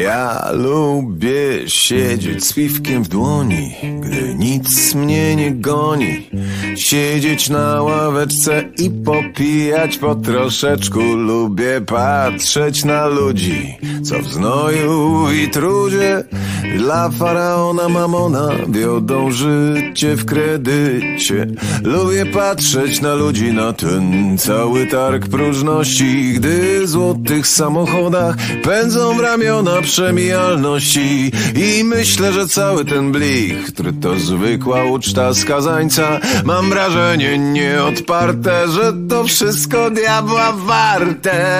Ja lubię siedzieć z piwkiem w dłoni, gdy nic mnie nie goni. Siedzieć na ławeczce i popijać po troszeczku. Lubię patrzeć na ludzi, co w znoju i trudzie dla faraona Mamona wiodą życie w kredycie. Lubię patrzeć na ludzi, na ten cały targ próżności, gdy w złotych samochodach pędzą w ramiona przemijalności. I myślę, że cały ten blik, który to zwykła uczta skazańca, mam wrażenie nieodparte, że to wszystko diabła warte.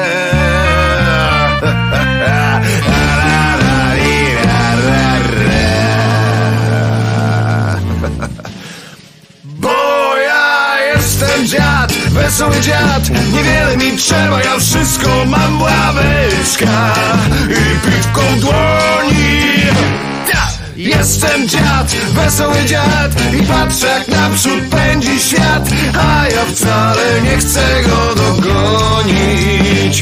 Bo ja jestem dziad, wesoły dziad, niewiele mi trzeba, ja wszystko mam, ławeczka i piwko w dłoni. Jestem dziad, wesoły dziad i patrzę, jak naprzód pędzi świat, a ja wcale nie chcę go dogonić.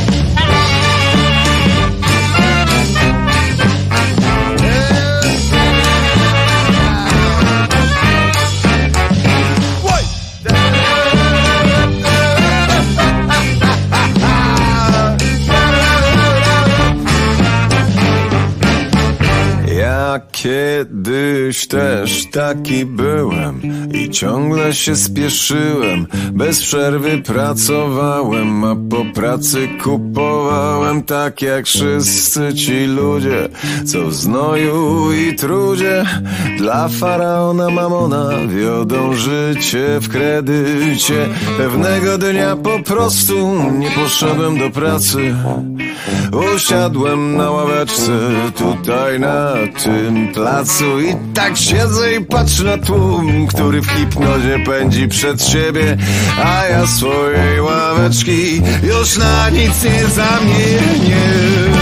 Kiedyś też taki byłem i ciągle się spieszyłem, bez przerwy pracowałem, a po pracy kupowałem, tak jak wszyscy ci ludzie, co w znoju i trudzie dla faraona Mamona wiodą życie w kredycie. Pewnego dnia po prostu nie poszedłem do pracy, usiadłem na ławeczce tutaj na tym placu i tak siedzę i patrzę na tłum, który w hipnozie pędzi przed siebie, a ja swojej ławeczki już na nic nie zamienię.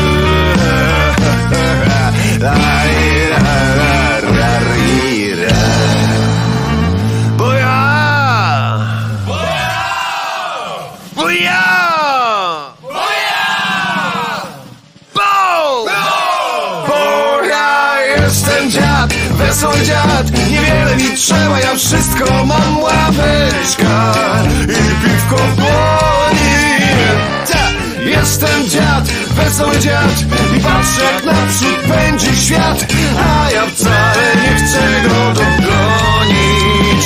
Bo ja jestem dziad, wesoły dziad, niewiele mi trzeba, ja wszystko mam, ławeczka i piwko w dłoni. Jestem dziad, wesoły dziad i patrzę, jak naprzód pędzi świat, a ja wcale nie chcę go dogonić.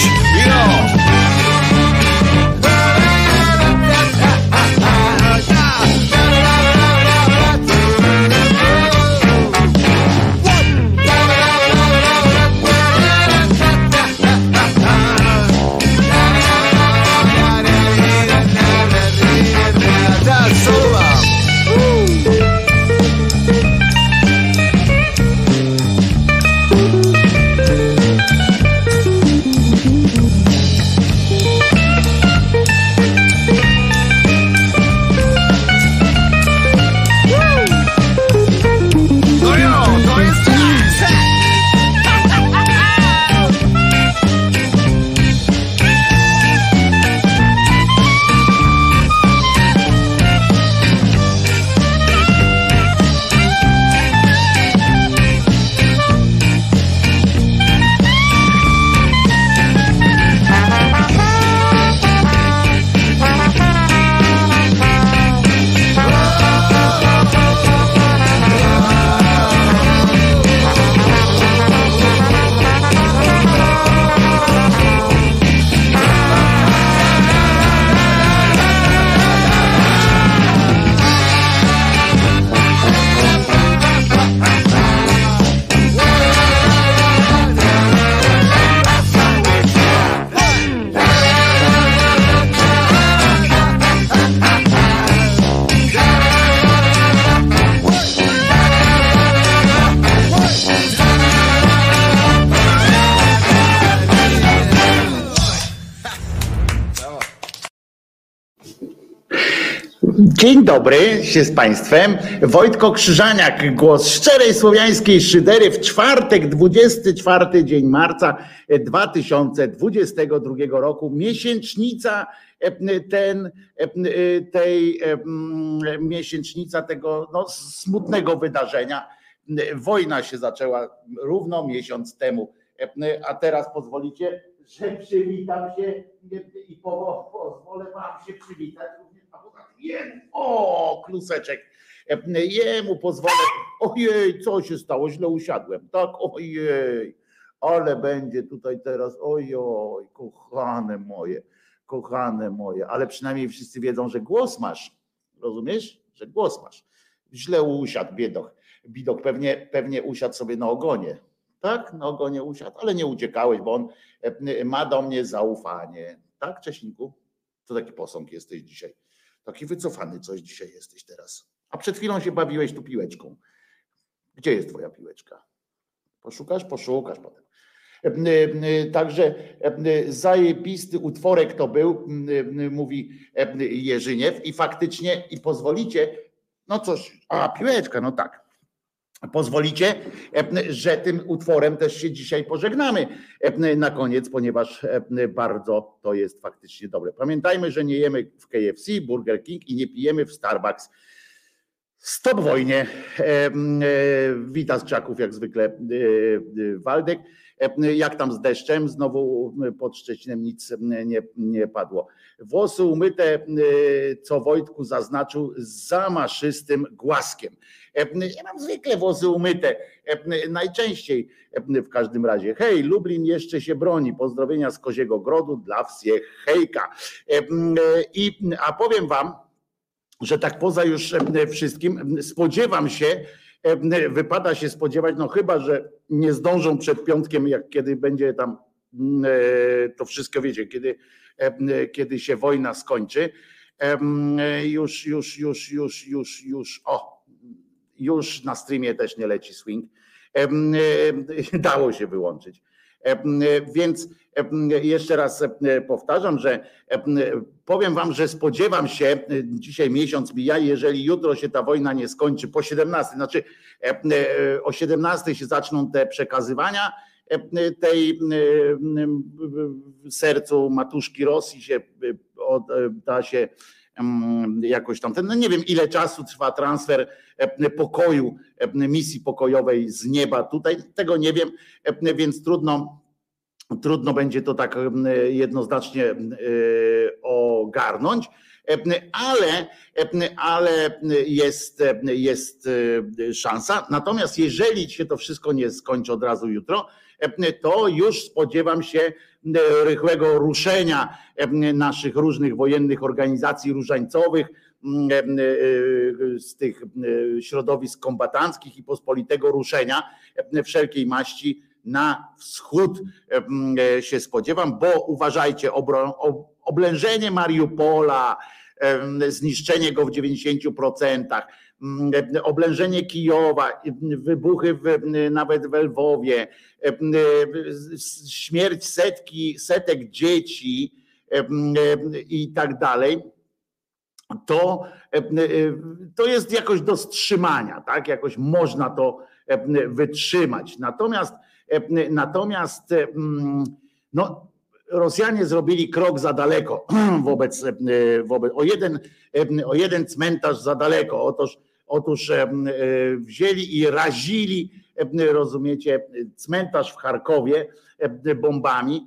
Dzień dobry się z Państwem. Wojtko Krzyżaniak, głos szczerej słowiańskiej szydery w czwartek, 24 dzień marca 2022 roku. Miesięcznica miesięcznica tego smutnego wydarzenia. Wojna się zaczęła równo miesiąc temu. A teraz pozwolicie, że przywitam się i pozwolę wam się przywitać. O, Kluseczek, jemu pozwolę. Ojej, co się stało? Źle usiadłem. Tak, ojej, ale będzie tutaj teraz. Ojej, kochane moje, ale przynajmniej wszyscy wiedzą, że głos masz. Rozumiesz? Że głos masz. Źle usiadł, bidok pewnie usiadł sobie na ogonie. Tak, na ogonie usiadł, ale nie uciekałeś, bo on ma do mnie zaufanie. Tak, Cześniku? To taki posąg jesteś dzisiaj. Taki wycofany coś dzisiaj jesteś teraz. A przed chwilą się bawiłeś tu piłeczką. Gdzie jest twoja piłeczka? Poszukasz potem. Także zajebisty utworek to był, mówi Jerzyniew i faktycznie, i pozwolicie, no coś, piłeczka, no tak. Pozwolicie, że tym utworem też się dzisiaj pożegnamy na koniec, ponieważ bardzo to jest faktycznie dobre. Pamiętajmy, że nie jemy w KFC, Burger King i nie pijemy w Starbucks. Stop wojnie. Witam z krzaków jak zwykle Waldek. Jak tam z deszczem? Znowu pod Szczecinem nic nie padło. Włosy umyte, co Wojtku zaznaczył, z zamaszystym głaskiem. Ja mam zwykle włosy umyte, najczęściej w każdym razie. Hej, Lublin jeszcze się broni. Pozdrowienia z Koziego Grodu dla wsiech, hejka. A powiem wam, że tak poza już wszystkim spodziewam się, wypada się spodziewać, no chyba, że nie zdążą przed piątkiem, jak kiedy będzie tam to wszystko, wiecie, kiedy się wojna skończy, już na streamie też nie leci swing, dało się wyłączyć. Więc jeszcze raz powtarzam, że powiem wam, że spodziewam się, dzisiaj miesiąc mija, jeżeli jutro się ta wojna nie skończy po 17, znaczy o 17 się zaczną te przekazywania tej sercu matuszki Rosji się da się jakoś tam, no nie wiem ile czasu trwa transfer pokoju, misji pokojowej z nieba tutaj, tego nie wiem, więc trudno będzie to tak jednoznacznie ogarnąć, ale jest szansa. Natomiast jeżeli się to wszystko nie skończy od razu jutro, to już spodziewam się rychłego ruszenia naszych różnych wojennych organizacji różańcowych, z tych środowisk kombatanckich i pospolitego ruszenia wszelkiej maści na wschód się spodziewam, bo uważajcie, oblężenie Mariupola, zniszczenie go w 90%, oblężenie Kijowa, wybuchy nawet w Lwowie, śmierć setek dzieci i tak dalej, to jest jakoś do wstrzymania, tak? Jakoś można to wytrzymać. Natomiast no, Rosjanie zrobili krok za daleko wobec o jeden cmentarz za daleko. Otóż wzięli i razili, rozumiecie, cmentarz w Charkowie bombami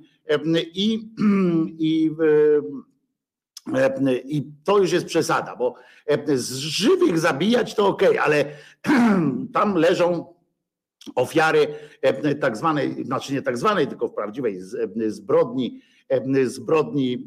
i to już jest przesada, bo z żywych zabijać to okej, ale tam leżą ofiary tak zwanej, znaczy nie tak zwanej, tylko w prawdziwej zbrodni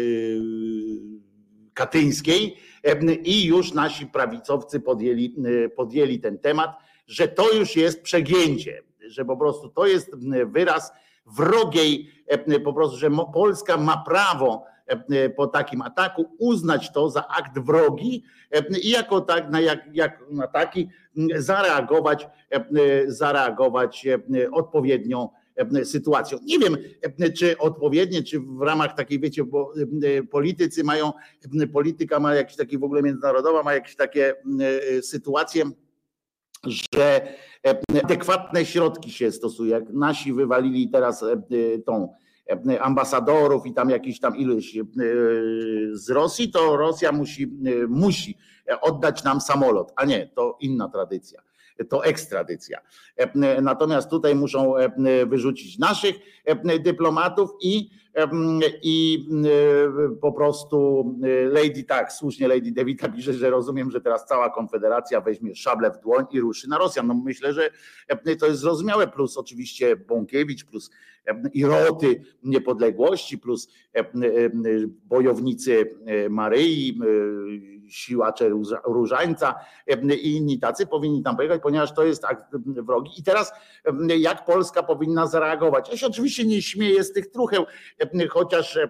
katyńskiej i już nasi prawicowcy podjęli ten temat, że to już jest przegięcie, że po prostu to jest wyraz wrogiej, po prostu, że Polska ma prawo po takim ataku uznać to za akt wrogi i jako tak, jak na taki zareagować odpowiednią sytuacją. Nie wiem, czy odpowiednie, czy w ramach takiej, wiecie, bo politycy mają, polityka ma jakieś takie w ogóle międzynarodowa, ma jakieś takie sytuacje, że adekwatne środki się stosuje. Jak nasi wywalili teraz tą ambasadorów i tam jakiś tam ilość z Rosji, to Rosja musi oddać nam samolot, a nie, to inna tradycja. To ekstradycja. Natomiast tutaj muszą wyrzucić naszych dyplomatów i po prostu tak, słusznie Lady Devita pisze, że rozumiem, że teraz cała Konfederacja weźmie szablę w dłoń i ruszy na Rosjan. No myślę, że to jest zrozumiałe, plus oczywiście Bąkiewicz, plus i roty niepodległości, plus bojownicy Maryi, siłacze Różańca i inni tacy powinni tam pojechać, ponieważ to jest akt wrogi. I teraz jak Polska powinna zareagować? Ja się oczywiście nie śmieję z tych trucheł, chociaż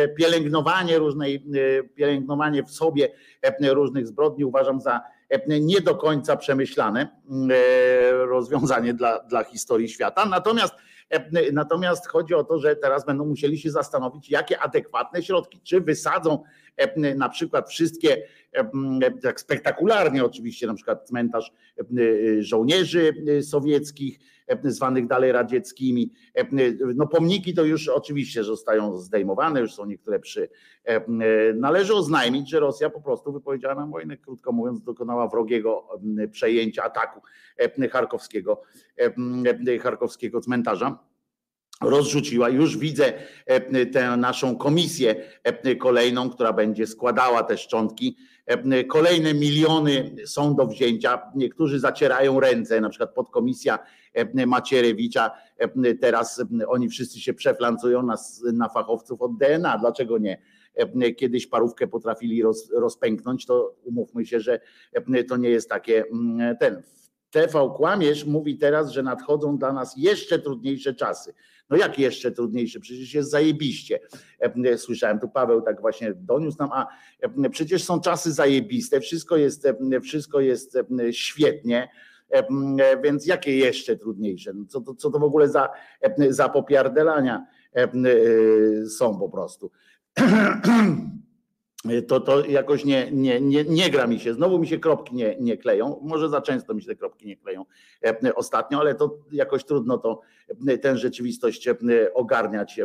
pielęgnowanie w sobie różnych zbrodni uważam za nie do końca przemyślane rozwiązanie dla historii świata. Natomiast chodzi o to, że teraz będą musieli się zastanowić, jakie adekwatne środki, czy wysadzą na przykład wszystkie, tak spektakularnie oczywiście, na przykład cmentarz żołnierzy sowieckich, zwanych dalej radzieckimi. No pomniki to już oczywiście zostają zdejmowane, już są niektóre należy oznajmić, że Rosja po prostu wypowiedziała nam wojnę, krótko mówiąc, dokonała wrogiego przejęcia ataku charkowskiego cmentarza. Rozrzuciła. Już widzę tę naszą komisję kolejną, która będzie składała te szczątki. Kolejne miliony są do wzięcia. Niektórzy zacierają ręce, na przykład podkomisja Macierewicza. Teraz oni wszyscy się przeflancują na fachowców od DNA. Dlaczego nie? Kiedyś parówkę potrafili rozpęknąć, to umówmy się, że to nie jest takie TV Kłamierz mówi teraz, że nadchodzą dla nas jeszcze trudniejsze czasy. No jak jeszcze trudniejsze? Przecież jest zajebiście. Słyszałem, tu Paweł tak właśnie doniósł nam, a przecież są czasy zajebiste, wszystko jest świetnie, więc jakie jeszcze trudniejsze? Co to w ogóle za popiardelania są po prostu. To jakoś nie gra mi się. Znowu mi się kropki nie kleją. Może za często mi się te kropki nie kleją ostatnio, ale to jakoś trudno tę rzeczywistość ogarniać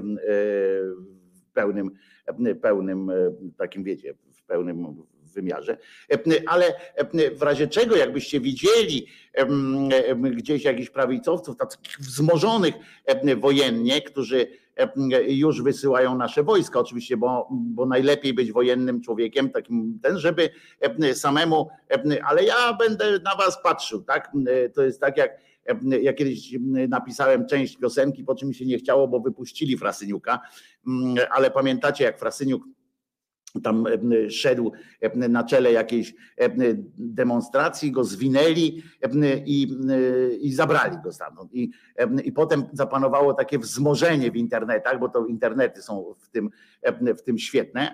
w pełnym takim, wiecie, w pełnym wymiarze. Ale w razie czego, jakbyście widzieli gdzieś jakichś prawicowców, takich wzmożonych wojennie, którzy już wysyłają nasze wojska, oczywiście, bo najlepiej być wojennym człowiekiem, takim żeby samemu, ale ja będę na was patrzył, tak? To jest tak, jak ja kiedyś napisałem część piosenki, po czym mi się nie chciało, bo wypuścili Frasyniuka, ale pamiętacie, jak Frasyniuk tam szedł na czele jakiejś demonstracji, go zwinęli i zabrali go stamtąd. I potem zapanowało takie wzmożenie w internetach, bo to internety są w tym świetne,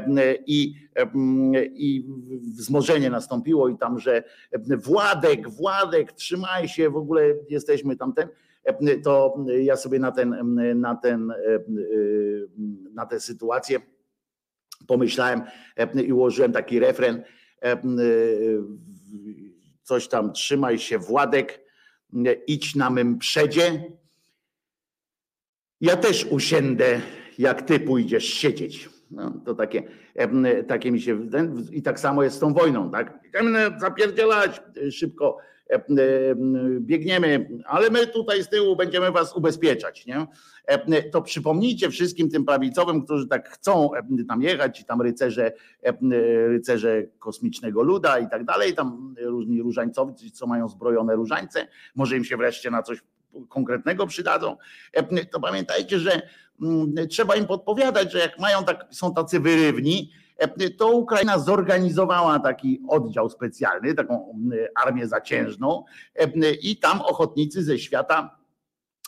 i wzmożenie nastąpiło i tam, że Władek, trzymaj się, w ogóle jesteśmy tamten. To ja sobie na tę sytuację pomyślałem i ułożyłem taki refren, coś tam, trzymaj się Władek, idź na mym przedzie, ja też usiędę, jak ty pójdziesz siedzieć. No, to takie mi się, i tak samo jest z tą wojną, tak? Zapierdzielać szybko, biegniemy, ale my tutaj z tyłu będziemy was ubezpieczać, nie? To przypomnijcie wszystkim tym prawicowym, którzy tak chcą tam jechać, tam rycerze kosmicznego luda i tak dalej, tam różni różańcowcy, co mają zbrojone różańce, może im się wreszcie na coś konkretnego przydadzą, to pamiętajcie, że trzeba im podpowiadać, że jak są tacy wyrywni, to Ukraina zorganizowała taki oddział specjalny, taką armię zaciężną i tam ochotnicy ze świata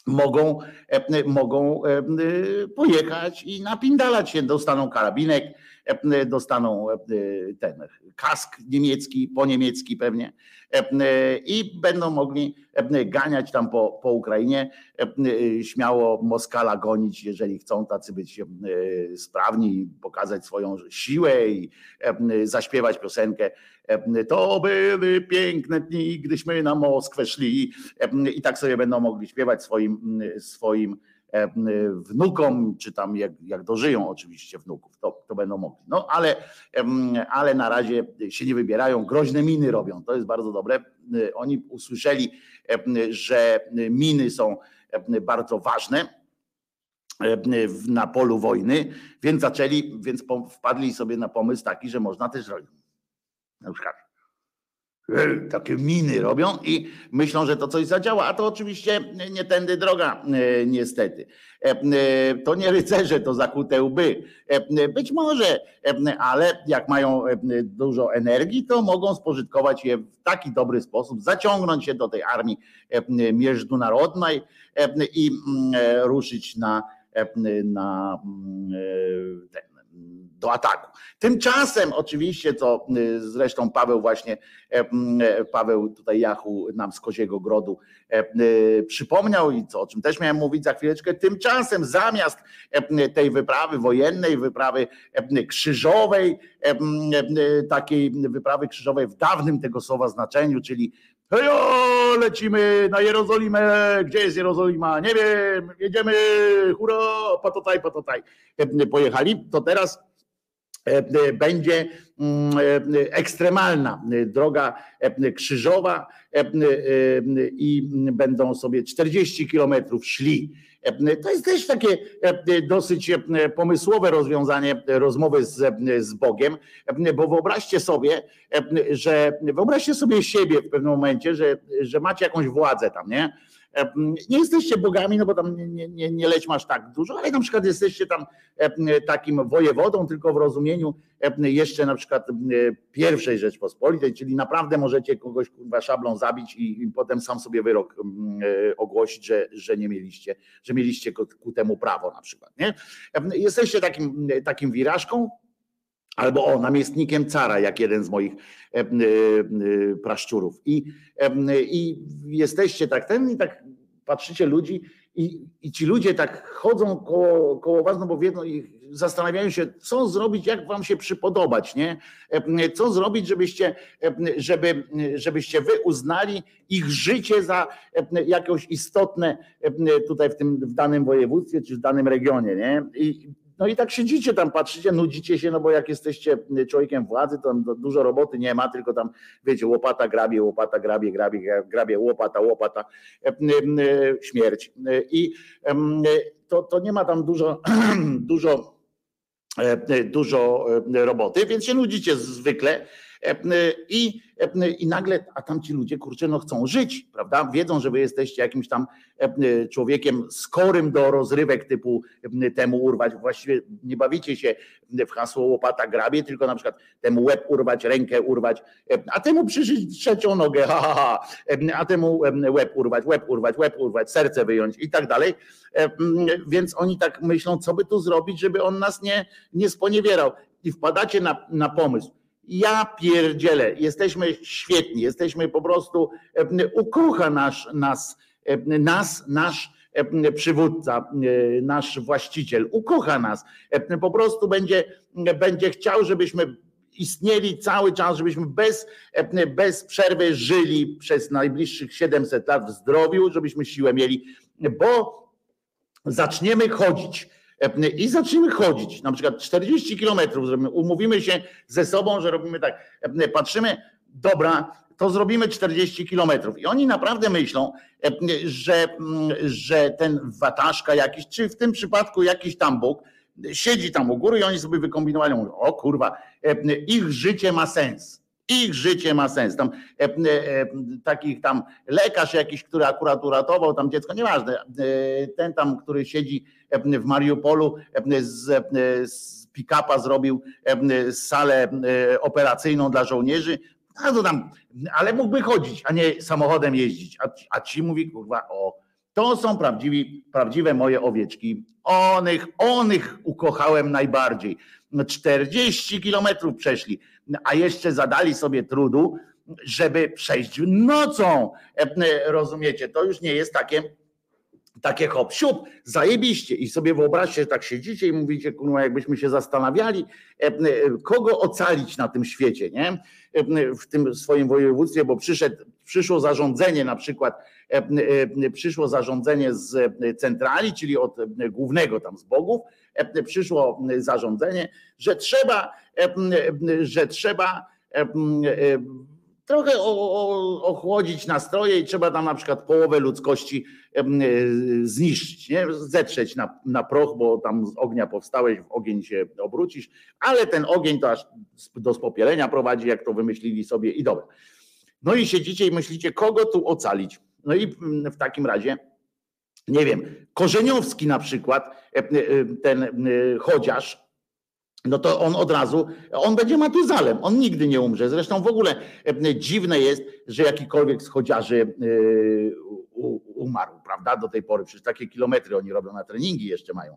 mogą pojechać i napindalać się, dostaną karabinek dostaną ten kask niemiecki, po niemiecki pewnie i będą mogli ganiać tam po Ukrainie, śmiało Moskala gonić, jeżeli chcą tacy być sprawni i pokazać swoją siłę i zaśpiewać piosenkę. To były piękne dni, gdyśmy na Moskwę szli i tak sobie będą mogli śpiewać swoim wnukom, czy tam jak dożyją oczywiście wnuków, to będą mogli. No ale na razie się nie wybierają, groźne miny robią, to jest bardzo dobre. Oni usłyszeli, że miny są bardzo ważne na polu wojny, więc wpadli sobie na pomysł taki, że można też robić. Na przykład takie miny robią i myślą, że to coś zadziała, a to oczywiście nie tędy droga niestety. To nie rycerze, to zakute łby. Być może, ale jak mają dużo energii, to mogą spożytkować je w taki dobry sposób, zaciągnąć się do tej armii międzynarodowej i ruszyć do ataku. Tymczasem oczywiście, co zresztą Paweł tutaj Jachu nam z Koziego Grodu przypomniał i o czym też miałem mówić za chwileczkę, tymczasem zamiast tej wyprawy wojennej, wyprawy krzyżowej, takiej wyprawy krzyżowej w dawnym tego słowa znaczeniu, czyli hejo, lecimy na Jerozolimę, gdzie jest Jerozolima, nie wiem, jedziemy, hurra, patotaj, pojechali, to teraz będzie ekstremalna droga krzyżowa i będą sobie 40 kilometrów szli. To jest też takie dosyć pomysłowe rozwiązanie rozmowy z Bogiem, bo wyobraźcie sobie siebie w pewnym momencie, że macie jakąś władzę tam, nie? Nie jesteście bogami, no bo tam nie lećmy aż tak dużo, ale na przykład jesteście tam takim wojewodą, tylko w rozumieniu jeszcze na przykład pierwszej Rzeczpospolitej, czyli naprawdę możecie kogoś szablą zabić i potem sam sobie wyrok ogłosić, że nie mieliście, że mieliście ku temu prawo na przykład. Nie? Jesteście takim wirażką, albo namiestnikiem cara, jak jeden z moich praszczurów. I jesteście tak i tak patrzycie ludzi i ci ludzie tak chodzą koło was, no bo wiedzą i zastanawiają się, co zrobić, jak wam się przypodobać, nie? Co zrobić, żebyście wy uznali ich życie za jakoś istotne tutaj w danym województwie, czy w danym regionie, nie? No i tak siedzicie tam, patrzycie, nudzicie się, no bo jak jesteście człowiekiem władzy, to dużo roboty nie ma, tylko tam, wiecie, łopata grabie, łopata, śmierć. I to nie ma tam dużo roboty, więc się nudzicie zwykle. I nagle, a tamci ludzie, kurczę, no chcą żyć, prawda? Wiedzą, że wy jesteście jakimś tam człowiekiem skorym do rozrywek typu temu urwać. Właściwie nie bawicie się w hasło łopata grabie, tylko na przykład temu łeb urwać, rękę urwać, a temu przyszyć trzecią nogę, a temu łeb urwać, serce wyjąć i tak dalej. Więc oni tak myślą, co by tu zrobić, żeby on nas nie sponiewierał. I wpadacie na pomysł. Ja pierdzielę, jesteśmy świetni, jesteśmy po prostu, ukocha nasz przywódca, nasz właściciel, ukocha nas, po prostu będzie chciał, żebyśmy istnieli cały czas, żebyśmy bez przerwy żyli przez najbliższych 700 lat w zdrowiu, żebyśmy siłę mieli, bo zaczniemy chodzić. I zaczniemy chodzić, na przykład 40 kilometrów, umówimy się ze sobą, że robimy tak, patrzymy, dobra, to zrobimy 40 kilometrów. I oni naprawdę myślą, że ten wataszka jakiś, czy w tym przypadku jakiś tam Bóg, siedzi tam u góry i oni sobie wykombinowali, mówią, o kurwa, ich życie ma sens. Ich życie ma sens. Tam takich tam lekarz jakiś, który akurat uratował tam dziecko, nieważne, ten tam, który siedzi w Mariupolu z pick-upa zrobił salę operacyjną dla żołnierzy, ale mógłby chodzić, a nie samochodem jeździć. A ci mówi, kurwa, to są prawdziwe moje owieczki. Onych ukochałem najbardziej. 40 kilometrów przeszli, a jeszcze zadali sobie trudu, żeby przejść nocą. Rozumiecie, to już nie jest takie hop siup, zajebiście. I sobie wyobraźcie, że tak siedzicie i mówicie, kurwa, jakbyśmy się zastanawiali, kogo ocalić na tym świecie, nie? W tym swoim województwie, bo przyszło zarządzenie, na przykład przyszło zarządzenie z centrali, czyli od głównego tam z bogów, przyszło zarządzenie, że trzeba trochę ochłodzić nastroje i trzeba tam na przykład połowę ludzkości zniszczyć, nie? Zetrzeć na proch, bo tam z ognia powstałeś, w ogień się obrócisz, ale ten ogień to aż do spopielenia prowadzi, jak to wymyślili sobie i dobra. No i siedzicie i myślicie, kogo tu ocalić? No i w takim razie, nie wiem, Korzeniowski na przykład, ten chodziarz, no to on od razu, on będzie Matuzalem, on nigdy nie umrze. Zresztą w ogóle dziwne jest, że jakikolwiek z chodziarzy umarł, prawda, do tej pory, przecież takie kilometry oni robią, na treningi jeszcze mają.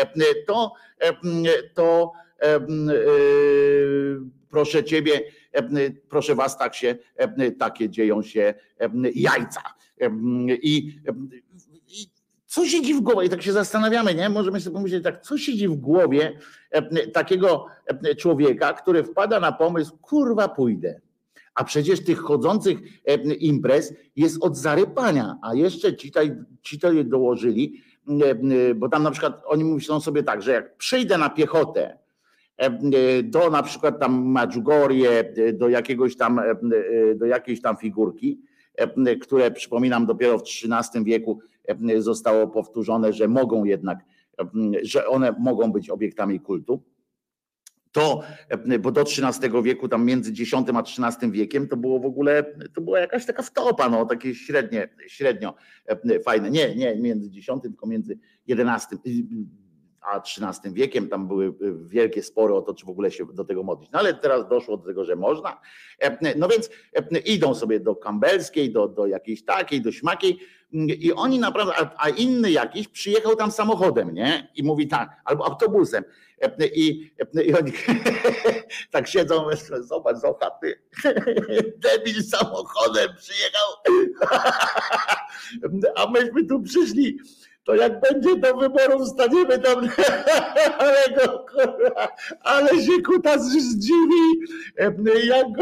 Proszę ciebie, proszę was, takie dzieją się jajca. I co siedzi w głowie? I tak się zastanawiamy, nie? Możemy sobie pomyśleć tak, co siedzi w głowie takiego człowieka, który wpada na pomysł, kurwa, pójdę. A przecież tych chodzących imprez jest od zarypania, a jeszcze ci to je dołożyli, bo tam na przykład oni myślą sobie tak, że jak przyjdę na piechotę do na przykład tam Medjugorje, do jakiejś tam figurki, które przypominam dopiero w XIII wieku zostało powtórzone, że mogą jednak, że one mogą być obiektami kultu. To, bo do XIII wieku, tam między X a XIII wiekiem, to było w ogóle, to była jakaś taka wtopa, no takie średnio fajne. Nie między X, tylko między XI a XIII wiekiem, tam były wielkie spory o to, czy w ogóle się do tego modlić. No ale teraz doszło do tego, że można. No więc idą sobie do Kambelskiej, do jakiejś takiej, do śmakiej i oni naprawdę, a inny jakiś przyjechał tam samochodem, nie? I mówi tak, albo autobusem. I oni tak siedzą, zobacz, ty debil samochodem przyjechał, a myśmy tu przyszli. To jak będzie do wyborów, staniemy tam, ale się kutas zdziwi, jak go...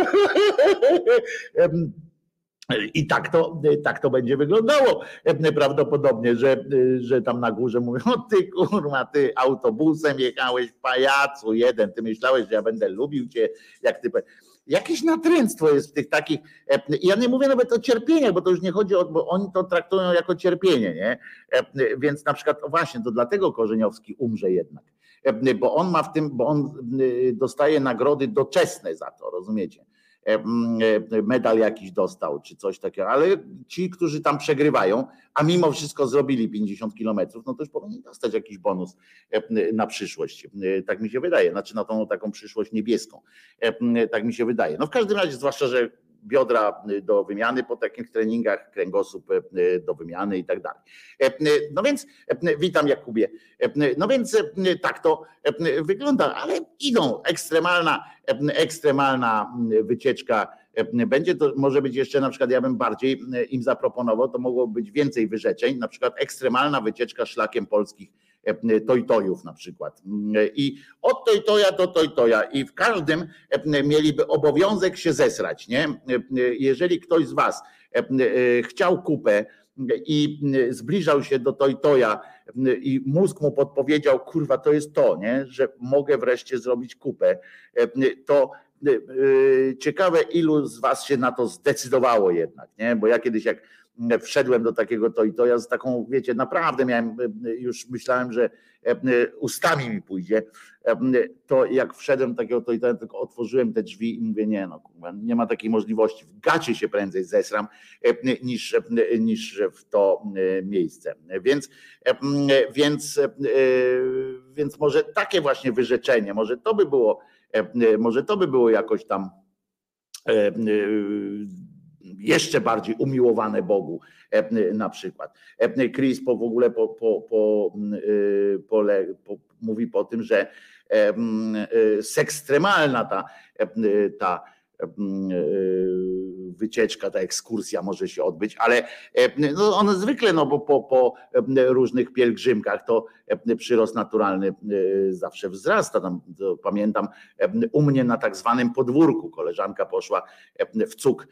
I tak to będzie wyglądało prawdopodobnie, że tam na górze mówią, o ty kurwa, ty autobusem jechałeś, pajacu jeden, ty myślałeś, że ja będę lubił cię, jak ty... Jakieś natręctwo jest w tych takich, ja nie mówię nawet o cierpieniach, bo to już nie chodzi o, bo oni to traktują jako cierpienie, nie? Więc na przykład właśnie to dlatego Korzeniowski umrze jednak, bo on ma bo on dostaje nagrody doczesne za to, rozumiecie? Medal jakiś dostał, czy coś takiego, ale ci, którzy tam przegrywają, a mimo wszystko zrobili 50 kilometrów, no to już powinni dostać jakiś bonus na przyszłość. Tak mi się wydaje, znaczy na tą taką przyszłość niebieską. Tak mi się wydaje. No w każdym razie, zwłaszcza, że biodra do wymiany po takich treningach, kręgosłup do wymiany i tak dalej. No więc witam Jakubie. No więc tak to wygląda, ale idą ekstremalna wycieczka będzie, to może być jeszcze na przykład, ja bym bardziej im zaproponował, to mogło być więcej wyrzeczeń, na przykład ekstremalna wycieczka szlakiem polskich tojtojów na przykład. I od tojtoja do tojtoja i w każdym mieliby obowiązek się zesrać, nie? Jeżeli ktoś z was chciał kupę i zbliżał się do tojtoja i mózg mu podpowiedział, kurwa, to jest to, nie? Że mogę wreszcie zrobić kupę, to ciekawe, ilu z was się na to zdecydowało jednak, nie? Bo ja kiedyś jak wszedłem do takiego tojtoja z taką, wiecie, naprawdę już myślałem, że ustami mi pójdzie, to jak wszedłem do takiego tojtoja, tylko otworzyłem te drzwi i mówię, nie no, nie ma takiej możliwości, w gacie się prędzej zesram niż w to miejsce. Więc może takie właśnie wyrzeczenie, może to by było jakoś tam jeszcze bardziej umiłowane Bogu na przykład. Chris w ogóle mówi po tym, że sekstremalna ta wycieczka, ta ekskursja może się odbyć, ale no one zwykle, no bo po różnych pielgrzymkach to przyrost naturalny zawsze wzrasta. Tam, pamiętam u mnie na tak zwanym podwórku koleżanka poszła w cuk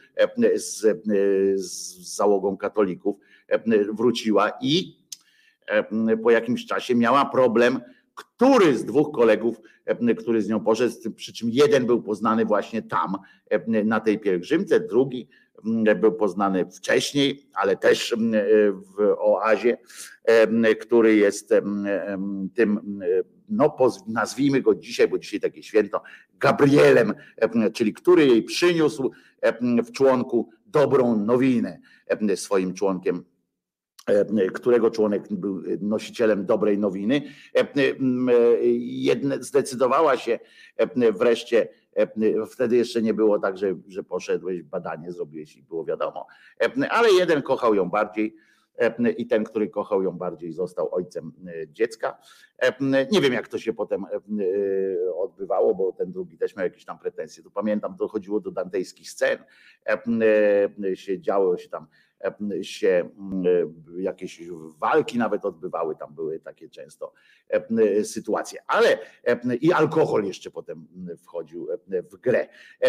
z załogą katolików, wróciła i po jakimś czasie miała problem, który z dwóch kolegów, który z nią poszedł, przy czym jeden był poznany właśnie tam, na tej pielgrzymce, drugi był poznany wcześniej, ale też w oazie, który jest tym, no nazwijmy go dzisiaj, bo dzisiaj takie święto, Gabrielem, czyli który jej przyniósł w członku dobrą nowinę, swoim członkiem, którego członek był nosicielem dobrej nowiny. Zdecydowała się wreszcie, wtedy jeszcze nie było tak, że poszedłeś, badanie zrobiłeś i było wiadomo, ale jeden kochał ją bardziej i ten, który kochał ją bardziej, został ojcem dziecka. Nie wiem, jak to się potem odbywało, bo ten drugi też miał jakieś tam pretensje. To pamiętam, dochodziło do dantejskich scen, działo się tam, jakieś walki nawet odbywały, tam były takie często sytuacje, ale i alkohol jeszcze potem wchodził w grę.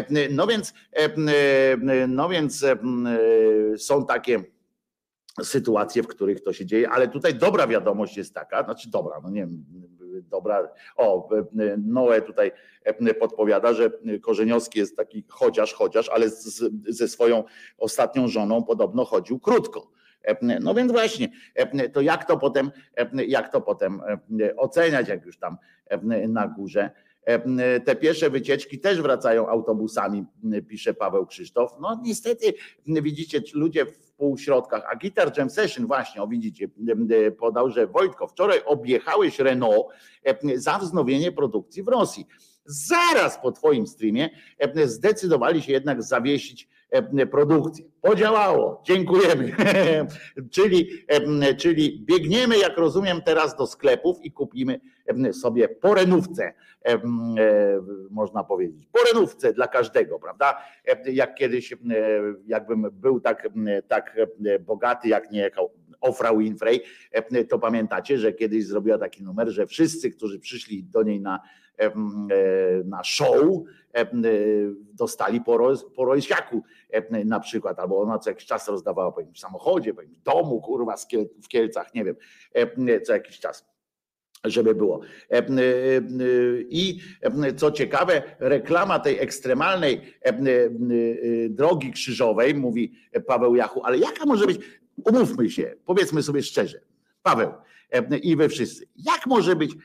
No więc są takie sytuacje, w których to się dzieje, ale tutaj dobra wiadomość jest taka, znaczy dobra, no nie wiem, dobra, Noe tutaj podpowiada, że Korzeniowski jest taki chociaż, ale ze swoją ostatnią żoną podobno chodził krótko. No więc właśnie, to jak to potem oceniać, jak już tam na górze. Te pierwsze wycieczki też wracają autobusami, pisze Paweł Krzysztof. No niestety, widzicie, ludzie w półśrodkach, a Guitar Jam Session właśnie, widzicie, podał, że Wojtko, wczoraj objechałeś Renault za wznowienie produkcji w Rosji. Zaraz po twoim streamie zdecydowali się jednak zawiesić produkcję. Podziałało, dziękujemy. Czyli biegniemy, jak rozumiem, teraz do sklepów i kupimy sobie po renówce, można powiedzieć, po renówce dla każdego, prawda? Jak kiedyś, jakbym był tak bogaty, jak niejaka Oprah Winfrey, to pamiętacie, że kiedyś zrobiła taki numer, że wszyscy, którzy przyszli do niej na show, dostali po rojsiaku na przykład, albo ona co jakiś czas rozdawała po jakimś samochodzie, po jakimś domu, kurwa, w Kielcach, nie wiem, co jakiś czas, żeby było. I co ciekawe, reklama tej ekstremalnej drogi krzyżowej, mówi Paweł Jachu, ale jaka może być, umówmy się, powiedzmy sobie szczerze, Paweł i wy wszyscy, jak może być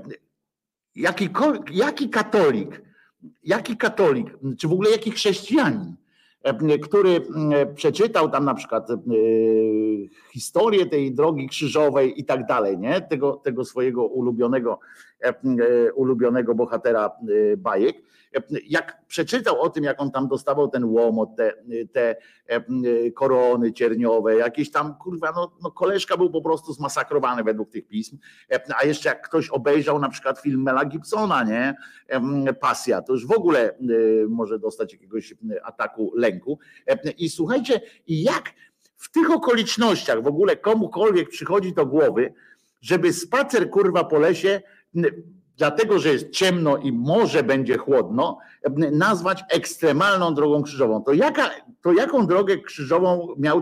jaki katolik, czy w ogóle jaki chrześcijanin, który przeczytał tam na przykład historię tej drogi krzyżowej i tak dalej, nie? Tego swojego ulubionego bohatera bajek, jak przeczytał o tym, jak on tam dostawał ten łomot, te korony cierniowe, jakieś tam, kurwa, no koleżka był po prostu zmasakrowany według tych pism, a jeszcze jak ktoś obejrzał na przykład film Mela Gibsona, nie? Pasja, to już w ogóle może dostać jakiegoś ataku lęku. I słuchajcie, jak w tych okolicznościach w ogóle komukolwiek przychodzi do głowy, żeby spacer, kurwa, po lesie, dlatego że jest ciemno i może będzie chłodno, nazwać ekstremalną drogą krzyżową. To jaką drogę krzyżową miał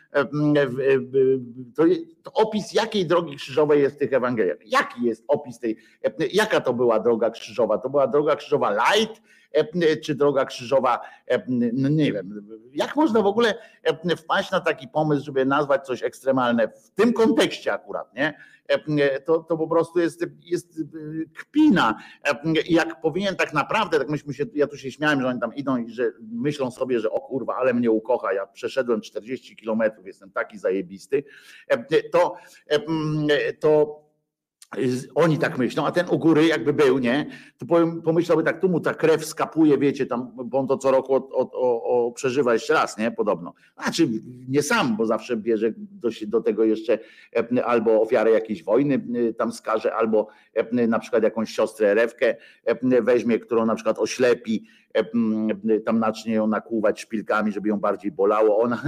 to opis jakiej drogi krzyżowej jest w tych Ewangeliach? Jaki jest opis jaka to była droga krzyżowa? To była droga krzyżowa light, czy droga krzyżowa, no nie wiem, jak można w ogóle wpaść na taki pomysł, żeby nazwać coś ekstremalne w tym kontekście akurat, nie? To po prostu jest kpina. Jak powinien tak naprawdę, tak myśmy się, ja tu się śmiałem, że oni tam idą i że myślą sobie, że o kurwa, ale mnie ukocha, ja przeszedłem 40 kilometrów, jestem taki zajebisty, to Oni tak myślą, a ten u góry jakby był, nie? To pomyślałby tak, tu mu ta krew skapuje, wiecie, tam, bo on to co roku przeżywa jeszcze raz, nie? Podobno. Znaczy nie sam, bo zawsze bierze do tego jeszcze albo ofiarę jakiejś wojny tam skaże, albo na przykład jakąś siostrę Rewkę weźmie, którą na przykład oślepi, tam nacznie ją nakłuwać szpilkami, żeby ją bardziej bolało. Ona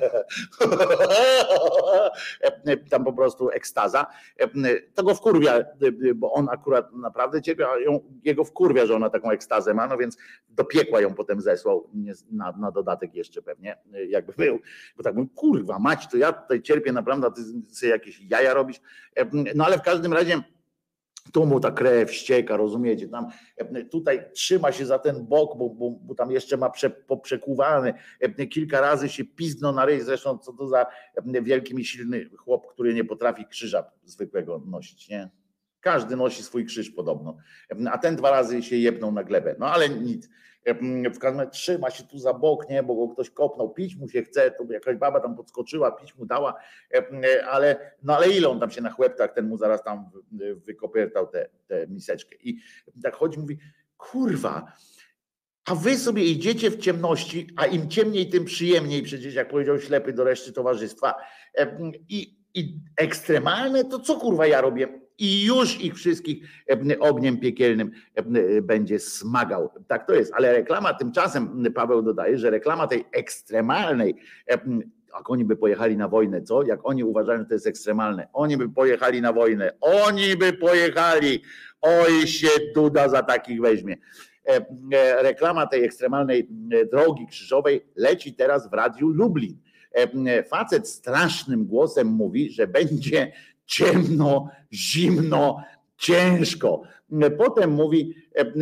tam po prostu ekstaza. To go wkurwia, bo on akurat naprawdę cierpi, a jego wkurwia, że ona taką ekstazę ma, no więc do piekła ją potem zesłał, na dodatek jeszcze pewnie, jakby był, bo tak mówię, kurwa mać, to ja tutaj cierpię naprawdę, a ty sobie jakieś jaja robisz, no ale w każdym razie tu mu ta krew ścieka, rozumiecie, tam tutaj trzyma się za ten bok, bo tam jeszcze ma poprzekuwany, kilka razy się pizdno na ryj, zresztą co to za wielki i silny chłop, który nie potrafi krzyża zwykłego nosić, nie? Każdy nosi swój krzyż podobno, a ten 2 razy się jebnął na glebę, no ale nic. W każdym razie trzyma się tu za bok, nie, bo go ktoś kopnął, pić mu się chce, to jakaś baba tam podskoczyła, pić mu dała, ale ile on tam się na chłeptach, ten mu zaraz tam wykopiertał tę miseczkę i tak chodzi, mówi, kurwa, a wy sobie idziecie w ciemności, a im ciemniej, tym przyjemniej, przecież jak powiedział ślepy do reszty towarzystwa i ekstremalne, to co kurwa ja robię? I już ich wszystkich ogniem piekielnym będzie smagał. Tak to jest, ale reklama tymczasem, Paweł dodaje, że reklama tej ekstremalnej, jak oni by pojechali na wojnę, co? Jak oni uważają, że to jest ekstremalne, oni by pojechali na wojnę, oni by pojechali, oj się Duda za takich weźmie. Reklama tej ekstremalnej drogi krzyżowej leci teraz w Radiu Lublin. Facet strasznym głosem mówi, że będzie ciemno, zimno, ciężko. Potem mówi,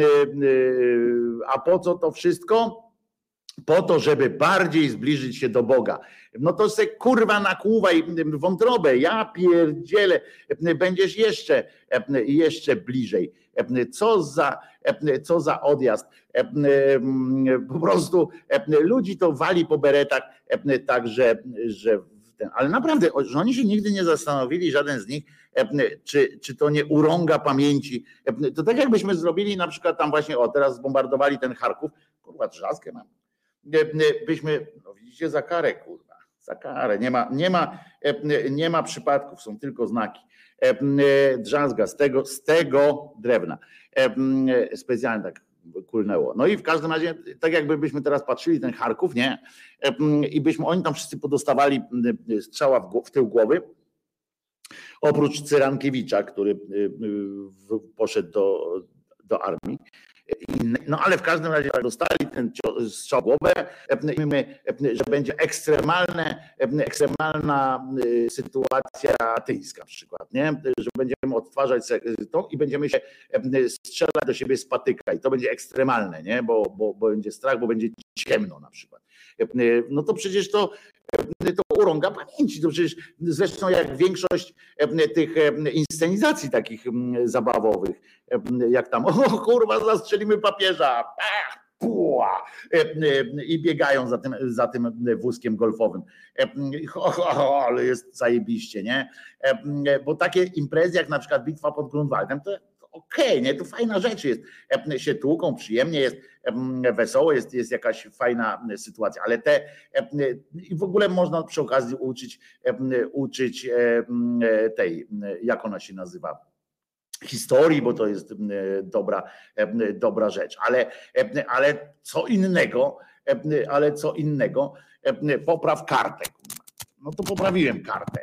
a po co to wszystko? Po to, żeby bardziej zbliżyć się do Boga. No to se kurwa nakłuwaj wątrobę, ja pierdzielę, będziesz jeszcze bliżej. Co za odjazd. Po prostu ludzi to wali po beretach, tak, że ale naprawdę, że oni się nigdy nie zastanowili, żaden z nich, czy to nie urąga pamięci. To tak jakbyśmy zrobili na przykład tam właśnie, teraz zbombardowali ten Charków, kurwa drzazgę mam. Byśmy, no widzicie, za karę, kurwa, za karę, nie ma przypadków, są tylko znaki. Drzazga z tego drewna. Specjalnie tak kulnęło. No i w każdym razie, tak jakbyśmy teraz patrzyli ten Charków, nie? I oni tam wszyscy podostawali strzała w tył głowy, oprócz Cyrankiewicza, który poszedł do armii. No ale w każdym razie dostali ten strzał w głowę, że będzie ekstremalna sytuacja ateńska na przykład, nie? Że będziemy odtwarzać to i będziemy się strzelać do siebie z patyka i to będzie ekstremalne, nie? Bo będzie strach, bo będzie ciemno na przykład. No to przecież to urąga pamięci. To przecież zresztą jak większość tych inscenizacji takich zabawowych, jak tam, o kurwa, zastrzelimy papieża, i biegają za tym wózkiem golfowym. Ale jest zajebiście, nie? Bo takie imprezy jak na przykład bitwa pod Grunwaldem, to okej, nie, to fajna rzecz jest, się tłuką, przyjemnie jest, wesoło jest jakaś fajna sytuacja, ale i w ogóle można przy okazji uczyć tej, jak ona się nazywa, historii, bo to jest dobra rzecz, ale co innego, popraw kartę. No to poprawiłem kartę.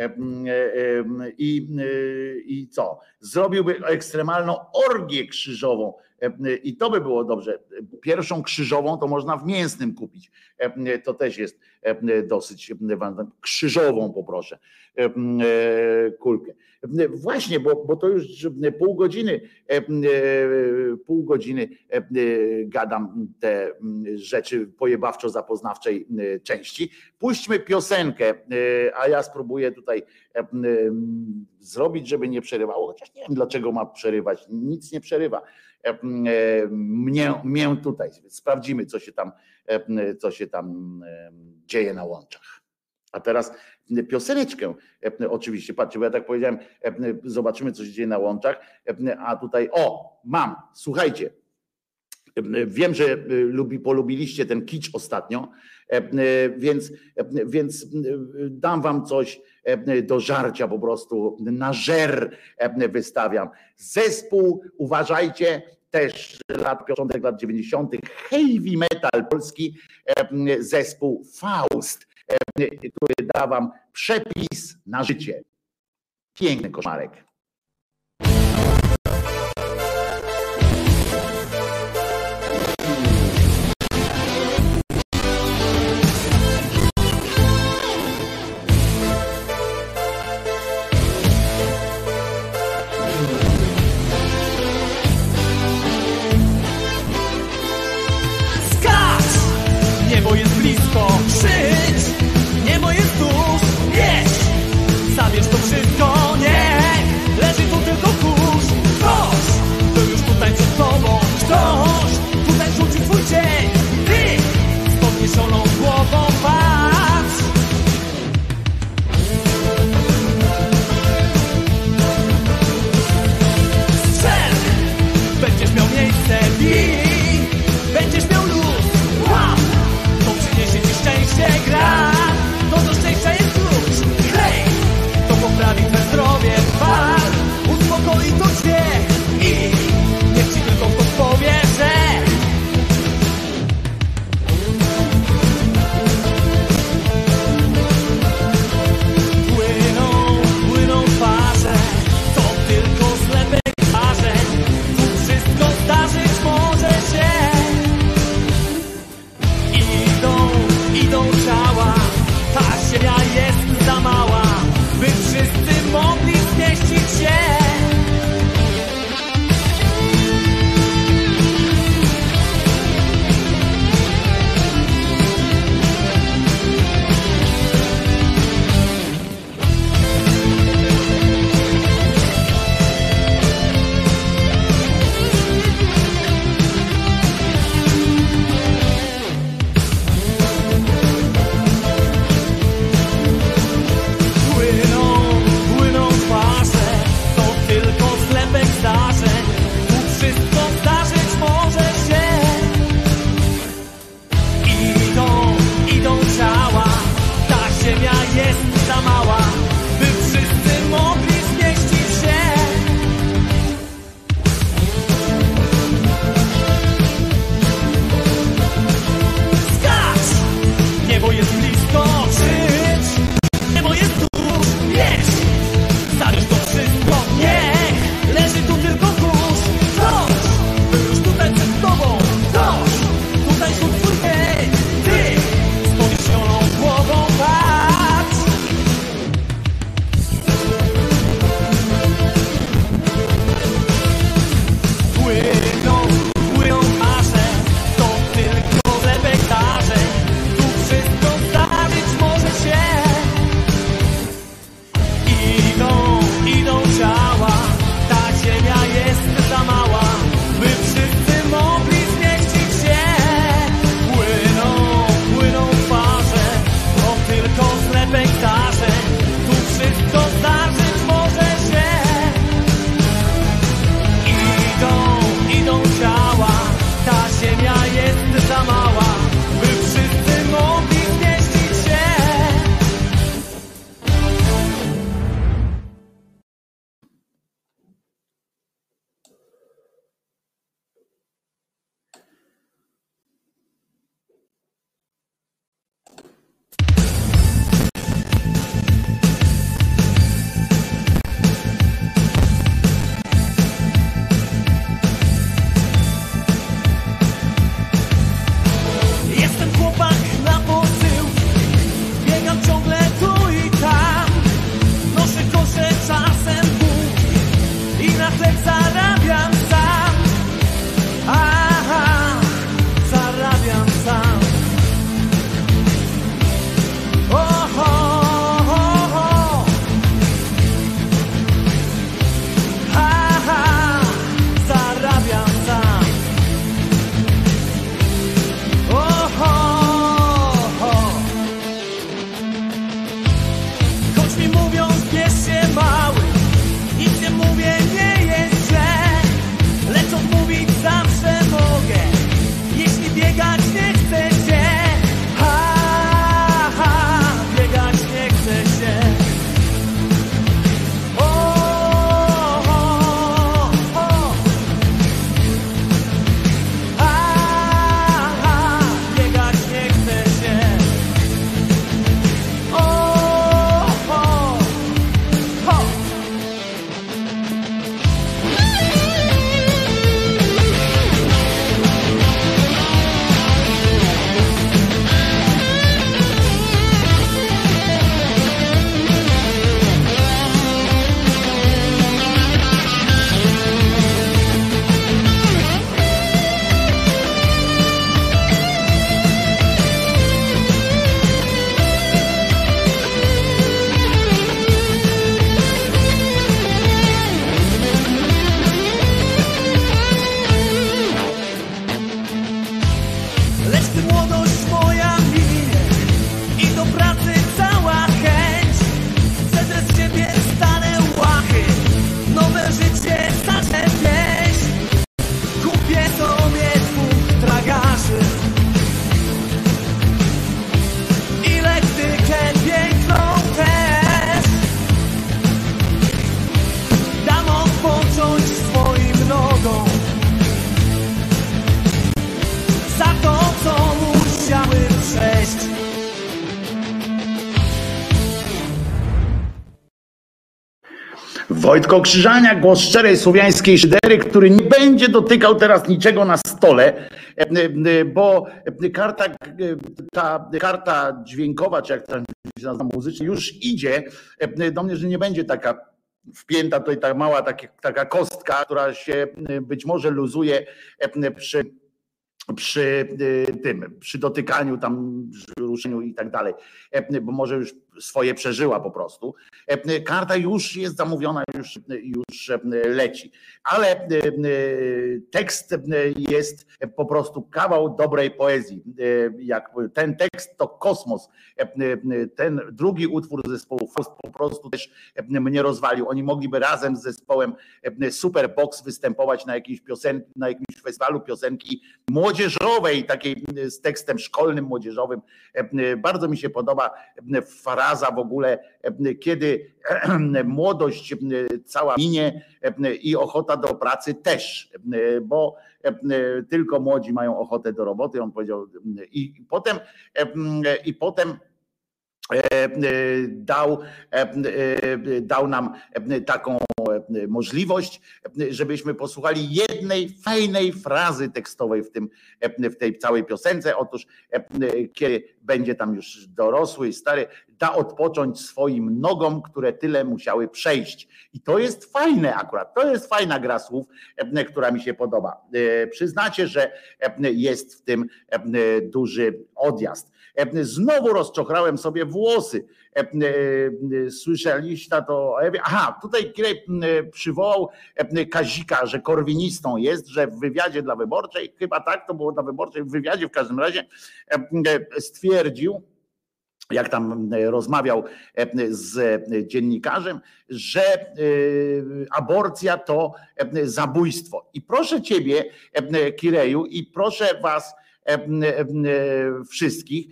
I co? Zrobiłby ekstremalną orgię krzyżową i to by było dobrze. Pierwszą krzyżową to można w Mięsnym kupić. To też jest dosyć krzyżową, poproszę. Kulkę. Właśnie, bo to już pół godziny gadam te rzeczy pojebawczo-zapoznawczej części. Puśćmy piosenkę, a ja spróbuję tutaj zrobić, żeby nie przerywało, chociaż nie wiem, dlaczego ma przerywać, nic nie przerywa mnie tutaj. Sprawdzimy, co się tam dzieje na łączach. A teraz pioseneczkę oczywiście, patrzcie, bo ja tak powiedziałem, zobaczymy, co się dzieje na łączach, a tutaj, mam, słuchajcie, wiem, że polubiliście ten kicz ostatnio, więc dam wam coś do żarcia po prostu, na żer wystawiam. Zespół, uważajcie, też początek lat 90. heavy metal polski, zespół Faust, który da wam przepis na życie. Piękny koszmarek. Niebo jest blisko, krzycz! Niebo jest tuż, wieś! Zabierz to wszystko, niech Wojtko Krzyżania, głos szczerej słowiańskiej szydery, który nie będzie dotykał teraz niczego na stole, bo ta karta dźwiękowa, czy jak to się nazywa muzycznie, już idzie do mnie, że nie będzie taka wpięta tutaj ta mała taka kostka, która się być może luzuje przy dotykaniu, tam ruszeniu i tak dalej, bo może już swoje przeżyła po prostu. Karta już jest zamówiona, już leci, ale tekst jest po prostu kawał dobrej poezji. Jak ten tekst to kosmos. Ten drugi utwór zespołu Faust po prostu też mnie rozwalił. Oni mogliby razem z zespołem Superbox występować na jakiejś festiwalu piosenki młodzieżowej, takiej z tekstem szkolnym, młodzieżowym. Bardzo mi się podoba fraza w ogóle, kiedy młodość cała minie i ochota do pracy też, bo tylko młodzi mają ochotę do roboty, on powiedział. I potem dał nam taką możliwość, żebyśmy posłuchali jednej fajnej frazy tekstowej w tej całej piosence. Otóż kiedy będzie tam już dorosły i stary, da odpocząć swoim nogom, które tyle musiały przejść. I to jest fajne akurat, to jest fajna gra słów, która mi się podoba. Przyznacie, że jest w tym duży odjazd. Znowu rozczochrałem sobie włosy. Słyszeliście to? Aha, tutaj Kirej przywołał Kazika, że korwinistą jest, że w wywiadzie dla Wyborczej, chyba tak to było dla Wyborczej, w wywiadzie w każdym razie stwierdził, jak tam rozmawiał z dziennikarzem, że aborcja to zabójstwo. I proszę ciebie, Kireju, i proszę was wszystkich,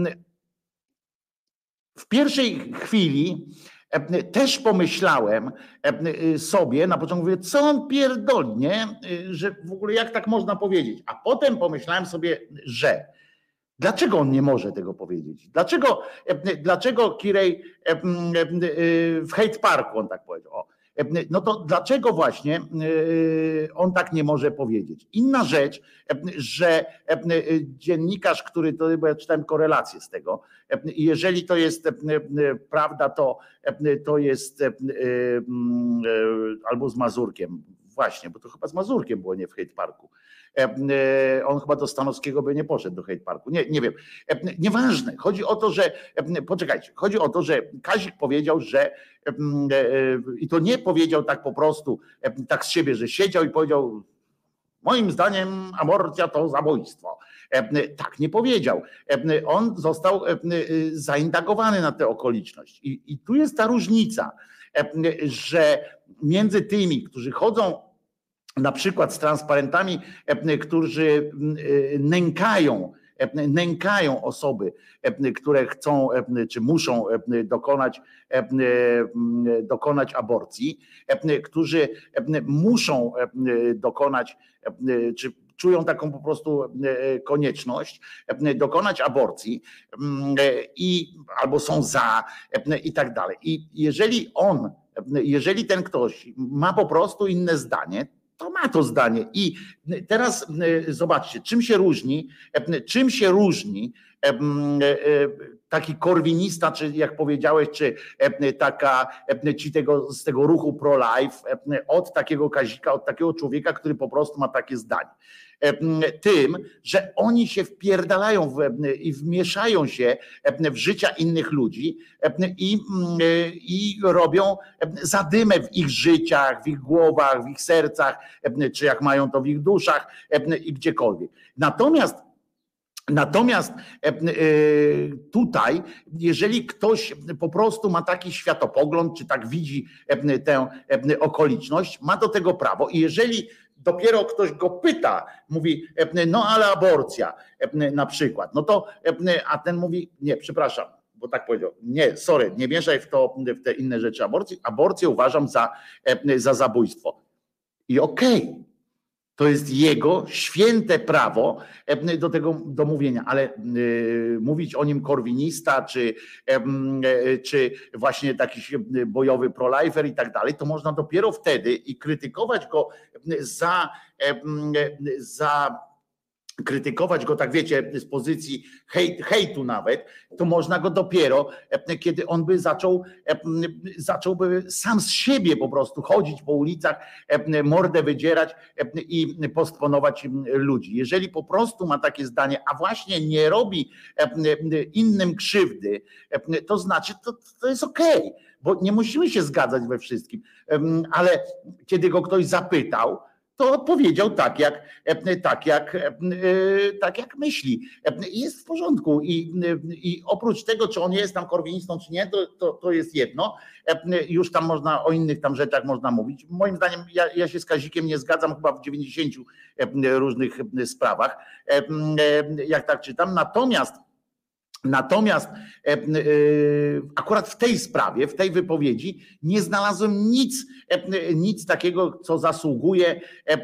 w pierwszej chwili też pomyślałem sobie, na początku mówię, co on pierdoli, nie? Że w ogóle jak tak można powiedzieć? A potem pomyślałem sobie, że dlaczego on nie może tego powiedzieć? Dlaczego Kirej w Hate Parku, on tak powiedział, no to dlaczego właśnie on tak nie może powiedzieć? Inna rzecz, że dziennikarz, który to, bo ja czytałem korelację z tego, jeżeli to jest prawda, to jest albo z Mazurkiem, właśnie, bo to chyba z Mazurkiem było, nie w Hate Parku. On chyba do Stanowskiego by nie poszedł do Hate Parku. Nie wiem. Nieważne. Chodzi o to, że poczekajcie, chodzi o to, że Kazik powiedział, że i to nie powiedział tak po prostu, tak z siebie, że siedział i powiedział, moim zdaniem aborcja to zabójstwo. Tak nie powiedział. On został zaindagowany na tę okoliczność. I tu jest ta różnica, że między tymi, którzy chodzą na przykład z transparentami, którzy nękają osoby, które chcą czy muszą dokonać aborcji, którzy muszą dokonać, czy czują taką po prostu konieczność dokonać aborcji albo są za i tak dalej. I jeżeli ten ktoś ma po prostu inne zdanie, to ma to zdanie. I teraz zobaczcie, czym się różni taki korwinista, czy jak powiedziałeś, czy z tego ruchu pro-life, od takiego Kazika, od takiego człowieka, który po prostu ma takie zdanie. Tym, że oni się wpierdalają i wmieszają się w życia innych ludzi i robią zadymę w ich życiach, w ich głowach, w ich sercach, czy jak mają to w ich duszach i gdziekolwiek. Natomiast tutaj, jeżeli ktoś po prostu ma taki światopogląd, czy tak widzi tę okoliczność, ma do tego prawo i jeżeli dopiero ktoś go pyta, mówi, no ale aborcja na przykład, no to, a ten mówi, nie, przepraszam, bo tak powiedział, nie, sorry, nie mieszaj w te inne rzeczy aborcji, aborcję uważam za zabójstwo. I okej. To jest jego święte prawo do tego do mówienia, ale mówić o nim korwinista, czy właśnie taki bojowy prolifer i tak dalej, to można dopiero wtedy i krytykować go krytykować go, tak wiecie, z pozycji hejtu nawet, to można go dopiero, kiedy on by zacząłby sam z siebie po prostu chodzić po ulicach, mordę wydzierać i postponować ludzi. Jeżeli po prostu ma takie zdanie, a właśnie nie robi innym krzywdy, to znaczy, to jest okej, bo nie musimy się zgadzać we wszystkim, ale kiedy go ktoś zapytał, to powiedział tak jak myśli. Jest w porządku i oprócz tego, czy on jest tam korwinistą, czy nie, to jest jedno. Już tam można o innych tam rzeczach można mówić. Moim zdaniem ja się z Kazikiem nie zgadzam chyba w 90 różnych sprawach, jak tak czytam. Natomiast akurat w tej sprawie, w tej wypowiedzi nie znalazłem nic takiego, co zasługuje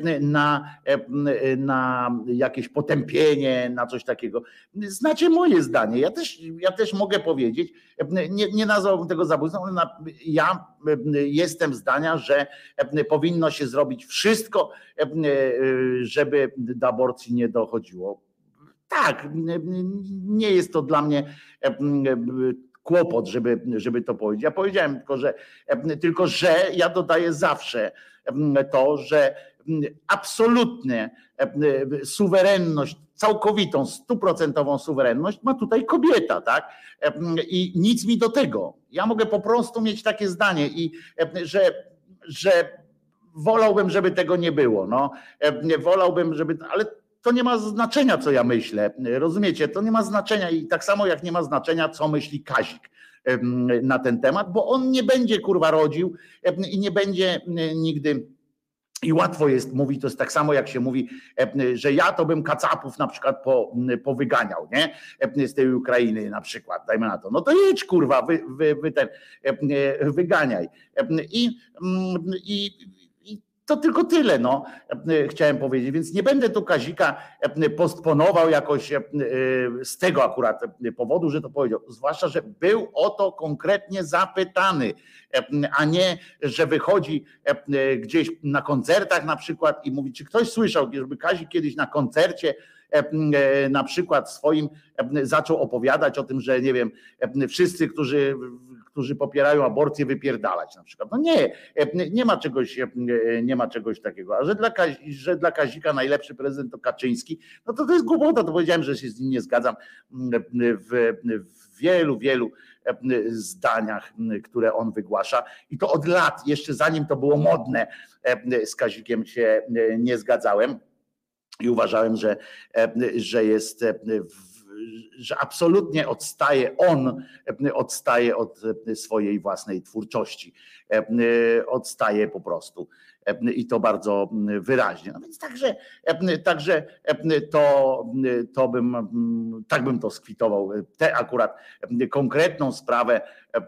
na jakieś potępienie, na coś takiego. Znacie moje zdanie. Ja też mogę powiedzieć, nie nazwałbym tego zabójstwem, ale ja jestem zdania, że powinno się zrobić wszystko, żeby do aborcji nie dochodziło. Tak, nie jest to dla mnie kłopot, żeby to powiedzieć. Ja powiedziałem tylko, że ja dodaję zawsze to, że absolutnie suwerenność, całkowitą, 100% suwerenność ma tutaj kobieta, tak? I nic mi do tego. Ja mogę po prostu mieć takie zdanie i że wolałbym, żeby tego nie było. No. Wolałbym, ale to nie ma znaczenia, co ja myślę. Rozumiecie? To nie ma znaczenia i tak samo jak nie ma znaczenia, co myśli Kazik na ten temat, bo on nie będzie kurwa rodził i nie będzie nigdy. I łatwo jest mówić, to jest tak samo jak się mówi, że ja to bym kacapów na przykład powyganiał, nie? Z tej Ukrainy na przykład, dajmy na to. No to jedź kurwa, wyganiaj. I to tylko tyle, no, chciałem powiedzieć, więc nie będę tu Kazika postponował jakoś z tego akurat powodu, że to powiedział, zwłaszcza, że był o to konkretnie zapytany, a nie, że wychodzi gdzieś na koncertach na przykład i mówi, czy ktoś słyszał, żeby Kazik kiedyś na koncercie na przykład swoim zaczął opowiadać o tym, że nie wiem, wszyscy, którzy popierają aborcję, wypierdalać na przykład. No nie ma czegoś takiego. A że dla Kazika najlepszy prezydent to Kaczyński, no to jest głupota, to powiedziałem, że się z nim nie zgadzam w wielu zdaniach, które on wygłasza i to od lat, jeszcze zanim to było modne, z Kazikiem się nie zgadzałem i uważałem, że absolutnie odstaje od swojej własnej twórczości. Odstaje po prostu. I to bardzo wyraźnie. No więc także tak bym to skwitował. Tę akurat konkretną sprawę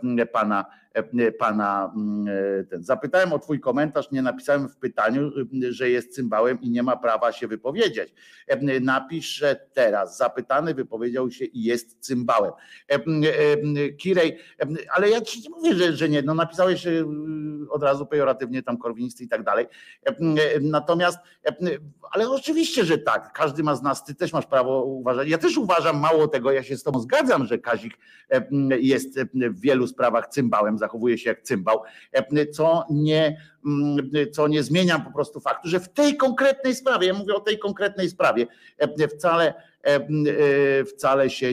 pana zapytałem o twój komentarz, nie napisałem w pytaniu, że jest cymbałem i nie ma prawa się wypowiedzieć. Napiszę teraz, zapytany wypowiedział się i jest cymbałem. Kirej, ale ja ci nie mówię, że nie, no napisałeś od razu pejoratywnie tam korwinisty i tak dalej. Natomiast, ale oczywiście, że tak, każdy ma z nas, ty też masz prawo uważać. Ja też uważam, mało tego, ja się z tobą zgadzam, że Kazik jest w wielu sprawach cymbałem, zachowuje się jak cymbał, co nie zmienia po prostu faktu, że w tej konkretnej sprawie, ja mówię o tej konkretnej sprawie, wcale się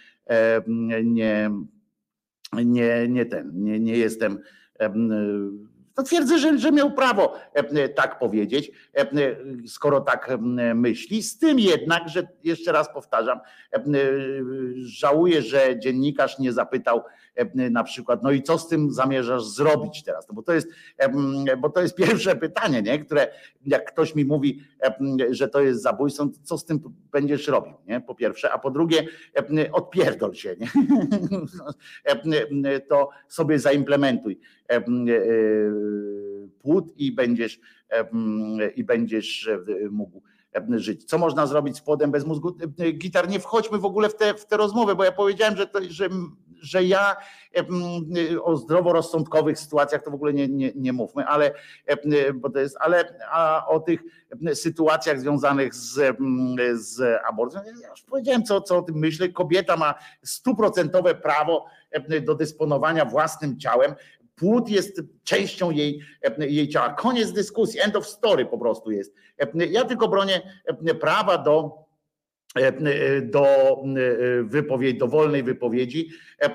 nie jestem. To twierdzę, że miał prawo tak powiedzieć, skoro tak myśli. Z tym jednak, że jeszcze raz powtarzam, żałuję, że dziennikarz nie zapytał na przykład, no i co z tym zamierzasz zrobić teraz? No bo to jest pierwsze pytanie, nie? Które jak ktoś mi mówi, że to jest zabójstwo, to co z tym będziesz robił? Nie? Po pierwsze, a po drugie, odpierdol się, nie? To sobie zaimplementuj płód i będziesz mógł żyć. Co można zrobić z płodem bez mózgu? Gitar, nie wchodźmy w ogóle w tę rozmowę, bo ja powiedziałem, że ja o zdroworozsądkowych sytuacjach to w ogóle nie mówmy, a o tych sytuacjach związanych z aborcją, ja już powiedziałem, co o tym myślę. Kobieta ma 100% prawo do dysponowania własnym ciałem. Płód jest częścią jej ciała. Koniec dyskusji, end of story po prostu jest. Ja tylko bronię prawa do wypowiedzi, do wolnej wypowiedzi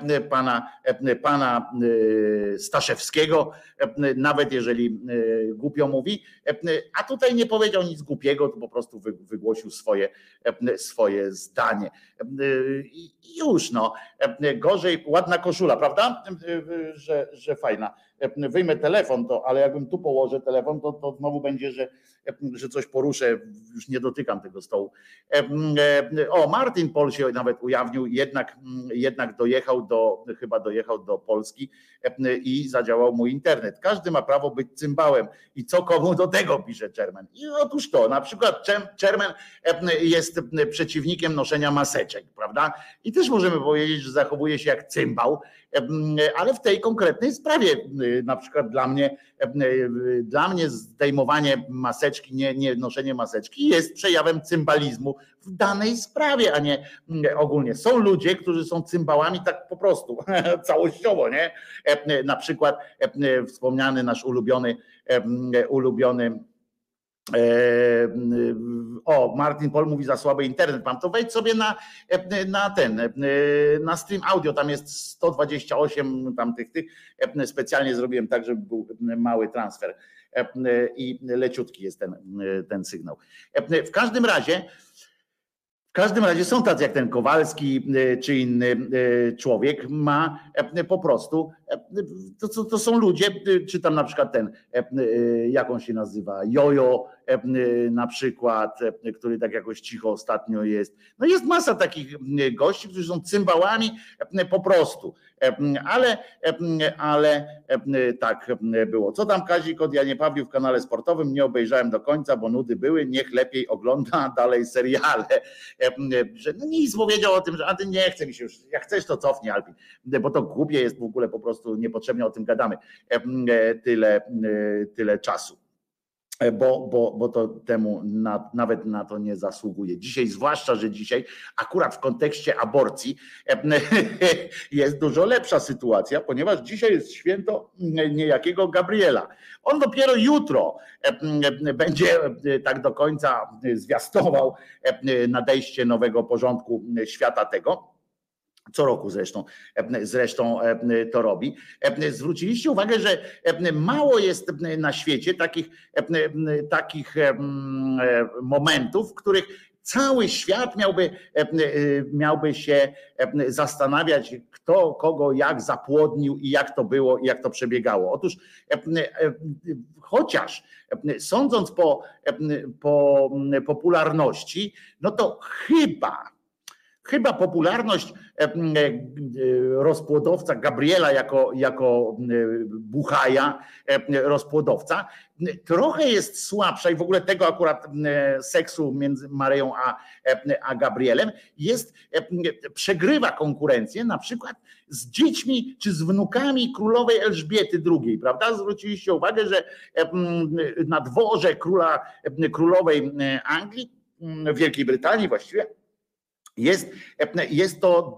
pana Staszewskiego, nawet jeżeli głupio mówi, a tutaj nie powiedział nic głupiego, to po prostu wygłosił swoje zdanie. I już no, gorzej, ładna koszula, prawda? Że fajna. Wyjmę telefon, ale jakbym tu położę telefon, to znowu będzie, że coś poruszę, już nie dotykam tego stołu. O, Martin Pol się nawet ujawnił, jednak chyba dojechał do Polski i zadziałał mu internet. Każdy ma prawo być cymbałem i co komu do tego, pisze Czermen. I otóż to, na przykład Czermen jest przeciwnikiem noszenia maseczek, prawda? I też możemy powiedzieć, że zachowuje się jak cymbał, ale w tej konkretnej sprawie, na przykład dla mnie zdejmowanie maseczki, nie noszenie maseczki jest przejawem cymbalizmu w danej sprawie, a nie ogólnie. Są ludzie, którzy są cymbałami tak po prostu, całościowo, nie? Na przykład wspomniany nasz ulubiony Martin Pol mówi, za słaby internet mam, to wejdź sobie na stream audio, tam jest 128 tamtych specjalnie zrobiłem tak, żeby był mały transfer i leciutki jest ten sygnał. W każdym razie są tacy jak ten Kowalski czy inny człowiek, ma po prostu, to są ludzie, czy tam na przykład ten, jak on się nazywa, Jojo na przykład, który tak jakoś cicho ostatnio jest. No jest masa takich gości, którzy są cymbałami po prostu, ale tak było. Co tam Kazik od Janie Pawliu w kanale sportowym? Nie obejrzałem do końca, bo nudy były, niech lepiej ogląda dalej seriale. Że no nic powiedział o tym, że a ty nie chce mi się już, jak chcesz to cofnij, Alpin, bo to głupie jest w ogóle, po prostu niepotrzebnie o tym gadamy tyle czasu. Bo to temu nawet na to nie zasługuje. Dzisiaj, zwłaszcza, że dzisiaj akurat w kontekście aborcji jest dużo lepsza sytuacja, ponieważ dzisiaj jest święto niejakiego Gabriela. On dopiero jutro będzie tak do końca zwiastował nadejście nowego porządku świata tego. Co roku zresztą to robi. Zwróciliście uwagę, że mało jest na świecie takich momentów, w których cały świat miałby się zastanawiać, kto kogo jak zapłodnił i jak to było i jak to przebiegało. Otóż chociaż sądząc po popularności, no to chyba popularność rozpłodowca Gabriela jako buchaja rozpłodowca trochę jest słabsza i w ogóle tego akurat seksu między Maryją a Gabrielem przegrywa konkurencję na przykład z dziećmi czy z wnukami królowej Elżbiety II, prawda? Zwróciliście uwagę, że na dworze królowej Anglii, Wielkiej Brytanii właściwie, jest to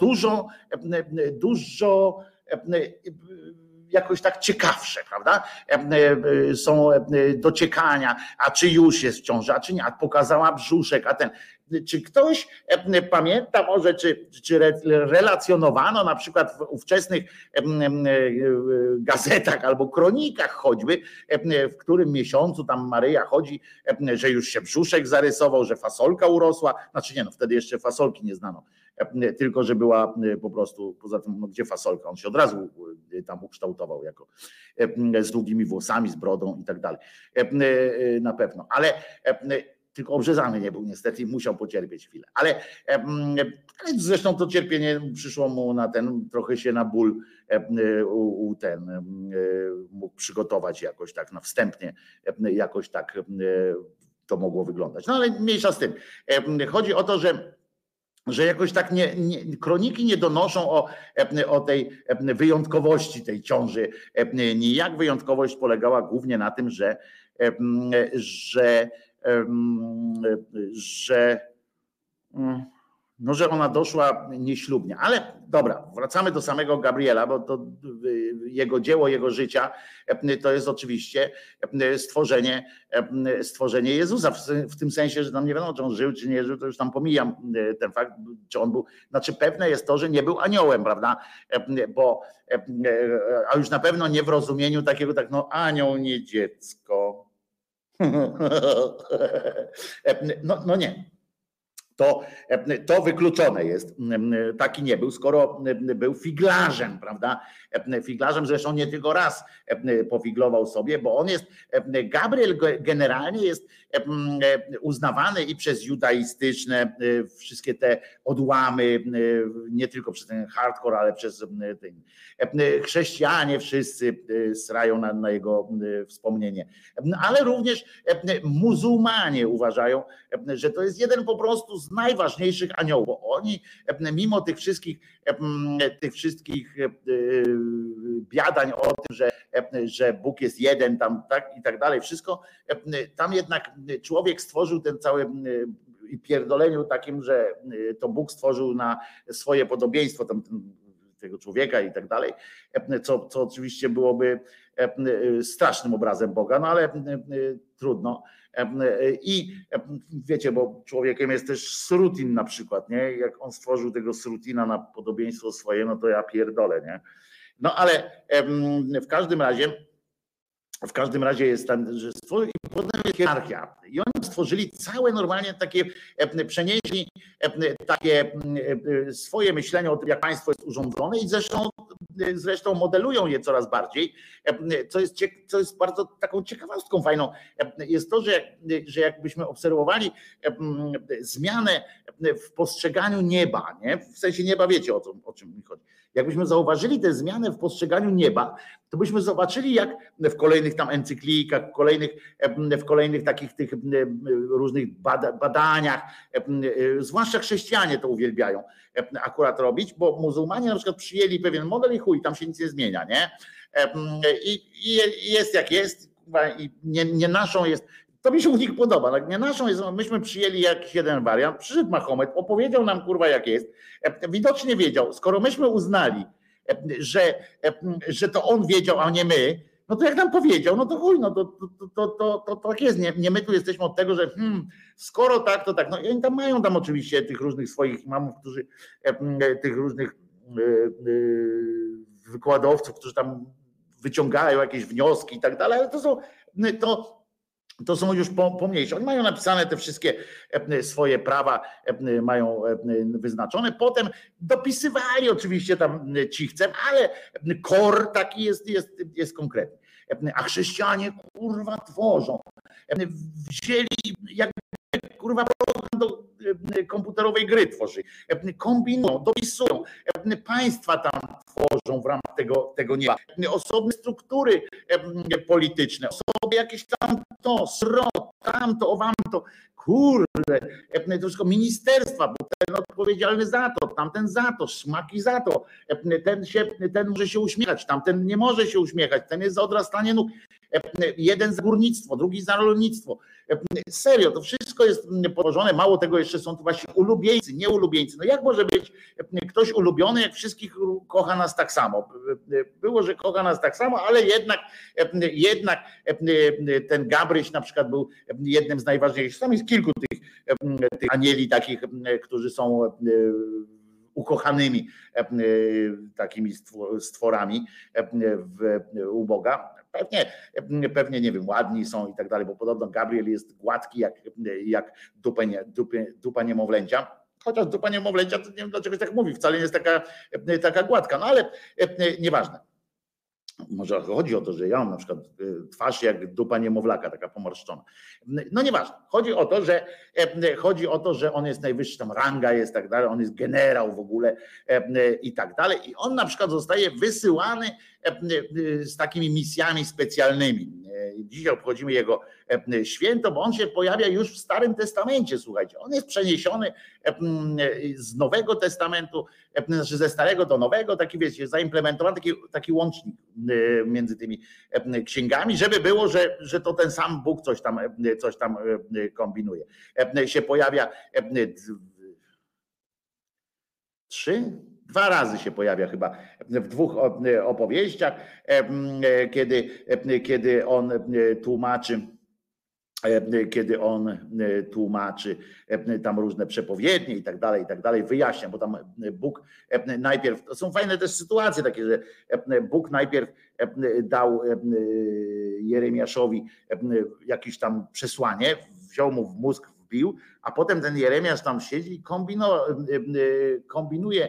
dużo jakoś tak ciekawsze, prawda? Są dociekania, a czy już jest w ciąży, a czy nie, a pokazała brzuszek, a ten. Czy ktoś pamięta może, czy relacjonowano na przykład w ówczesnych gazetach albo kronikach choćby, w którym miesiącu tam Maryja chodzi, że już się brzuszek zarysował, że fasolka urosła, znaczy nie, no wtedy jeszcze fasolki nie znano, tylko że była po prostu, poza tym, no gdzie fasolka, on się od razu tam ukształtował jako z długimi włosami, z brodą i tak dalej, na pewno, ale tylko obrzezany nie był niestety i musiał pocierpieć chwilę. Ale zresztą to cierpienie przyszło mu trochę się na ból mógł przygotować jakoś tak na wstępnie, jakoś tak to mogło wyglądać. No ale mniejsza z tym. Chodzi o to, że jakoś tak kroniki nie donoszą o tej wyjątkowości tej ciąży. Nijak wyjątkowość polegała głównie na tym, że ona doszła nieślubnie. Ale dobra, wracamy do samego Gabriela, bo to jego dzieło, jego życia to jest oczywiście stworzenie Jezusa, w tym sensie, że tam nie wiadomo, czy on żył, czy nie żył, to już tam pomijam ten fakt, czy on był, znaczy pewne jest to, że nie był aniołem, prawda, a już na pewno nie w rozumieniu takiego, tak no anioł, nie dziecko. No nie. To wykluczone jest. Taki nie był, skoro był figlarzem, prawda? Figlarzem zresztą nie tylko raz pofiglował sobie, bo on jest, Gabriel generalnie jest uznawany i przez judaistyczne wszystkie te odłamy, nie tylko przez ten hardcore, ale przez chrześcijanie wszyscy srają na jego wspomnienie. Ale również muzułmanie uważają, że to jest jeden po prostu z najważniejszych aniołów, bo oni mimo tych wszystkich biadań o tym, że Bóg jest jeden tam, tak i tak dalej, wszystko, tam jednak człowiek stworzył ten cały i pierdoleniu takim, że to Bóg stworzył na swoje podobieństwo tam tego człowieka i tak dalej, co oczywiście byłoby strasznym obrazem Boga, no ale trudno. I wiecie, bo człowiekiem jest też Srutin na przykład, nie? Jak on stworzył tego Srutina na podobieństwo swoje, no to ja pierdolę, nie? No ale w każdym razie jest tam, że stworzył i potem jest hierarchia. I oni stworzyli całe normalnie takie, przenieśli takie swoje myślenie o tym, jak państwo jest urządzone i zresztą modelują je coraz bardziej, co jest bardzo taką ciekawostką fajną, jest to, że jakbyśmy obserwowali zmianę w postrzeganiu nieba, nie? W sensie nieba, wiecie o czym mi chodzi. Jakbyśmy zauważyli tę zmianę w postrzeganiu nieba, to byśmy zobaczyli, jak w kolejnych tam encyklikach, w kolejnych takich tych różnych badaniach, zwłaszcza chrześcijanie to uwielbiają akurat robić, bo muzułmanie na przykład przyjęli pewien model i chuj, tam się nic nie zmienia, nie? I jest jak jest, i nie naszą jest. To mi się u nich podoba, tak? Nie naszą jest, myśmy przyjęli jakiś jeden wariant, przyszedł Mahomet, opowiedział nam kurwa jak jest, widocznie wiedział, skoro myśmy uznali, że to on wiedział, a nie my, no to jak nam powiedział, no to chuj, no to tak jest, nie my tu jesteśmy od tego, że skoro tak, to tak, no i oni tam mają oczywiście tych różnych swoich imamów, którzy tych różnych wykładowców, którzy tam wyciągają jakieś wnioski i tak dalej, ale to są już pomniejsze. Oni mają napisane te wszystkie swoje prawa, mają wyznaczone. Potem dopisywali oczywiście tam cichcem, ale core taki jest konkretny. A chrześcijanie kurwa tworzą. Wzięli jakby kurwa program do komputerowej gry tworzy. Kombinują, dopisują. Państwa tam tworzą w ramach tego nieba. Osobne struktury polityczne, osoby jakieś tam to, tamto, owamto. Kurde, to wszystko ministerstwa, bo ten odpowiedzialny za to, tamten za to, szmaki za to, ten może się uśmiechać, tamten nie może się uśmiechać, ten jest za odrastanie nóg, jeden za górnictwo, drugi za rolnictwo. Serio, to wszystko jest położone, mało tego jeszcze są tu właśnie ulubieńcy, nie ulubieńcy. No jak może być ktoś ulubiony, jak wszystkich kocha nas tak samo? Było, że kocha nas tak samo, ale jednak ten Gabryś na przykład był jednym z najważniejszych. Tam jest kilku tych anieli takich, którzy są ukochanymi takimi stworami u Boga. Pewnie nie wiem, ładni są i tak dalej, bo podobno Gabriel jest gładki jak dupa niemowlęcia. Chociaż dupa niemowlęcia, to nie wiem dlaczego tak mówi, wcale nie jest taka gładka, no ale nieważne. Może chodzi o to, że ja mam na przykład twarz jak dupa niemowlaka, taka pomarszczona. No nieważne. Chodzi o to, że on jest najwyższy, tam ranga jest, tak dalej, on jest generał w ogóle i tak dalej. I on na przykład zostaje wysyłany z takimi misjami specjalnymi. Dzisiaj obchodzimy jego święto, bo on się pojawia już w Starym Testamencie, słuchajcie. On jest przeniesiony z Nowego Testamentu, znaczy ze Starego do Nowego, taki wiecie, zaimplementowany taki łącznik między tymi księgami, żeby było, że to ten sam Bóg coś tam kombinuje. Się pojawia dwa razy się pojawia chyba w dwóch opowieściach, kiedy on tłumaczy tam różne przepowiednie i tak dalej, wyjaśnia, bo tam Bóg najpierw, to są fajne też sytuacje takie, że Bóg najpierw dał Jeremiaszowi jakieś tam przesłanie, wziął mu w mózg, wbił, a potem ten Jeremiasz tam siedzi i kombinuje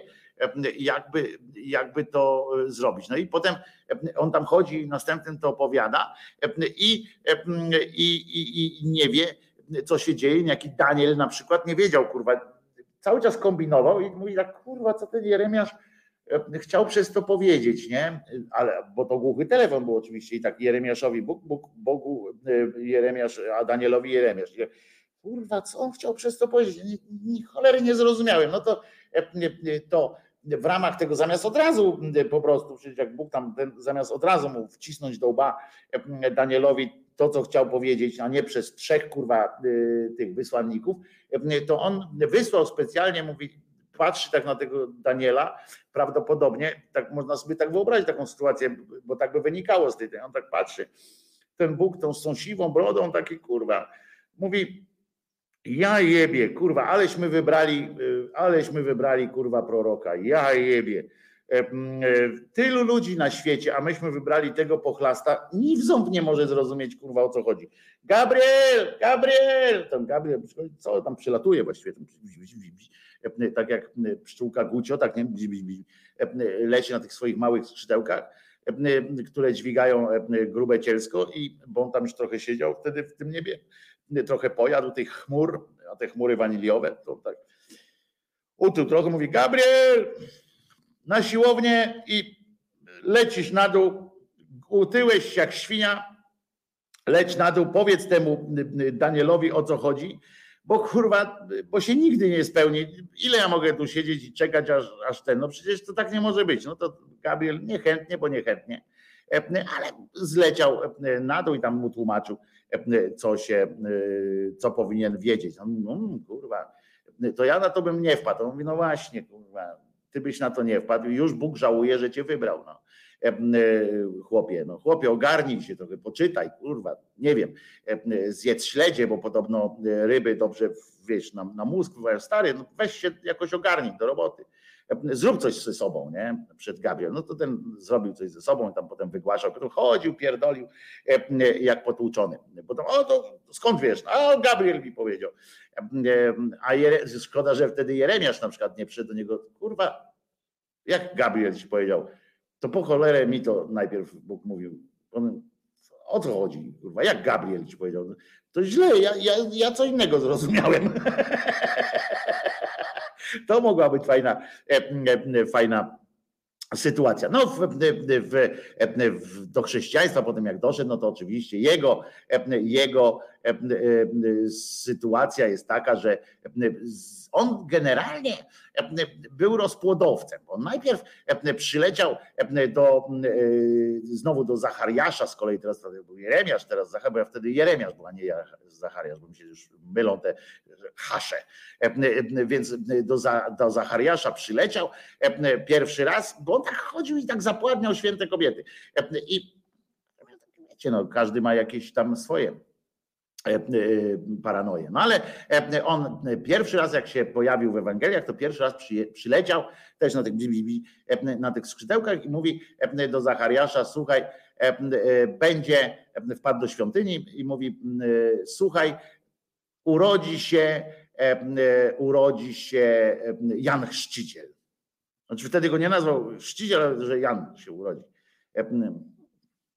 jakby to zrobić. No i potem on tam chodzi i następnym to opowiada i nie wie, co się dzieje. Jaki Daniel na przykład nie wiedział, kurwa, cały czas kombinował i mówi tak, kurwa, co ten Jeremiasz chciał przez to powiedzieć, nie? Ale, bo to głuchy telefon był oczywiście i tak Jeremiaszowi Bogu Jeremiasz, a Danielowi Jeremiasz. Kurwa, co on chciał przez to powiedzieć? Cholery nie zrozumiałem. No to w ramach tego zamiast od razu po prostu, przecież jak Bóg tam zamiast od razu mu wcisnąć do łba Danielowi to, co chciał powiedzieć, a nie przez trzech kurwa tych wysłanników, to on wysłał specjalnie, mówi, patrzy tak na tego Daniela, prawdopodobnie, tak można sobie tak wyobrazić taką sytuację, bo tak by wynikało z tej, on tak patrzy, ten Bóg z tą siwą brodą, taki kurwa, mówi, ja jebie, kurwa, aleśmy wybrali kurwa proroka, ja jebie. Tylu ludzi na świecie, a myśmy wybrali tego pochlasta, ni w ząb nie może zrozumieć, kurwa, o co chodzi. Gabriel! Tam Gabriel, co tam przylatuje właściwie, tak jak pszczółka Gucio, tak nie, leci na tych swoich małych skrzydełkach, które dźwigają grube cielsko, bo on tam już trochę siedział wtedy w tym niebie, trochę pojadł tych chmur, a te chmury waniliowe, to tak utył trochę, mówi, Gabriel, na siłownię i lecisz na dół, utyłeś się jak świnia, leć na dół, powiedz temu Danielowi, o co chodzi, bo kurwa, bo się nigdy nie spełni. Ile ja mogę tu siedzieć i czekać, aż ten, no przecież to tak nie może być. No to Gabriel niechętnie, ale zleciał na dół i tam mu tłumaczył, co powinien wiedzieć. No, kurwa, to ja na to bym nie wpadł. On mówi, no właśnie, kurwa, ty byś na to nie wpadł i już Bóg żałuje, że cię wybrał. No. Chłopie, ogarnij się trochę, poczytaj, kurwa, nie wiem, zjedz śledzie, bo podobno ryby dobrze, wiesz, na mózg wpływają. Stary, no weź się jakoś ogarnij do roboty. Zrób coś ze sobą, nie? Przed Gabriel. No to ten zrobił coś ze sobą, tam potem wygłaszał, potem chodził, pierdolił jak potłuczony. Potem, to skąd wiesz? A Gabriel mi powiedział. A szkoda, że wtedy Jeremiasz na przykład nie przyszedł do niego. Kurwa, jak Gabriel ci powiedział? To po cholerę mi to najpierw Bóg mówił. O co chodzi? Kurwa, jak Gabriel ci powiedział? To źle, ja co innego zrozumiałem. To mogła być fajna sytuacja. No do chrześcijaństwa potem jak doszedł, no to oczywiście jego sytuacja jest taka, że on generalnie był rozpłodowcem. On najpierw przyleciał znowu do Zachariasza, z kolei teraz był Jeremiasz, teraz Zachariasz, bo ja wtedy Jeremiasz był, a nie Zachariasz, bo mi się już mylą te hasze. Więc do Zachariasza przyleciał pierwszy raz, bo on tak chodził i tak zapładniał święte kobiety. I wiecie, no, każdy ma jakieś tam swoje paranoję. No ale on pierwszy raz, jak się pojawił w Ewangeliach, to pierwszy raz przyleciał też na tych skrzydełkach i mówi do Zachariasza, słuchaj, wpadł do świątyni i mówi, słuchaj, urodzi się Jan Chrzciciel. Znaczy wtedy go nie nazwał Chrzciciel, ale że Jan się urodzi.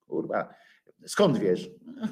Kurwa, skąd wiesz?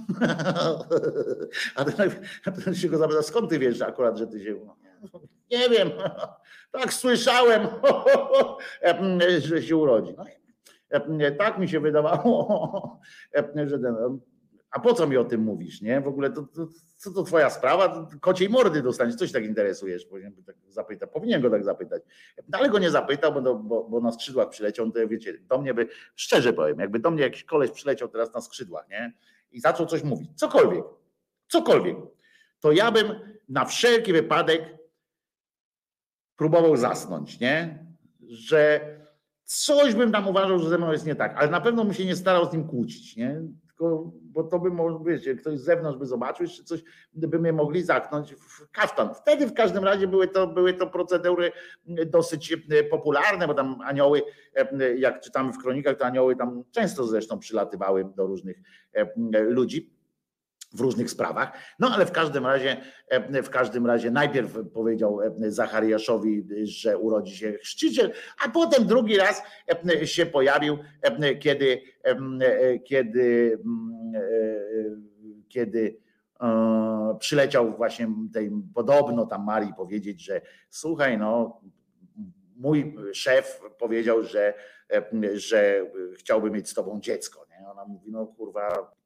A ten się go zapyta, skąd ty wiesz akurat, że ty się... Nie wiem, tak słyszałem, że się urodzi. No, tak mi się wydawało, że ten... A po co mi o tym mówisz, nie? W ogóle co to twoja sprawa? Kociej mordy dostaniesz, coś tak interesujesz. Powinien go tak zapytać. Ale go nie zapytał, bo na skrzydłach przyleciał, to wiecie, do mnie by, szczerze powiem, jakby do mnie jakiś koleś przyleciał teraz na skrzydłach, nie? I zaczął coś mówić, cokolwiek, to ja bym na wszelki wypadek próbował zasnąć, nie? Że coś bym tam uważał, że ze mną jest nie tak, ale na pewno bym się nie starał z nim kłócić, nie? Bo to by może być, ktoś z zewnątrz by zobaczył, czy coś by mnie mogli zaknąć w kaftan. Wtedy w każdym razie były to procedury dosyć popularne, bo tam anioły, jak czytamy w kronikach, to anioły tam często zresztą przylatywały do różnych ludzi w różnych sprawach. No ale w każdym razie najpierw powiedział Zachariaszowi, że urodzi się chrzciciel, a potem drugi raz się pojawił, kiedy przyleciał właśnie podobno tam Marii powiedzieć, że słuchaj, no mój szef powiedział, że chciałby mieć z tobą dziecko. Nie? Ona mówi, no kurwa,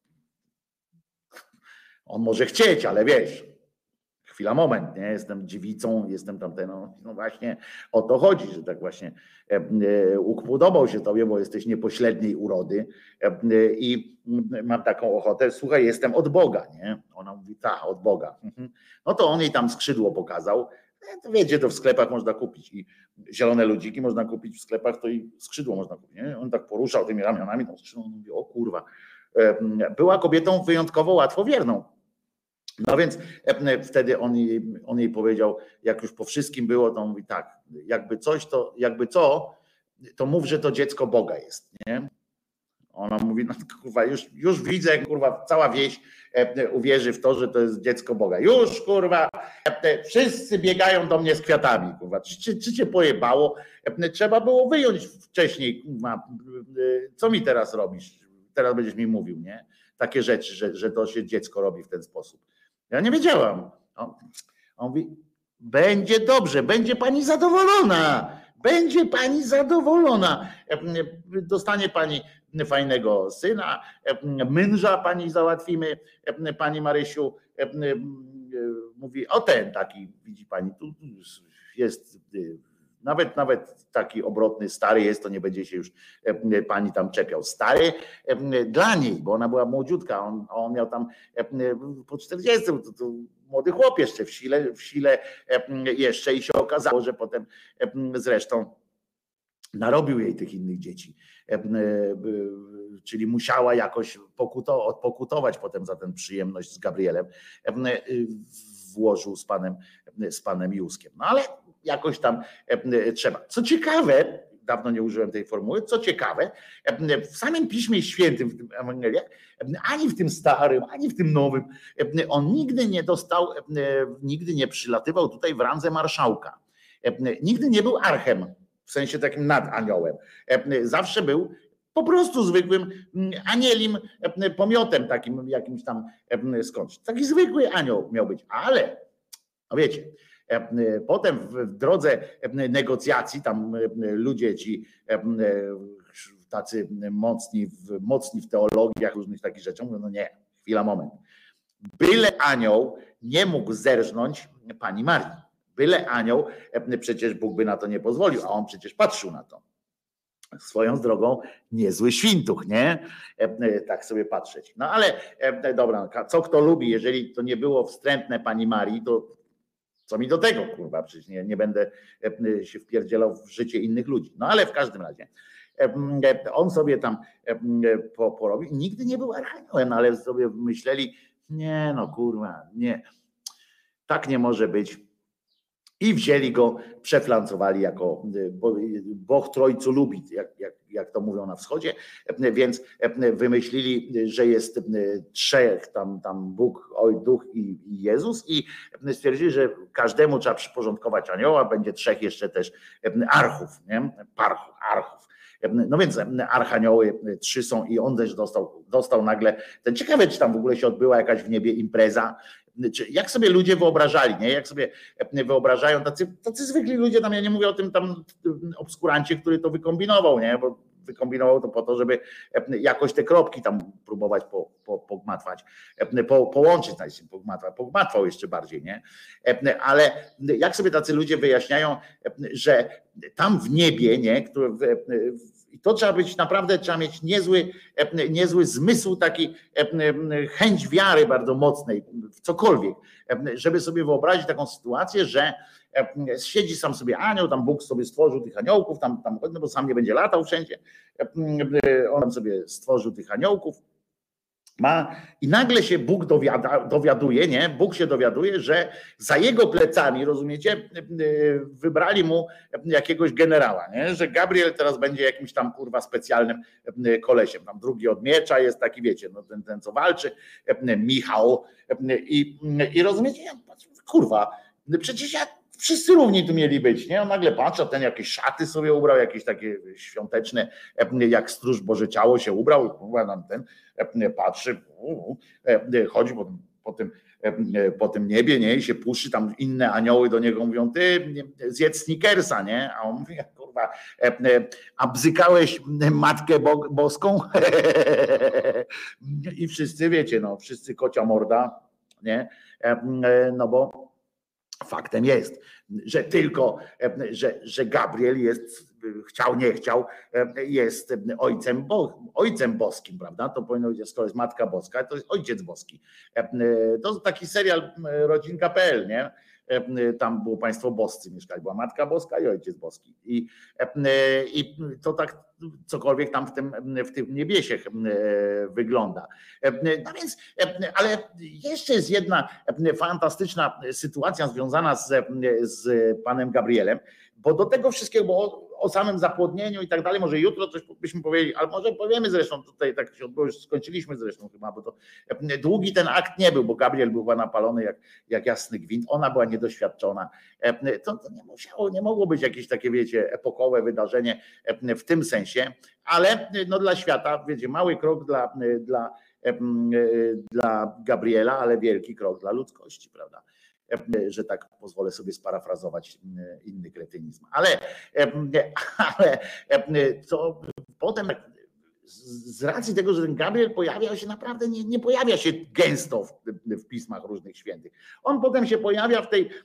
on może chcieć, ale wiesz, chwila, moment, nie? Jestem dziewicą, jestem tamten, no właśnie o to chodzi, że tak właśnie podobał się tobie, bo jesteś niepośredniej urody i mam taką ochotę, słuchaj, jestem od Boga, nie? Ona mówi, tak, od Boga. No to on jej tam skrzydło pokazał, to wiecie, to w sklepach można kupić i zielone ludziki można kupić w sklepach, to i skrzydło można kupić, nie? On tak poruszał tymi ramionami, tam skrzydło, on mówi, o kurwa, była kobietą wyjątkowo łatwowierną. No więc wtedy on jej powiedział, jak już po wszystkim było, to on mówi tak, jakby to mów, że to dziecko Boga jest, nie? Ona mówi, no kurwa, już widzę, kurwa, cała wieś uwierzy w to, że to jest dziecko Boga. Już, kurwa, wszyscy biegają do mnie z kwiatami, kurwa. Czy cię pojebało? Trzeba było wyjąć wcześniej, kurwa, co mi teraz robisz? Teraz będziesz mi mówił, nie? Takie rzeczy, że to się dziecko robi w ten sposób. Ja nie wiedziałam. On mówi, będzie dobrze, będzie pani zadowolona. Będzie pani zadowolona. Dostanie pani fajnego syna, męża pani załatwimy, pani Marysiu. Mówi, o ten taki, widzi pani, tu jest nawet taki obrotny, stary jest, to nie będzie się już pani tam czepiał. Stary dla niej, bo ona była młodziutka, on miał tam po 40, to młody chłop jeszcze w sile jeszcze i się okazało, że potem zresztą narobił jej tych innych dzieci, czyli musiała jakoś odpokutować potem za tę przyjemność z Gabrielem w łożu z panem Józkiem. No ale jakoś tam trzeba. Co ciekawe, dawno nie użyłem tej formuły, co ciekawe, w samym Piśmie Świętym, w tym Ewangeliach, ani w tym starym, ani w tym nowym, on nigdy nie dostał, nigdy nie przylatywał tutaj w randze marszałka. Nigdy nie był archem, w sensie takim nadaniołem. Zawsze był po prostu zwykłym anielim pomiotem, takim jakimś tam skądś. Taki zwykły anioł miał być, ale no wiecie, potem w drodze negocjacji tam ludzie ci tacy mocni w teologiach, różnych takich rzeczach mówią, no nie, chwila, moment. Byle anioł nie mógł zerżnąć pani Marii. Byle anioł, przecież Bóg by na to nie pozwolił, a on przecież patrzył na to. Swoją drogą niezły świntuch, nie? Tak sobie patrzeć. No ale dobra, co kto lubi, jeżeli to nie było wstrętne pani Marii, to co mi do tego, kurwa, przecież nie będę się wpierdzielał w życie innych ludzi. No ale w każdym razie on sobie tam porobił. Nigdy nie był archaniołem, ale sobie myśleli, nie no kurwa, nie, tak nie może być. I wzięli go, przeflancowali jako Bóg Trójcu lubi, jak to mówią na wschodzie, więc wymyślili, że jest trzech, tam Bóg, Duch i Jezus i stwierdzili, że każdemu trzeba przyporządkować anioła, będzie trzech jeszcze też archów, nie? Archów. No więc archanioły 3 są i on też dostał nagle, ten ciekawe, czy tam w ogóle się odbyła jakaś w niebie impreza, jak sobie ludzie wyobrażali, nie? Jak sobie wyobrażają, tacy zwykli ludzie, tam ja nie mówię o tym tam obskurancie, który to wykombinował, nie? Bo wykombinował to po to, żeby jakoś te kropki tam próbować pogmatwać, połączyć, pogmatwał jeszcze bardziej, nie? Ale jak sobie tacy ludzie wyjaśniają, że tam w niebie, nie? I to trzeba mieć niezły zmysł, taki chęć wiary bardzo mocnej w cokolwiek, żeby sobie wyobrazić taką sytuację, że siedzi sam sobie anioł, tam Bóg sobie stworzył tych aniołków, tam bo sam nie będzie latał wszędzie, on tam sobie stworzył tych aniołków, i nagle się Bóg dowiaduje, nie? Bóg się dowiaduje, że za jego plecami, rozumiecie, wybrali mu jakiegoś generała, nie? Że Gabriel teraz będzie jakimś tam kurwa specjalnym kolesiem. Tam drugi od miecza jest taki, wiecie, no ten co walczy, Michał. I rozumiecie, kurwa, przecież wszyscy równi tu mieli być, nie? On nagle patrzy, a ten jakieś szaty sobie ubrał, jakieś takie świąteczne, jak stróż Boże Ciało się ubrał i kurwa nam ten patrzy, chodzi po tym niebie, nie? I się puszy, tam inne anioły do niego mówią, ty zjedz Snickersa, nie? A on mówi, kurwa, a bzykałeś Matkę Boską? I wszyscy, wiecie, no, wszyscy kocia morda, nie? No bo faktem jest, że tylko, że Gabriel jest, chciał, nie chciał, jest ojcem boskim, prawda? To powinno być, skoro jest Matka Boska, to jest Ojciec Boski. To taki serial Rodzinka.pl, nie? Tam było państwo boscy mieszkali, była Matka Boska i Ojciec Boski. I to tak cokolwiek tam w tym niebiesie wygląda. No więc, ale jeszcze jest jedna fantastyczna sytuacja związana z panem Gabrielem, bo do tego wszystkiego, bo o samym zapłodnieniu i tak dalej, może jutro coś byśmy powiedzieli, ale może powiemy zresztą, tutaj tak się odbyło, już skończyliśmy zresztą chyba, bo to długi ten akt nie był, bo Gabriel był napalony jak jasny gwint, ona była niedoświadczona. To nie mogło być jakieś takie, wiecie, epokowe wydarzenie w tym sensie, ale no dla świata, wiecie, mały krok dla Gabriela, ale wielki krok dla ludzkości, prawda? Że tak pozwolę sobie sparafrazować inny kretynizm. Ale to potem z racji tego, że ten Gabriel pojawiał się naprawdę, nie pojawia się gęsto w pismach różnych świętych. On potem się pojawia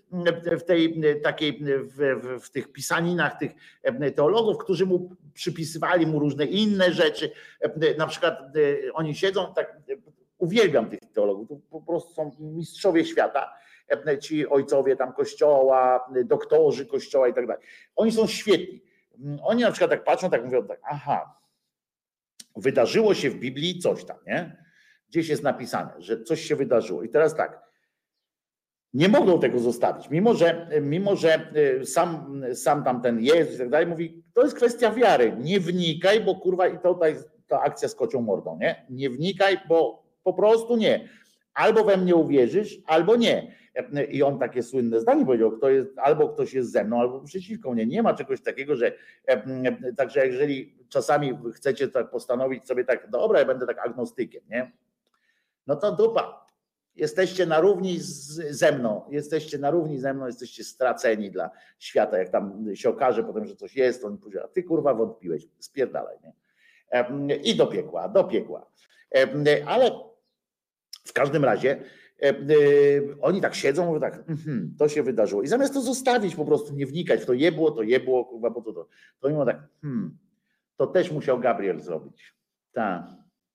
w tych pisaninach tych teologów, którzy mu przypisywali mu różne inne rzeczy. Na przykład oni siedzą, tak uwielbiam tych teologów, to po prostu są mistrzowie świata, ci ojcowie tam kościoła, doktorzy kościoła i tak dalej. Oni są świetni. Oni na przykład tak patrzą, tak mówią tak, aha, wydarzyło się w Biblii coś tam, nie? Gdzieś jest napisane, że coś się wydarzyło. I teraz tak, nie mogą tego zostawić, mimo że sam tam ten Jezus i tak dalej mówi, to jest kwestia wiary, nie wnikaj, bo kurwa i tutaj ta akcja z kocią mordą, nie? Nie wnikaj, bo po prostu nie. Albo we mnie uwierzysz, albo nie. I on takie słynne zdanie powiedział, albo ktoś jest ze mną, albo przeciwko mnie. Nie ma czegoś takiego, że także jeżeli czasami chcecie tak postanowić sobie tak, dobra, ja będę tak agnostykiem, nie? No to dupa. Jesteście na równi ze mną, jesteście straceni dla świata. Jak tam się okaże potem, że coś jest, to on pójdzie, a ty kurwa wątpiłeś, spierdalaj, nie? I do piekła. Ale w każdym razie oni tak siedzą, mówią tak, to się wydarzyło. I zamiast to zostawić, po prostu nie wnikać w to jebło, kurwa, po co to? To mimo tak, to też musiał Gabriel zrobić. Tak.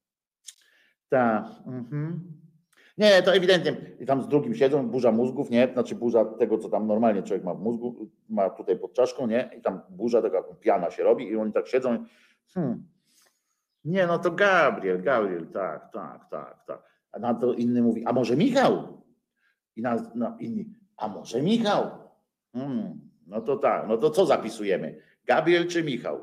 Nie, to ewidentnie. I tam z drugim siedzą, burza mózgów, nie? Znaczy burza tego, co tam normalnie człowiek ma w mózgu, ma tutaj pod czaszką, nie? I tam burza, taka piana się robi i oni tak siedzą. Nie, no to Gabriel, tak. A na to inny mówi, a może Michał? I inni, a może Michał? No to tak, no to co zapisujemy? Gabriel czy Michał?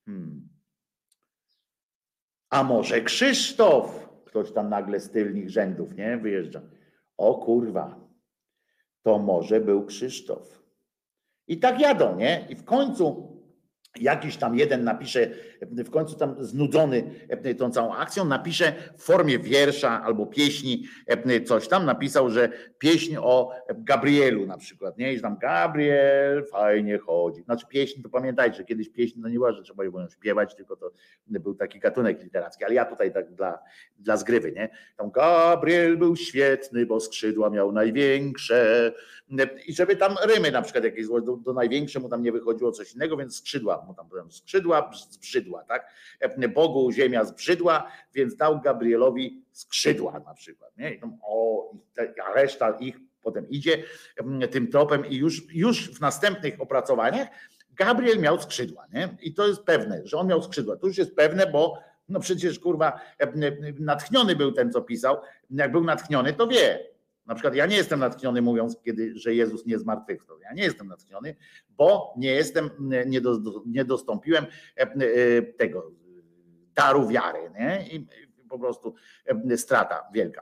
A może Krzysztof? Ktoś tam nagle z tylnych rzędów, nie? Wyjeżdża. O kurwa, to może był Krzysztof. I tak jadą, nie? I w końcu jakiś tam jeden napisze w końcu tam znudzony tą całą akcją napisze w formie wiersza albo pieśni coś tam, napisał, że pieśń o Gabrielu na przykład, nie? I że tam Gabriel fajnie chodzi. Znaczy pieśń, to pamiętajcie, że kiedyś pieśń to nie była, że trzeba ją śpiewać, tylko to był taki gatunek literacki, ale ja tutaj tak dla zgrywy, nie? Tam Gabriel był świetny, bo skrzydła miał największe i żeby tam rymy na przykład jakieś do największe mu tam nie wychodziło coś innego, więc skrzydła mu tam skrzydła zbrzydła, tak? Bogu ziemia zbrzydła, więc dał Gabrielowi skrzydła na przykład, nie? I tam, a reszta ich potem idzie tym tropem i już w następnych opracowaniach Gabriel miał skrzydła, nie? I to jest pewne, że on miał skrzydła. To już jest pewne, bo no przecież kurwa natchniony był ten, co pisał. Jak był natchniony, to wie. Na przykład ja nie jestem natchniony mówiąc, że Jezus nie zmartwychwstał. Ja nie jestem natchniony, bo nie dostąpiłem tego daru wiary, nie? I po prostu strata wielka.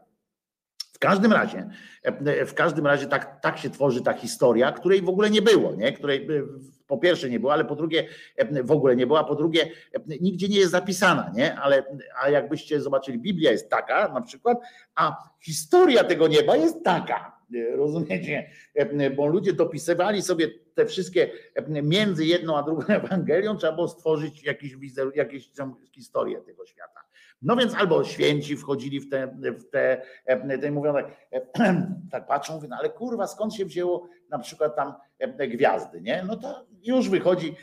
W każdym razie tak się tworzy ta historia, której w ogóle nie było, nie? Której po pierwsze nie było, ale po drugie w ogóle nie było, a po drugie nigdzie nie jest zapisana, nie? A jakbyście zobaczyli, Biblia jest taka na przykład, a historia tego nieba jest taka. Rozumiecie? Bo ludzie dopisywali sobie te wszystkie między jedną a drugą Ewangelią, trzeba było stworzyć jakieś historię tego świata. No więc albo święci wchodzili w te mówią tak patrzą, mówią, no ale kurwa, skąd się wzięło na przykład tam gwiazdy, nie? No to już wychodzi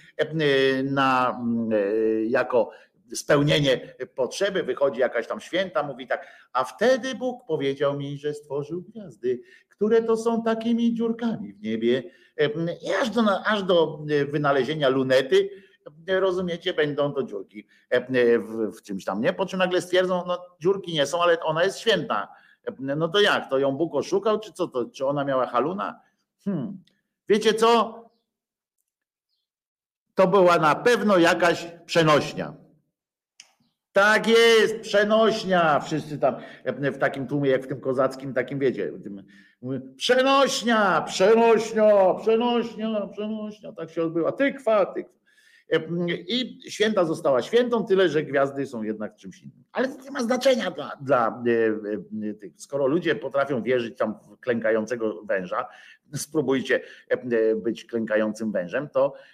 jako spełnienie potrzeby, wychodzi jakaś tam święta, mówi tak, a wtedy Bóg powiedział mi, że stworzył gwiazdy, które to są takimi dziurkami w niebie, i aż do wynalezienia lunety, rozumiecie, będą to dziurki w czymś tam, nie? Po czym nagle stwierdzą, no dziurki nie są, ale ona jest święta. No to jak? To ją Bóg oszukał, czy co to? Czy ona miała haluna? Wiecie co? To była na pewno jakaś przenośnia. Tak jest, przenośnia. Wszyscy tam w takim tłumie, jak w tym kozackim, takim wiecie, przenośnia, przenośnia, przenośnia, przenośnia. Tak się odbyła. Tykwa. I święta została świętą, tyle że gwiazdy są jednak czymś innym. Ale to nie ma znaczenia dla tych. Skoro ludzie potrafią wierzyć tam w klękającego węża, spróbujcie być klękającym wężem,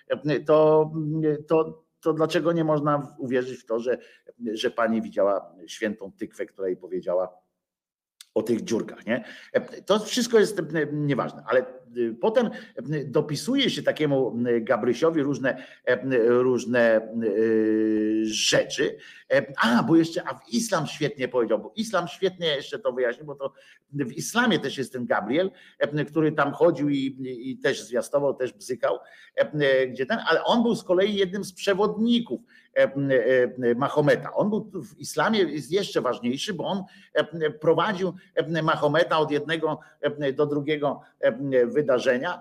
to dlaczego nie można uwierzyć w to, że pani widziała świętą tykwę, która jej powiedziała o tych dziurkach, nie? To wszystko jest nieważne, ale potem dopisuje się takiemu Gabrysiowi różne rzeczy. Bo jeszcze w islam świetnie powiedział, bo islam świetnie jeszcze to wyjaśnił, bo to w islamie też jest ten Gabriel, który tam chodził i też zwiastował, też bzykał, ale on był z kolei jednym z przewodników Mahometa. On był w islamie jest jeszcze ważniejszy, bo on prowadził Mahometa od jednego do drugiego wydarzenia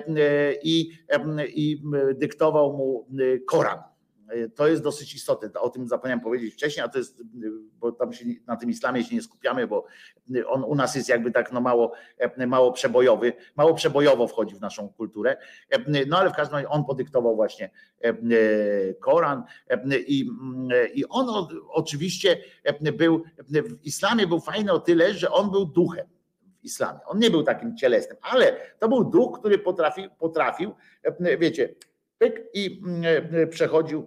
i dyktował mu Koran. To jest dosyć istotne, o tym zapomniałem powiedzieć wcześniej, a to jest, bo tam na tym islamie się nie skupiamy, bo on u nas jest jakby tak mało przebojowy, mało przebojowo wchodzi w naszą kulturę, no ale w każdym razie on podyktował właśnie Koran i on oczywiście był, w islamie był fajny o tyle, że on był duchem w islamie, on nie był takim cielesnym, ale to był duch, który potrafił wiecie, pyk i przechodził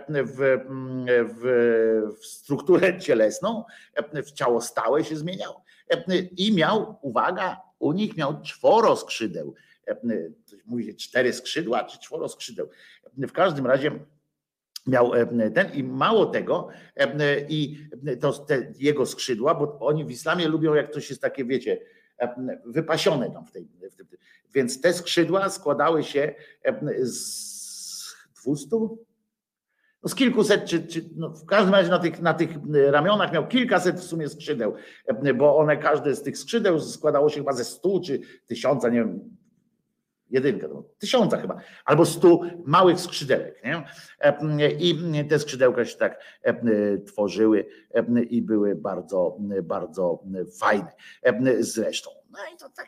w strukturę cielesną, w ciało stałe się zmieniał i miał, uwaga, u nich miał 4 skrzydeł. Mówi się 4 skrzydła czy 4 skrzydeł. W każdym razie miał ten i mało tego, i to te jego skrzydła, bo oni w islamie lubią, jak coś jest takie, wiecie, wypasione tam w tym. Więc te skrzydła składały się z 200, no z kilkuset, no w każdym razie na tych ramionach miał kilkaset w sumie skrzydeł, bo one, każde z tych skrzydeł składało się chyba ze 100 czy 1000, nie wiem, jedynkę, 1000 chyba, albo 100 małych skrzydełek, nie? I te skrzydełka się tak tworzyły i były bardzo, bardzo fajne zresztą. No i to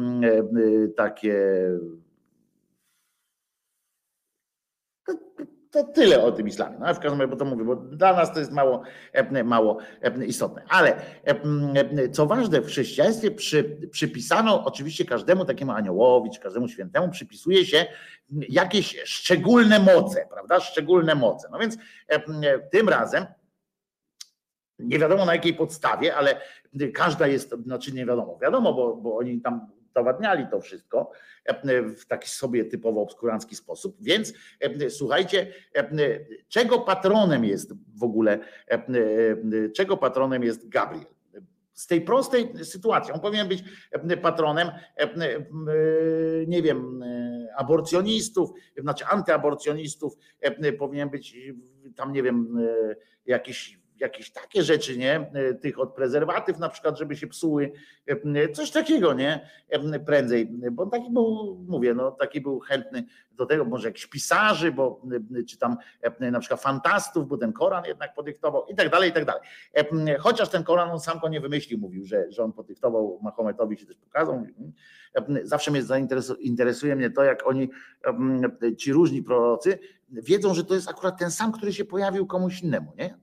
takie To tyle o tym islamie. No, w każdym razie, bo to mówię, bo dla nas to jest mało istotne. Ale co ważne, w chrześcijaństwie przypisano oczywiście każdemu takiemu aniołowi, czy każdemu świętemu przypisuje się jakieś szczególne moce, prawda? Szczególne moce. No więc tym razem nie wiadomo na jakiej podstawie, ale każda jest, znaczy nie wiadomo, bo oni tam udowadniali to wszystko w taki sobie typowo obskurancki sposób. Więc słuchajcie, czego patronem jest w ogóle, czego patronem jest Gabriel? Z tej prostej sytuacji. On powinien być patronem, nie wiem, aborcjonistów, znaczy antyaborcjonistów, powinien być tam, nie wiem, jakieś takie rzeczy, nie? Tych od prezerwatyw na przykład, żeby się psuły, coś takiego, nie? Prędzej, bo taki był, mówię, no taki był chętny do tego, może jakichś pisarzy, bo czy tam na przykład fantastów, bo ten Koran jednak podyktował i tak dalej, i tak dalej. Chociaż ten Koran on sam go nie wymyślił, mówił, że on podyktował Mahometowi, się też pokazał. Zawsze mnie interesuje mnie to, jak oni, ci różni prorocy, wiedzą, że to jest akurat ten sam, który się pojawił komuś innemu, nie?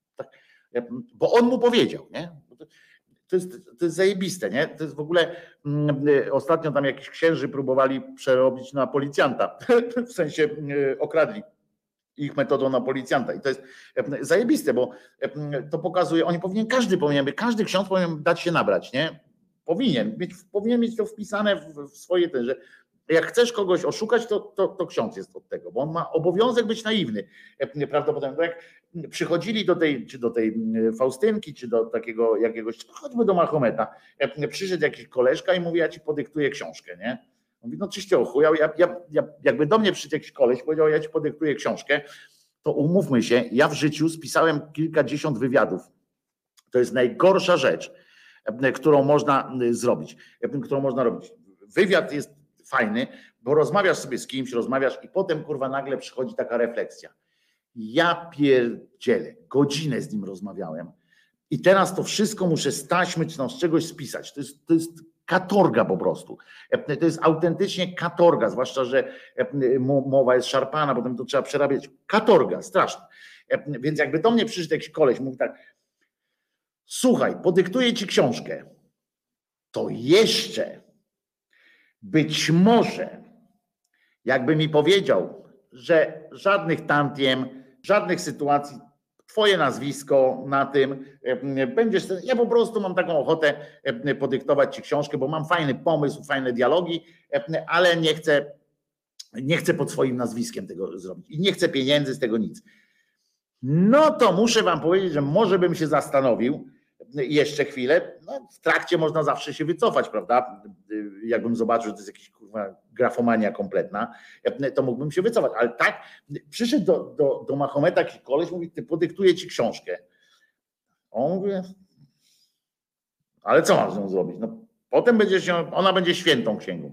Bo on mu powiedział, nie? To jest zajebiste, nie? To jest w ogóle, ostatnio tam jakiś księży próbowali przerobić na policjanta, w sensie okradli ich metodą na policjanta i to jest zajebiste, bo to pokazuje, każdy ksiądz powinien dać się nabrać, nie? Powinien mieć to wpisane w swoje że jak chcesz kogoś oszukać, to ksiądz jest od tego, bo on ma obowiązek być naiwny. Prawdopodobnie, bo jak przychodzili do tej Faustynki, czy do takiego jakiegoś, choćby do Mahometa, przyszedł jakiś koleżka i mówi, ja ci podyktuję książkę, nie? Mówi, no czyście ochujał, jakby do mnie przyszedł jakiś koleś, powiedział, ja ci podyktuję książkę, to umówmy się, ja w życiu spisałem kilkadziesiąt wywiadów. To jest najgorsza rzecz, którą można zrobić, Wywiad jest fajny, bo rozmawiasz sobie z kimś, i potem kurwa nagle przychodzi taka refleksja. Ja pierdzielę, godzinę z nim rozmawiałem i teraz to wszystko muszę staśmyć, z czegoś spisać. To jest katorga po prostu. To jest autentycznie katorga, zwłaszcza, że mowa jest szarpana, potem to trzeba przerabiać. Katorga, straszna. Więc jakby do mnie przyszedł jakiś koleś, mówi tak, słuchaj, podyktuję ci książkę, to jeszcze być może, jakby mi powiedział, że żadnych tantiem, żadnych sytuacji, twoje nazwisko na tym, będziesz, ja po prostu mam taką ochotę podyktować ci książkę, bo mam fajny pomysł, fajne dialogi, ale nie chcę pod swoim nazwiskiem tego zrobić i nie chcę pieniędzy z tego nic. No to muszę wam powiedzieć, że może bym się zastanowił jeszcze chwilę, no w trakcie można zawsze się wycofać, prawda? Jakbym zobaczył, że to jest jakaś kurwa grafomania kompletna, to mógłbym się wycofać, ale tak, przyszedł do Mahometa jakiś koleś, mówi, ty podyktuję ci książkę. On mówi, ale co masz z nią zrobić? No potem ona będzie świętą księgą.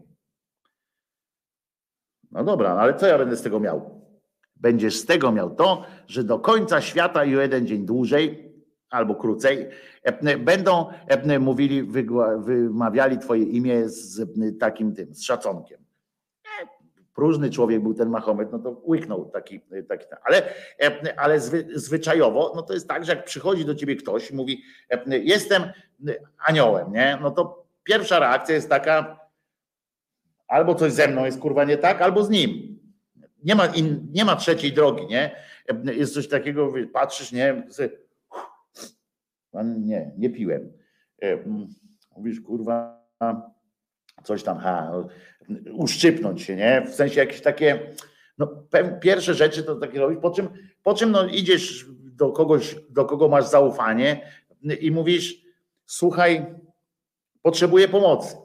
No dobra, ale co ja będę z tego miał? Będziesz z tego miał to, że do końca świata i o jeden dzień dłużej albo krócej, będą mówili, wymawiali twoje imię z takim z szacunkiem. Próżny człowiek był ten Mahomet, no to łyknął taki ale zwyczajowo, no to jest tak, że jak przychodzi do ciebie ktoś i mówi, jestem aniołem, nie? No to pierwsza reakcja jest taka, albo coś ze mną jest kurwa nie tak, albo z nim. Nie ma trzeciej drogi, nie? Jest coś takiego, patrzysz, nie? Nie piłem. Mówisz, kurwa, coś tam, uszczypnąć się, nie? W sensie jakieś takie, no pierwsze rzeczy to takie robisz, po czym no, idziesz do kogoś, do kogo masz zaufanie i mówisz, słuchaj, potrzebuję pomocy.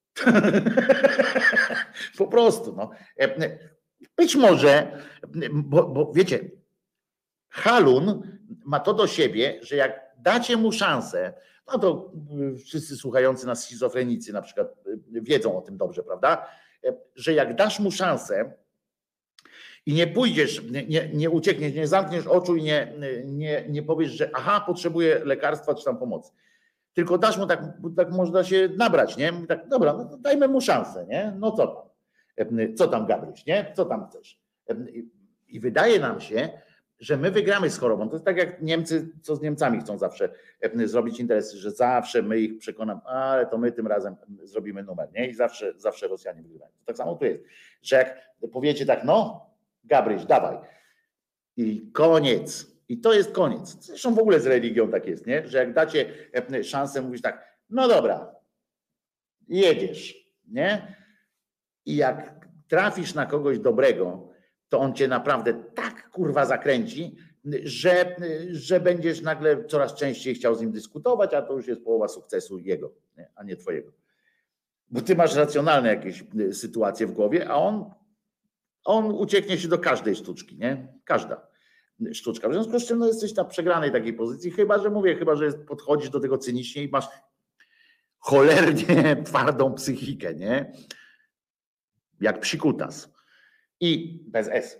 Po prostu, no. Być może, bo wiecie, Halun ma to do siebie, że jak dacie mu szansę, no to wszyscy słuchający nas schizofrenicy na przykład wiedzą o tym dobrze, prawda? Że jak dasz mu szansę i nie pójdziesz, nie uciekniesz, nie zamkniesz oczu i nie powiesz, że aha, potrzebuję lekarstwa czy tam pomocy. Tylko dasz mu tak można się nabrać, nie? Tak, dobra, no to dajmy mu szansę, nie? No co tam? Co tam, Gabryś, nie? Co tam chcesz? I wydaje nam się, że my wygramy z chorobą. To jest tak jak Niemcy, co z Niemcami chcą zawsze zrobić interesy, że zawsze my ich przekonamy, ale to my tym razem zrobimy numer, nie? I zawsze Rosjanie wygrywają. Tak samo tu jest, że jak powiecie tak, no Gabryś, dawaj. I koniec. I to jest koniec. Zresztą w ogóle z religią tak jest, nie? Że jak dacie szansę, mówisz tak, no dobra, jedziesz, nie? I jak trafisz na kogoś dobrego, to on cię naprawdę tak kurwa zakręci, że będziesz nagle coraz częściej chciał z nim dyskutować, a to już jest połowa sukcesu jego, nie? A nie twojego. Bo ty masz racjonalne jakieś sytuacje w głowie, a on ucieknie się do każdej sztuczki, nie? Każda sztuczka. W związku z czym no, jesteś na przegranej takiej pozycji, chyba że podchodzisz do tego cynicznie i masz cholernie twardą psychikę, nie? Jak psikutas. I bez S.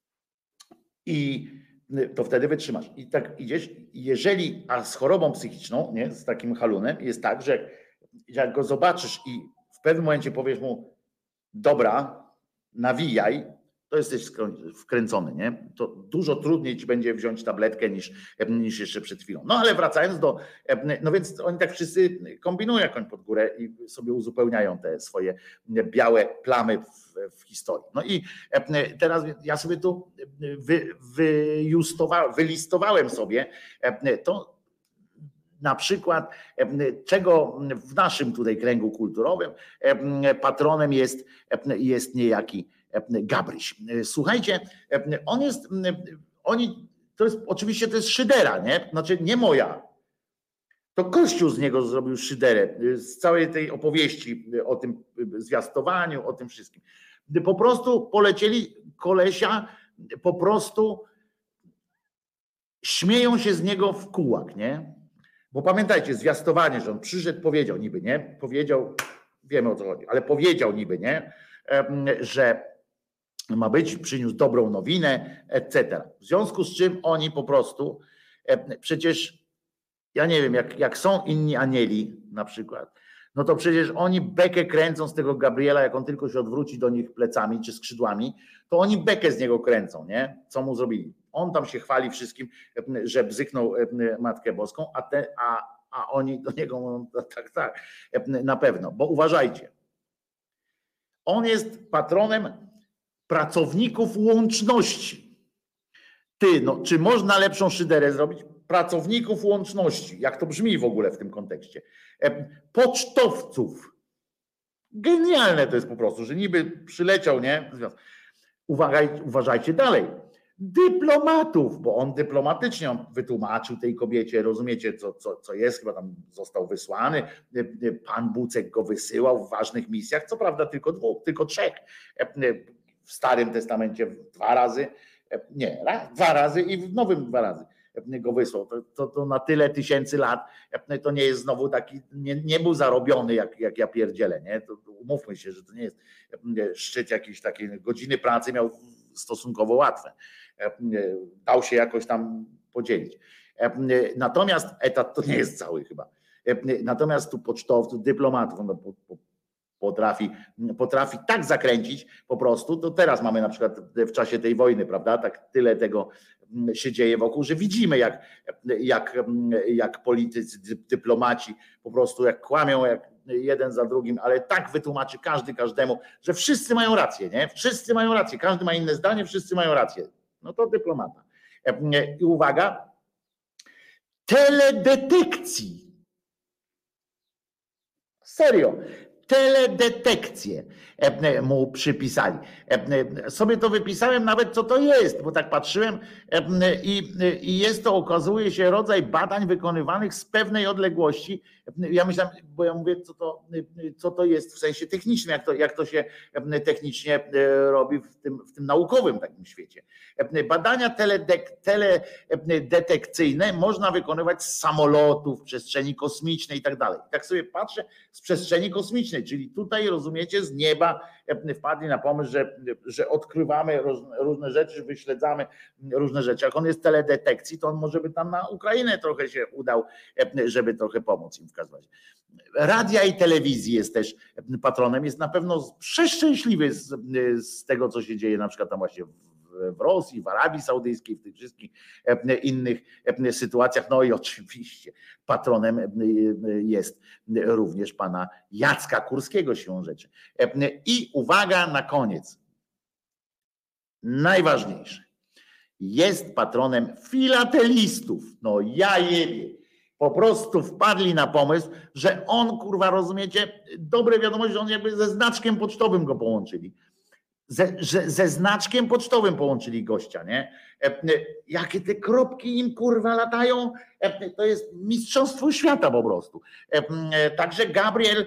I to wtedy wytrzymasz. I tak idziesz, jeżeli, a z chorobą psychiczną, nie, z takim halunem, jest tak, że jak go zobaczysz i w pewnym momencie powiesz mu, dobra, nawijaj, to jesteś wkręcony, nie? To dużo trudniej ci będzie wziąć tabletkę niż jeszcze przed chwilą. No ale wracając no więc oni tak wszyscy kombinują koń pod górę i sobie uzupełniają te swoje białe plamy w historii. No i teraz ja sobie tu wylistowałem sobie to na przykład, czego w naszym tutaj kręgu kulturowym patronem jest niejaki Gabryś. Słuchajcie, oczywiście to jest szydera, nie? Znaczy nie moja. To Kościół z niego zrobił szyderę, z całej tej opowieści o tym zwiastowaniu, o tym wszystkim. Po prostu polecieli kolesia, po prostu śmieją się z niego w kółak, nie? Bo pamiętajcie, zwiastowanie, że on przyszedł, powiedział niby, nie? Powiedział, wiemy o co chodzi, ale powiedział niby, nie? Że ma być, przyniósł dobrą nowinę, etc. W związku z czym oni po prostu, przecież ja nie wiem, jak są inni anieli na przykład, no to przecież oni bekę kręcą z tego Gabriela, jak on tylko się odwróci do nich plecami czy skrzydłami, to oni bekę z niego kręcą, nie? Co mu zrobili? On tam się chwali wszystkim, że bzyknął Matkę Boską, a oni do niego mówią, tak, na pewno, bo uważajcie, on jest patronem pracowników łączności. No, czy można lepszą szyderę zrobić? Pracowników łączności. Jak to brzmi w ogóle w tym kontekście? Pocztowców. Genialne to jest po prostu, że niby przyleciał, nie? Uważajcie dalej. Dyplomatów, bo on dyplomatycznie wytłumaczył tej kobiecie, rozumiecie, co jest, chyba tam został wysłany, pan Bucek go wysyłał w ważnych misjach, co prawda tylko 3. W Starym Testamencie 2 razy, nie, 2 razy i w Nowym 2 razy go wysłał. To na tyle tysięcy lat, to nie jest znowu taki, nie był zarobiony jak ja pierdzielę, nie? To umówmy się, że to nie jest szczyt jakiejś takiej godziny pracy, miał stosunkowo łatwe. Dał się jakoś tam podzielić. Natomiast etat to nie jest cały chyba. Natomiast tu pocztowców, dyplomatów, potrafi tak zakręcić po prostu, to teraz mamy na przykład w czasie tej wojny, prawda, tak tyle tego się dzieje wokół, że widzimy jak politycy, dyplomaci po prostu jak kłamią, jak jeden za drugim, ale tak wytłumaczy każdy każdemu, że wszyscy mają rację, nie? Wszyscy mają rację, każdy ma inne zdanie, wszyscy mają rację. No to dyplomata. I uwaga, teledetekcji. Serio. Teledetekcję mu przypisali. Sobie to wypisałem nawet, co to jest, bo tak patrzyłem i jest to, okazuje się, rodzaj badań wykonywanych z pewnej odległości. Ja myślałem, bo ja mówię, co to jest w sensie technicznym, jak to się technicznie robi w tym naukowym takim świecie. Badania teledetekcyjne można wykonywać z samolotów, w przestrzeni kosmicznej i tak dalej. Tak sobie patrzę, z przestrzeni kosmicznej, czyli tutaj, rozumiecie, z nieba wpadli na pomysł, że odkrywamy różne rzeczy, wyśledzamy różne rzeczy. Jak on jest teledetekcji, to on może by tam na Ukrainę trochę się udał, żeby trochę pomóc im w każdym razie. Radia i telewizji jest też patronem, jest na pewno przeszczęśliwy z tego, co się dzieje na przykład tam właśnie w Rosji, w Arabii Saudyjskiej, w tych wszystkich innych sytuacjach. No i oczywiście patronem jest również pana Jacka Kurskiego siłą rzeczy. I uwaga na koniec. Najważniejsze. Jest patronem filatelistów. No ja jebie. Po prostu wpadli na pomysł, że on, kurwa, rozumiecie, dobre wiadomości, że on jakby ze znaczkiem pocztowym go połączyli. Ze znaczkiem pocztowym połączyli gościa, nie? Jakie te kropki im, kurwa, latają, to jest mistrzostwo świata po prostu. Także Gabriel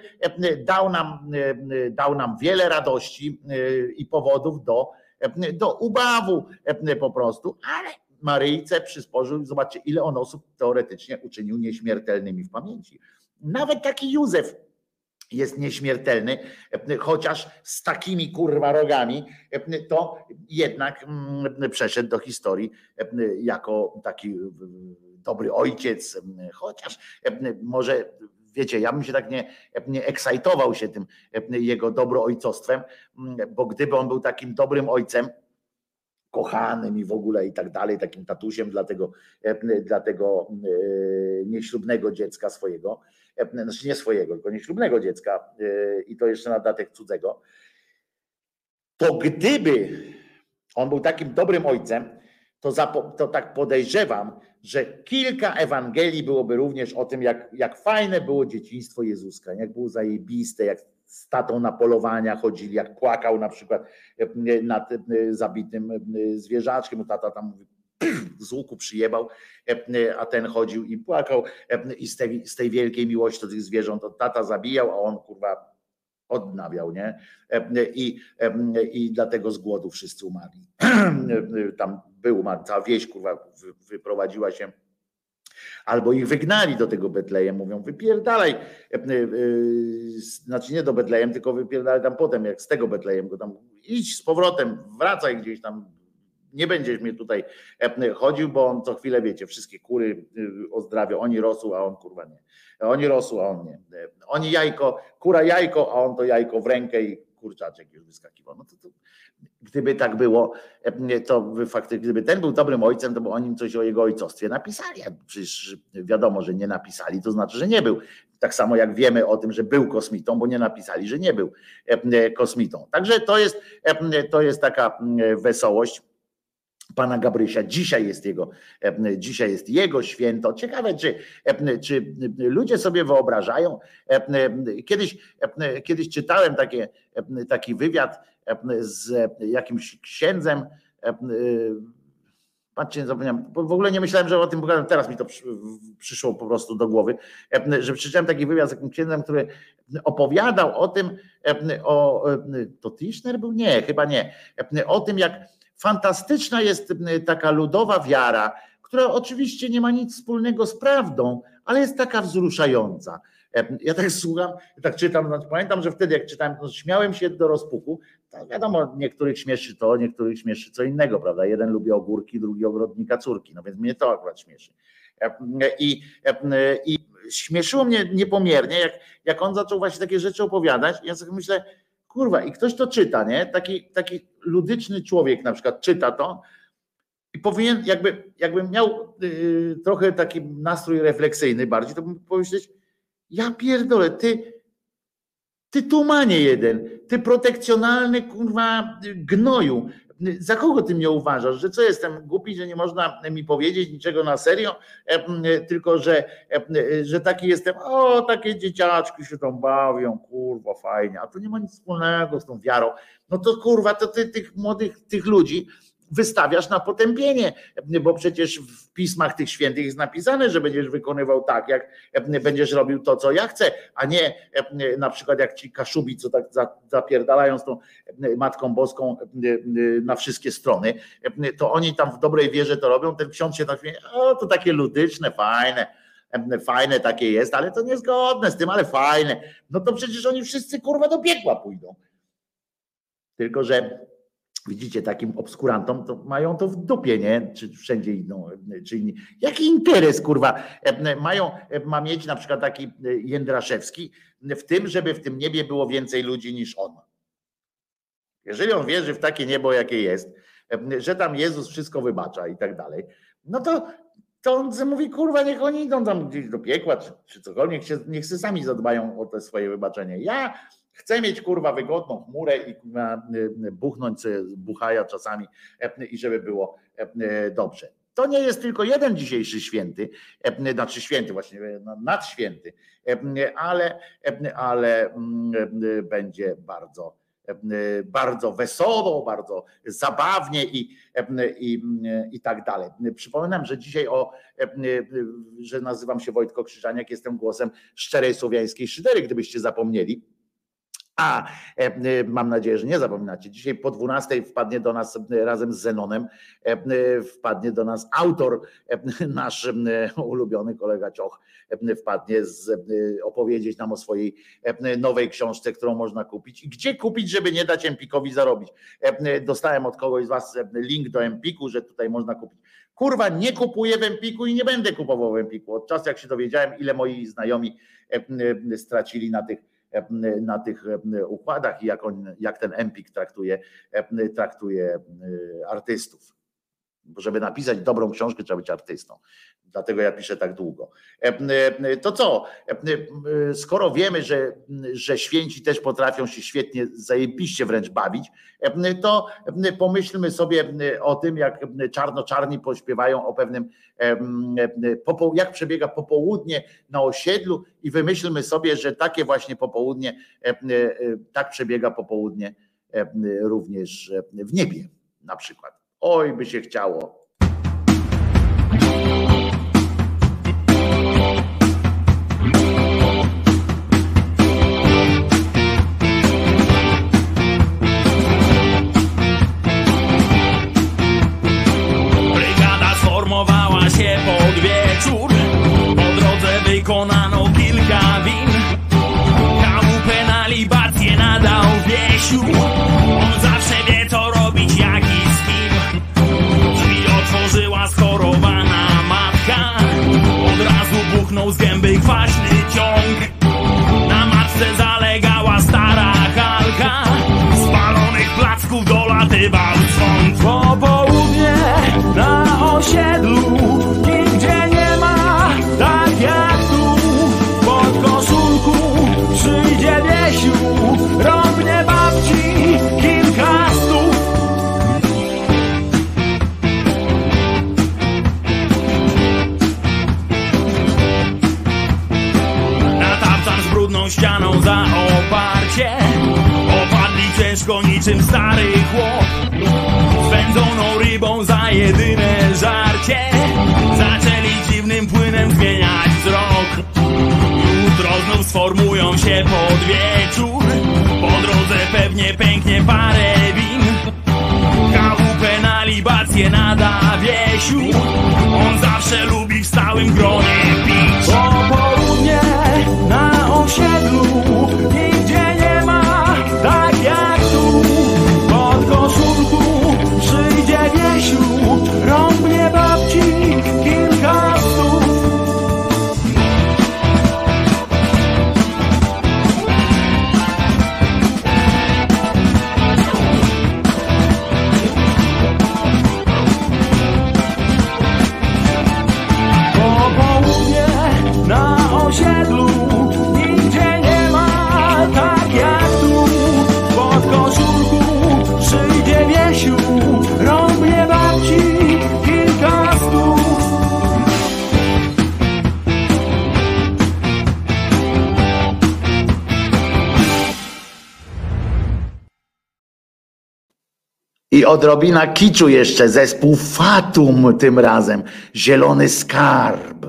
dał nam wiele radości i powodów do ubawu po prostu, ale Maryjce przysporzył, zobaczcie, ile on osób teoretycznie uczynił nieśmiertelnymi w pamięci. Nawet taki Józef jest nieśmiertelny, chociaż z takimi kurwa rogami, to jednak przeszedł do historii jako taki dobry ojciec, chociaż może wiecie, ja bym się tak nie ekscytował się tym jego dobroojcostwem, bo gdyby on był takim dobrym ojcem, kochanym i w ogóle i tak dalej, takim tatusiem dla tego nieślubnego dziecka swojego, znaczy nie swojego, tylko nieślubnego dziecka i to jeszcze na dodatek cudzego, to gdyby on był takim dobrym ojcem, to tak podejrzewam, że kilka Ewangelii byłoby również o tym, jak fajne było dzieciństwo Jezuska, jak było zajebiste, jak z tatą na polowania chodzili, jak płakał na przykład nad zabitym zwierzaczkiem, tata tam mówi, z łuku przyjebał, a ten chodził i płakał i z tej wielkiej miłości do tych zwierząt to tata zabijał, a on kurwa odnawiał, nie? I dlatego z głodu wszyscy umarli. Tam umarł, cała wieś kurwa wyprowadziła się, albo ich wygnali do tego Betlejem, mówią wypierdalaj, znaczy nie do Betlejem, tylko wypierdalaj tam potem, jak z tego Betlejem go tam idź z powrotem, wracaj gdzieś tam, nie będziesz mnie tutaj chodził, bo on co chwilę, wiecie, wszystkie kury ozdrawia, oni rosł, a on kurwa nie. Oni rosł, a on nie. Oni jajko, kura jajko, a on to jajko w rękę i kurczaczek już wyskakiwał. No to gdyby tak było, to faktycznie, gdyby ten był dobrym ojcem, to by o nim coś o jego ojcostwie napisali. A przecież wiadomo, że nie napisali, to znaczy, że nie był. Tak samo jak wiemy o tym, że był kosmitą, bo nie napisali, że nie był kosmitą. Także to jest taka wesołość pana Gabrysia. Dzisiaj jest jego święto. Ciekawe, czy ludzie sobie wyobrażają. Kiedyś czytałem taki wywiad z jakimś księdzem. Patrzcie, zapomniałem, bo w ogóle nie myślałem, że o tym pogadam. Teraz mi to przyszło po prostu do głowy, że przeczytałem taki wywiad z takim księdzem, który opowiadał o tym, to Tischner był? Nie, chyba nie. O tym, jak fantastyczna jest taka ludowa wiara, która oczywiście nie ma nic wspólnego z prawdą, ale jest taka wzruszająca. Ja tak słucham, tak czytam, pamiętam, że wtedy jak czytałem, to śmiałem się do rozpuku. To wiadomo, niektórych śmieszy to, niektórych śmieszy co innego, prawda? Jeden lubi ogórki, drugi ogrodnika córki, no więc mnie to akurat śmieszy. I śmieszyło mnie niepomiernie, jak on zaczął właśnie takie rzeczy opowiadać. Ja sobie myślę, kurwa, i ktoś to czyta, nie? Taki ludyczny człowiek na przykład czyta to i powinien, jakby miał trochę taki nastrój refleksyjny bardziej, to bym pomyśleć, ja pierdolę, ty tumanie jeden, ty protekcjonalny kurwa gnoju, za kogo ty mnie uważasz, że co jestem głupi, że nie można mi powiedzieć niczego na serio, tylko że taki jestem, takie dzieciaczki się tam bawią, kurwa fajnie, a to nie ma nic wspólnego z tą wiarą, no to kurwa, to ty tych ludzi wystawiasz na potępienie, bo przecież w pismach tych świętych jest napisane, że będziesz wykonywał tak, jak będziesz robił to, co ja chcę, a nie na przykład jak ci kaszubi, co tak zapierdalają z tą Matką Boską na wszystkie strony, to oni tam w dobrej wierze to robią, ten ksiądz się tak mówi, to takie ludyczne, fajne takie jest, ale to niezgodne z tym, ale fajne, no to przecież oni wszyscy kurwa do piekła pójdą. Tylko że widzicie, takim obskurantom to mają to w dupie, nie? Czy wszędzie idą, czy inni. Jaki interes, kurwa, ma mieć na przykład taki Jędraszewski w tym, żeby w tym niebie było więcej ludzi niż on. Jeżeli on wierzy w takie niebo, jakie jest, że tam Jezus wszystko wybacza i tak dalej, no to on mówi, kurwa, niech oni idą tam gdzieś do piekła, czy cokolwiek, niech się sami zadbają o te swoje wybaczenie. Ja chcę mieć, kurwa, wygodną chmurę i buchnąć sobie buchaja czasami i żeby było dobrze. To nie jest tylko jeden dzisiejszy święty, znaczy święty właśnie, nadświęty, ale będzie bardzo wesoło, bardzo zabawnie i tak dalej. Przypominam, że dzisiaj że nazywam się Wojtko Krzyżaniak, jestem głosem szczerej słowiańskiej szydery, gdybyście zapomnieli. A mam nadzieję, że nie zapominacie. Dzisiaj po 12 wpadnie do nas razem z Zenonem, wpadnie do nas autor, nasz ulubiony kolega Cioch, wpadnie opowiedzieć nam o swojej nowej książce, którą można kupić. I gdzie kupić, żeby nie dać Empikowi zarobić? Dostałem od kogoś z was link do Empiku, że tutaj można kupić. Kurwa, nie kupuję w Empiku i nie będę kupował w Empiku. Od czasu jak się dowiedziałem, ile moi znajomi stracili na tych układach i jak ten Empik traktuje artystów. Bo żeby napisać dobrą książkę, trzeba być artystą. Dlatego ja piszę tak długo. To co? Skoro wiemy, że święci też potrafią się świetnie, zajebiście wręcz bawić, to pomyślmy sobie o tym, jak czarno-czarni pośpiewają o pewnym, jak przebiega popołudnie na osiedlu i wymyślmy sobie, że takie właśnie popołudnie, tak przebiega popołudnie również w niebie na przykład. Oj, by się chciało. Brygada sformowała się pod wieczór. Po drodze wykonano kilka win. Chałupę na libację nadał Wiesiu. On zawsze wie, co robić, jak i z kim. Drzwi otworzyła schorowana matka. Od razu buchnął z gęby kwaśny ciąg. Na matce zalegała stara Halka. Spalonych placków dolatywał swąd. Popołudnie na osiedlu nigdzie nie ma tak jak tu. Pod koszulku przyjdzie Wiesiu, rąbnie babci kilka stów. Natapcan z brudną ścianą za oparcie. Opadli ciężko niczym stary chłop. Zwędzoną rybą za jedyne żarcie. Zaczęli dziwnym płynem zmieniać wzrok. Jutro znów sformują się pod wieczór. Po drodze pewnie pęknie parę win. Chałupę na libację nada Wiesiu. On zawsze lubi w stałym gronie pić. Popołudnie na osiedlu nigdzie nie ma tak jak tu. Pod koszulku przyjdzie Wiesiu, rąbnie babci kilka stów. Popołudnie na osiedlu nigdzie nie ma tak jak tu. Pod koszulku przyjdzie Wiesiu, rąbnie babci kilka stów. I odrobina kiczu jeszcze, zespół Fatum tym razem, Zielony Skarb.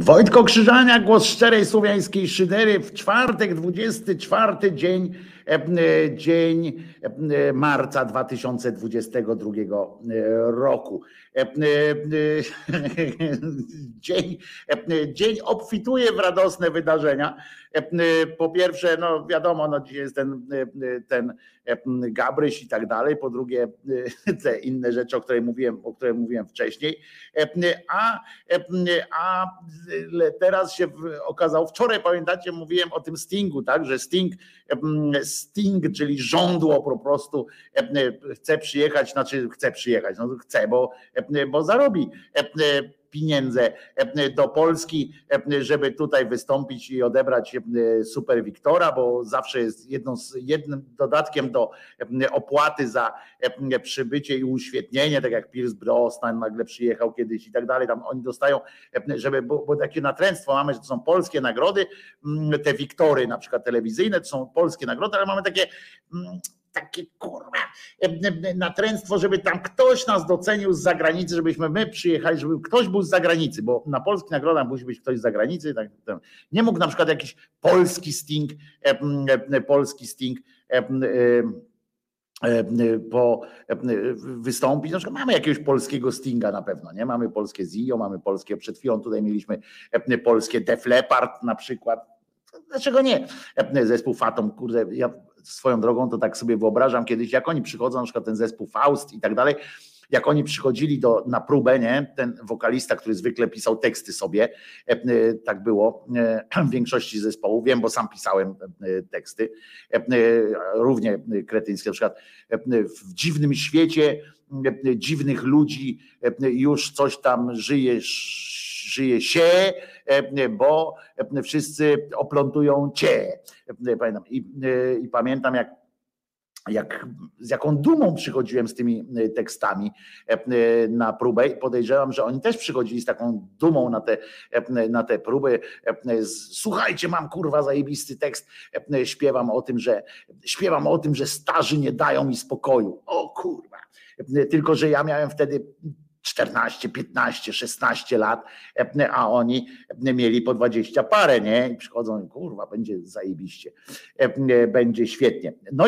Wojtko Krzyżania, głos szczerej słowiańskiej szydery w czwartek, 24 dzień marca 2022 roku. Dzień obfituje w radosne wydarzenia. Po pierwsze, no wiadomo, no dzisiaj jest ten Gabryś i tak dalej. Po drugie, te inne rzeczy, o których mówiłem wcześniej. A teraz się okazało, wczoraj pamiętacie, mówiłem o tym Stingu, tak, że Sting, czyli żądło po prostu chce przyjechać, no chce, bo zarobi pieniądze do Polski, żeby tutaj wystąpić i odebrać Super Wiktora, bo zawsze jest jednym dodatkiem do opłaty za przybycie i uświetnienie, tak jak Pierce Brosnan nagle przyjechał kiedyś i tak dalej, tam oni dostają, bo takie natręctwo mamy, że to są polskie nagrody, te Wiktory na przykład telewizyjne, to są polskie nagrody, ale mamy takie kurwa natręctwo, żeby tam ktoś nas docenił z zagranicy, żebyśmy my przyjechali, żeby ktoś był z zagranicy, bo na polskich nagrodach musi być ktoś z zagranicy. Tak, nie mógł na przykład jakiś polski Sting wystąpić. Na przykład mamy jakiegoś polskiego Stinga na pewno, nie? Mamy polskie Zio, mamy polskie, przed chwilą tutaj mieliśmy polskie Def Leppard na przykład. Dlaczego nie? Zespół Fatom, kurde, ja swoją drogą to tak sobie wyobrażam kiedyś, jak oni przychodzą, na przykład ten zespół Faust i tak dalej, jak oni przychodzili na próbę, nie? Ten wokalista, który zwykle pisał teksty sobie, tak było w większości zespołów, wiem, bo sam pisałem teksty, równie kretyńskie, na przykład w dziwnym świecie dziwnych ludzi już coś tam żyje się, bo wszyscy oplątują cię. Pamiętam i pamiętam z jaką dumą przychodziłem z tymi tekstami na próbę i podejrzewam, że oni też przychodzili z taką dumą na te próby. Słuchajcie, mam kurwa zajebisty tekst, śpiewam o tym, że starzy nie dają mi spokoju. O kurwa. Tylko że ja miałem wtedy 14, 15, 16 lat, a oni mieli po 20 parę, nie? I przychodzą, kurwa, będzie zajebiście, będzie świetnie. No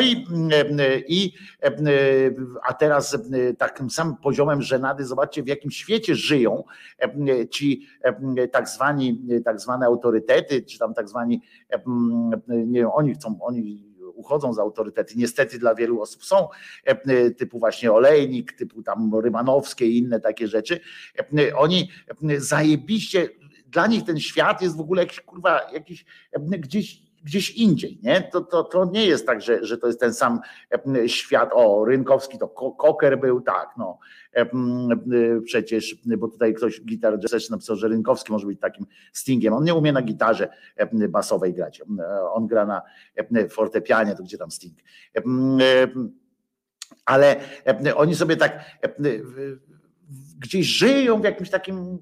a teraz takim samym poziomem żenady, zobaczcie, w jakim świecie żyją ci tak zwane autorytety, czy tam tak zwani, nie wiem, oni uchodzą za autorytety. Niestety dla wielu osób są, typu właśnie Olejnik, typu tam Rymanowskie i inne takie rzeczy. Oni zajebiście, dla nich ten świat jest w ogóle jakiś kurwa, gdzieś indziej, nie? To nie jest tak, że to jest ten sam świat. O, Rynkowski to Koker był, tak, no. Przecież, bo tutaj ktoś gitar napisał, że Rynkowski może być takim Stingiem. On nie umie na gitarze basowej grać. On gra na fortepianie, to gdzie tam Sting. Ale oni sobie tak gdzieś żyją w jakimś takim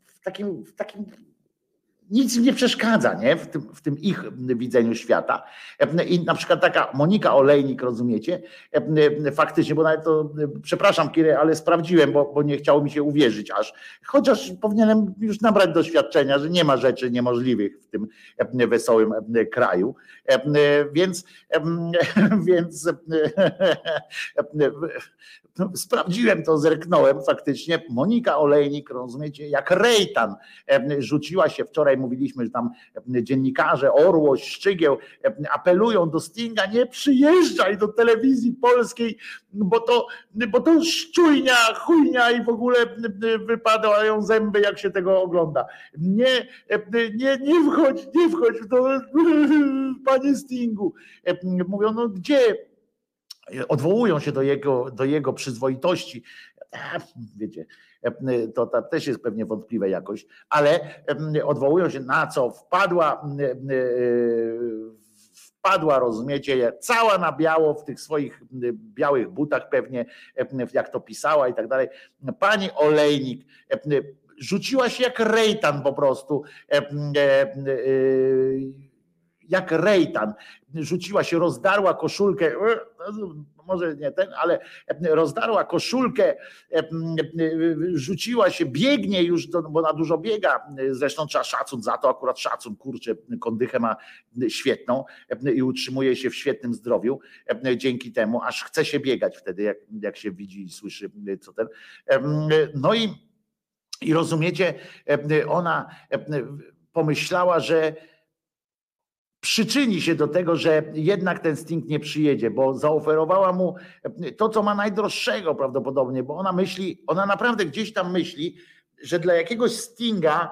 nic im nie przeszkadza, nie? W tym ich widzeniu świata. I na przykład taka Monika Olejnik, rozumiecie? Faktycznie, bo nawet to, przepraszam Kirę, ale sprawdziłem, bo nie chciało mi się uwierzyć aż. Chociaż powinienem już nabrać doświadczenia, że nie ma rzeczy niemożliwych w tym wesołym kraju. Więc sprawdziłem to, zerknąłem faktycznie. Monika Olejnik, rozumiecie, jak Rejtan rzuciła się wczoraj, mówiliśmy, że tam dziennikarze, Orłoś, Szczygieł apelują do Stinga, nie przyjeżdżaj do telewizji polskiej, bo to szczujnia, chujnia i w ogóle wypadają zęby, jak się tego ogląda. Nie wchodź w to, panie Stingu. Mówią, no gdzie? Odwołują się do jego przyzwoitości. Wiecie, to też jest pewnie wątpliwe jakoś, ale odwołują się na co wpadła, rozumiecie, cała na biało w tych swoich białych butach pewnie, jak to pisała i tak dalej. Pani Olejnik rzuciła się jak Rejtan po prostu. jak rejtan. Rzuciła się, rozdarła koszulkę, może nie ten, ale rozdarła koszulkę, rzuciła się, biegnie już, bo na dużo biega, zresztą trzeba szacun za to, akurat szacun, kurczę, kondychę ma świetną i utrzymuje się w świetnym zdrowiu dzięki temu, aż chce się biegać wtedy, jak się widzi i słyszy, co ten. No i rozumiecie, ona pomyślała, że przyczyni się do tego, że jednak ten Sting nie przyjedzie, bo zaoferowała mu to, co ma najdroższego prawdopodobnie, bo ona naprawdę gdzieś tam myśli, że dla jakiegoś Stinga,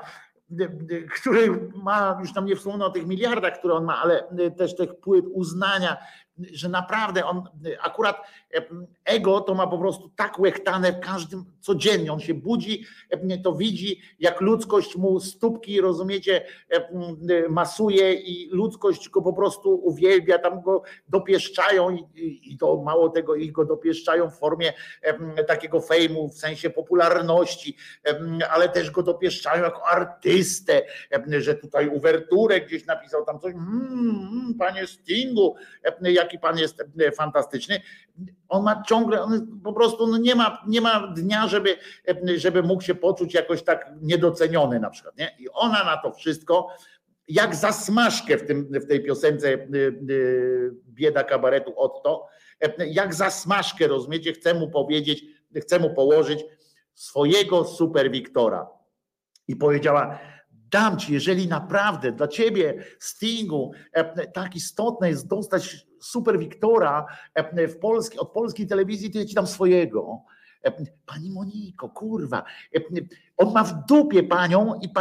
który ma, już tam nie wspomnę o tych miliardach, które on ma, ale też tych płyt uznania, że naprawdę on akurat ego to ma po prostu tak łechtane w każdym codziennie. On się budzi, to widzi, jak ludzkość mu stópki, rozumiecie, masuje i ludzkość go po prostu uwielbia, tam go dopieszczają i to mało tego, ich go dopieszczają w formie takiego fejmu, w sensie popularności, ale też go dopieszczają jako artystę, że tutaj uwerturę gdzieś napisał tam coś, panie Stingu, jaki pan jest fantastyczny. On ma ciągle, on po prostu nie ma dnia, żeby mógł się poczuć jakoś tak niedoceniony na przykład. Nie? I ona na to wszystko, jak zasmażkę w tej piosence Bieda kabaretu Otto, jak zasmażkę, rozumiecie, chce mu położyć swojego super Wiktora. I powiedziała, dam ci, jeżeli naprawdę dla ciebie, Stingu, tak istotne jest dostać super Wiktora od polskiej telewizji, to ja ci dam swojego. Pani Moniko, kurwa, on ma w dupie panią i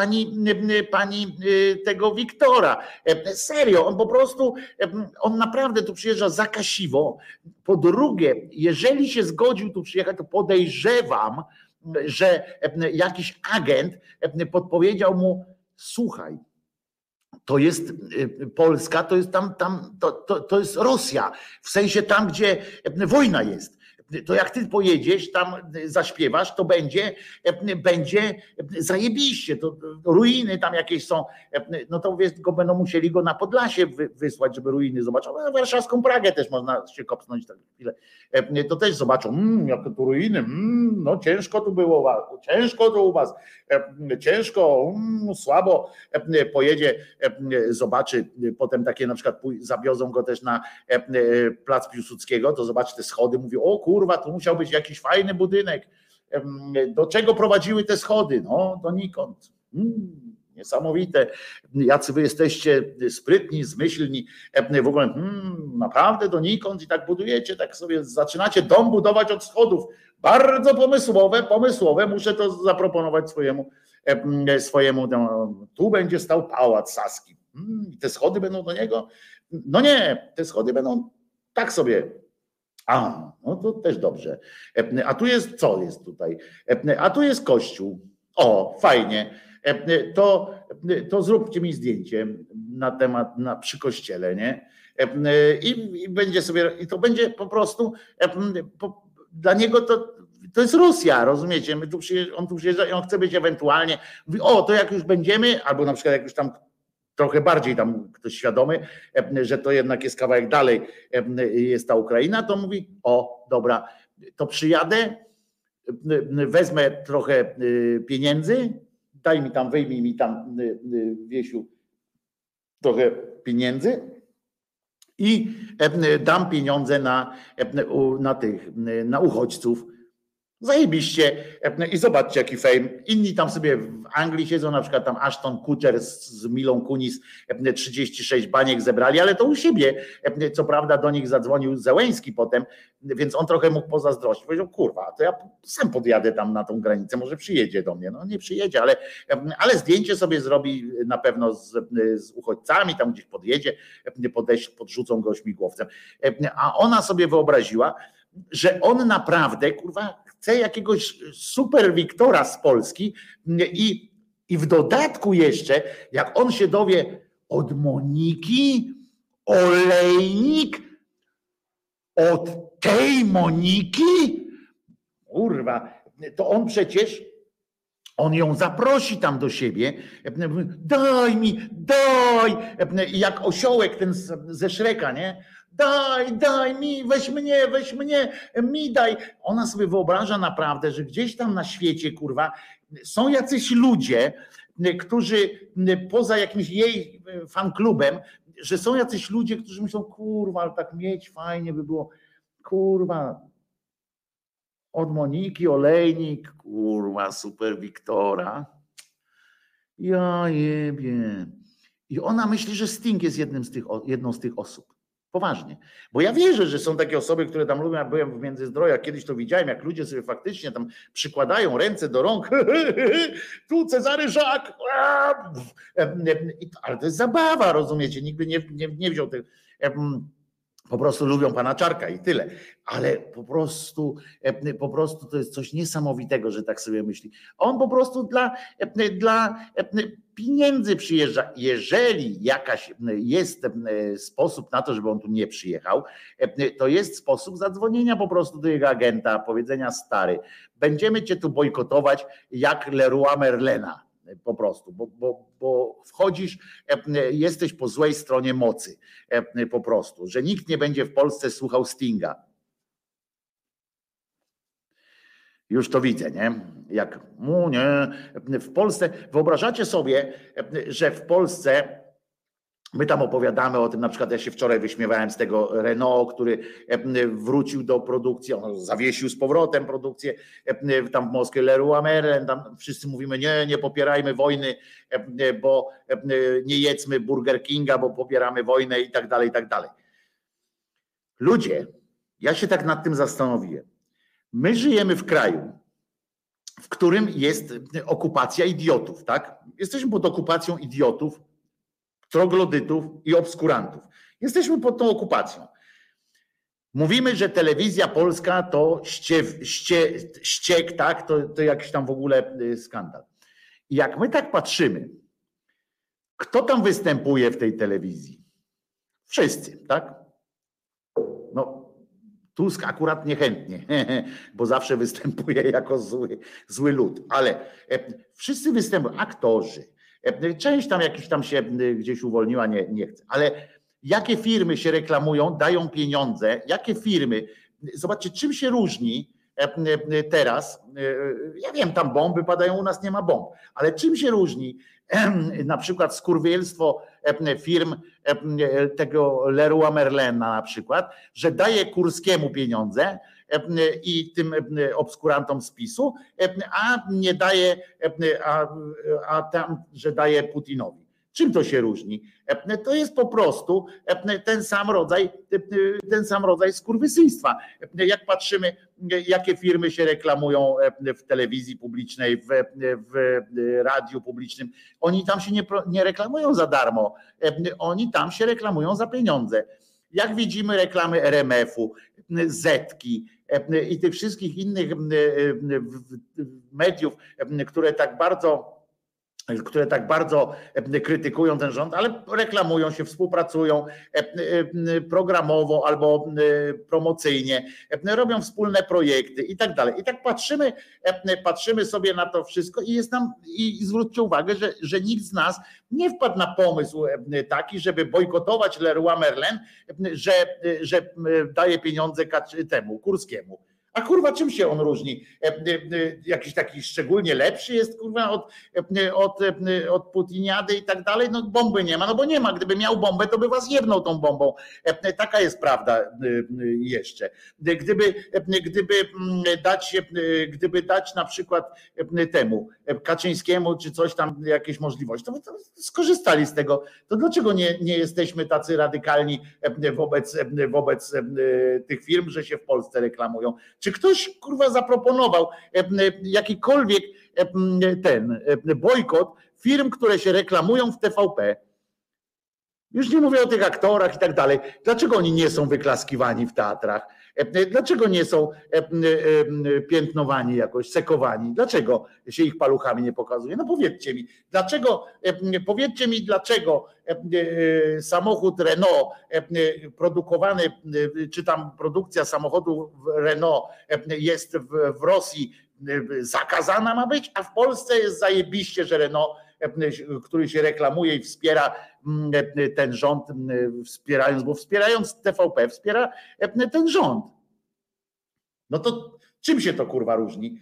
pani tego Wiktora. Serio, on po prostu, on naprawdę tu przyjeżdża zakasiwo. Po drugie, jeżeli się zgodził tu przyjechać, to podejrzewam, że jakiś agent podpowiedział mu, słuchaj, to jest Polska, to jest to jest Rosja, w sensie tam, gdzie wojna jest. To jak ty pojedziesz, tam zaśpiewasz, to będzie zajebiście. To ruiny tam jakieś są, no to będą musieli go na Podlasie wysłać, żeby ruiny zobaczył. A warszawską Pragę też można się kopnąć tak chwilę. To też zobaczą, jakie tu ruiny, no ciężko tu było, ciężko tu u was, ciężko, słabo. Pojedzie, zobaczy, potem takie na przykład zawiozą go też na plac Piłsudskiego, to zobaczy te schody, mówi, o kurwa, tu musiał być jakiś fajny budynek. Do czego prowadziły te schody? No, donikąd. Niesamowite. Jacy wy jesteście sprytni, zmyślni. W ogóle naprawdę donikąd i tak budujecie, tak sobie zaczynacie dom budować od schodów. Bardzo pomysłowe. Muszę to zaproponować swojemu tu będzie stał pałac saski. Te schody będą do niego? No nie, te schody będą tak sobie. No to też dobrze. A tu jest, co jest tutaj? A tu jest kościół. O, fajnie. To zróbcie mi zdjęcie przy kościele, nie? I będzie sobie, i to będzie po prostu, dla niego to jest Rosja, rozumiecie? On tu przyjeżdża i on chce być ewentualnie, mówi, o, to jak już będziemy, albo na przykład jak już tam trochę bardziej tam ktoś świadomy, że to jednak jest kawałek dalej, jest ta Ukraina, to mówi, o, dobra, to przyjadę, wezmę trochę pieniędzy, wyjmij mi tam, Wiesiu, trochę pieniędzy i dam pieniądze na uchodźców. Zajebiście. I zobaczcie, jaki fame. Inni tam sobie w Anglii siedzą, na przykład tam Ashton Kutcher z Milą Kunis 36 baniek zebrali, ale to u siebie. Co prawda do nich zadzwonił Zełenski potem, więc on trochę mógł pozazdrościć. Powiedział, kurwa, to ja sam podjadę tam na tą granicę, może przyjedzie do mnie. No nie przyjedzie, ale zdjęcie sobie zrobi na pewno z uchodźcami, tam gdzieś podjedzie, podrzucą go śmigłowcem. A ona sobie wyobraziła, że on naprawdę, kurwa, chce jakiegoś super Wiktora z Polski i w dodatku jeszcze, jak on się dowie od Moniki Olejnik, od tej Moniki, kurwa, to on przecież On ją zaprosi tam do siebie, daj mi, daj, jak osiołek ten ze Szreka, nie? Daj mi, weź mnie, mi daj. Ona sobie wyobraża naprawdę, że gdzieś tam na świecie, kurwa, są jacyś ludzie, którzy poza jakimś jej fanklubem, że są jacyś ludzie, którzy myślą, kurwa, ale tak mieć fajnie by było, kurwa, od Moniki Olejnik, kurwa, super Wiktora. Ja jebie. I ona myśli, że Sting jest jedną z tych osób. Poważnie. Bo ja wierzę, że są takie osoby, które tam lubią, ja byłem w Międzyzdrojach, kiedyś to widziałem, jak ludzie sobie faktycznie tam przykładają ręce do rąk. Tu Cezary Żak. Ale to jest zabawa, rozumiecie? Nikt by nie wziął tego. Po prostu lubią pana Czarka i tyle. Ale po prostu to jest coś niesamowitego, że tak sobie myśli. On po prostu dla pieniędzy przyjeżdża. Jeżeli jakaś jest sposób na to, żeby on tu nie przyjechał, to jest sposób zadzwonienia po prostu do jego agenta, powiedzenia: stary, będziemy cię tu bojkotować jak Leroy Merlena. Po prostu, bo wchodzisz, jesteś po złej stronie mocy, po prostu, że nikt nie będzie w Polsce słuchał Stinga. Już to widzę, nie? Jak nie, w Polsce, wyobrażacie sobie, że w Polsce my tam opowiadamy o tym, na przykład ja się wczoraj wyśmiewałem z tego Renault, który wrócił do produkcji, on zawiesił z powrotem produkcję tam w Moskwie, Leroy Merlin, tam wszyscy mówimy nie popierajmy wojny, bo nie jedzmy Burger Kinga, bo popieramy wojnę i tak dalej, i tak dalej. Ludzie, ja się tak nad tym zastanowiłem. My żyjemy w kraju, w którym jest okupacja idiotów, tak? Jesteśmy pod okupacją idiotów, troglodytów i obskurantów. Jesteśmy pod tą okupacją. Mówimy, że telewizja polska to ściek, tak? To jakiś tam w ogóle skandal. I jak my tak patrzymy, kto tam występuje w tej telewizji? Wszyscy, tak? No, Tusk akurat niechętnie, bo zawsze występuje jako zły lud, ale wszyscy występują, aktorzy. Część tam jakiś tam się gdzieś uwolniła, nie chce. Ale jakie firmy się reklamują, dają pieniądze, jakie firmy, zobaczcie, czym się różni teraz, ja wiem, tam bomby padają, u nas nie ma bomb, ale czym się różni na przykład skurwielstwo firm tego Leroy Merlina na przykład, że daje Kurskiemu pieniądze i tym obskurantom z PiS-u, a nie daje, a tam, że daje Putinowi. Czym to się różni? To jest po prostu ten sam rodzaj skurwysyństwa. Jak patrzymy, jakie firmy się reklamują w telewizji publicznej, w radiu publicznym, oni tam się nie reklamują za darmo, oni tam się reklamują za pieniądze. Jak widzimy reklamy RMF-u, Zetki i tych wszystkich innych mediów, które tak bardzo krytykują ten rząd, ale reklamują się, współpracują programowo albo promocyjnie, robią wspólne projekty i tak dalej. I tak patrzymy sobie na to wszystko i zwróćcie uwagę, że nikt z nas nie wpadł na pomysł taki, żeby bojkotować Leroy Merlin, że daje pieniądze temu Kurskiemu. A kurwa, czym się on różni? Jakiś taki szczególnie lepszy jest, kurwa, od Putiniady i tak dalej? No bomby nie ma, no bo nie ma. Gdyby miał bombę, to by was jebnął tą bombą. Taka jest prawda jeszcze. Gdyby dać na przykład temu Kaczyńskiemu czy coś tam, jakieś możliwości, to skorzystali z tego. To dlaczego nie jesteśmy tacy radykalni wobec tych firm, że się w Polsce reklamują? Czy ktoś, kurwa, zaproponował jakikolwiek ten bojkot firm, które się reklamują w TVP? Już nie mówię o tych aktorach i tak dalej. Dlaczego oni nie są wyklaskiwani w teatrach? Dlaczego nie są piętnowani jakoś, sekowani? Dlaczego się ich paluchami nie pokazuje? No powiedzcie mi, dlaczego samochód Renault produkowany, czy tam produkcja samochodu Renault jest w Rosji zakazana ma być, a w Polsce jest zajebiście, że Renault, który się reklamuje i wspiera ten rząd, wspierając TVP, wspiera ten rząd. No to czym się to kurwa różni?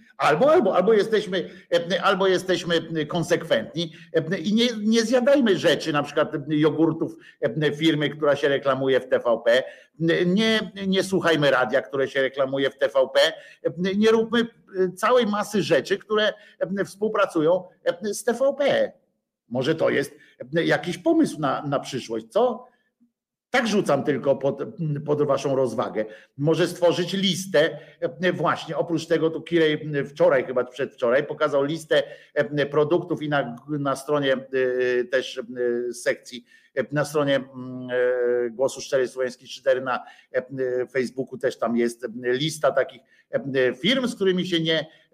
Albo jesteśmy konsekwentni i nie zjadajmy rzeczy, na przykład jogurtów firmy, która się reklamuje w TVP, nie słuchajmy radia, które się reklamuje w TVP, nie róbmy całej masy rzeczy, które współpracują z TVP. Może to jest jakiś pomysł na przyszłość, co? Tak rzucam tylko pod waszą rozwagę. Może stworzyć listę właśnie, oprócz tego tu Kirej wczoraj, chyba przedwczoraj, pokazał listę produktów i na stronie też sekcji, na stronie Głosu Szczerej Słowiańskiej 4 na Facebooku też tam jest lista takich firm, z którymi się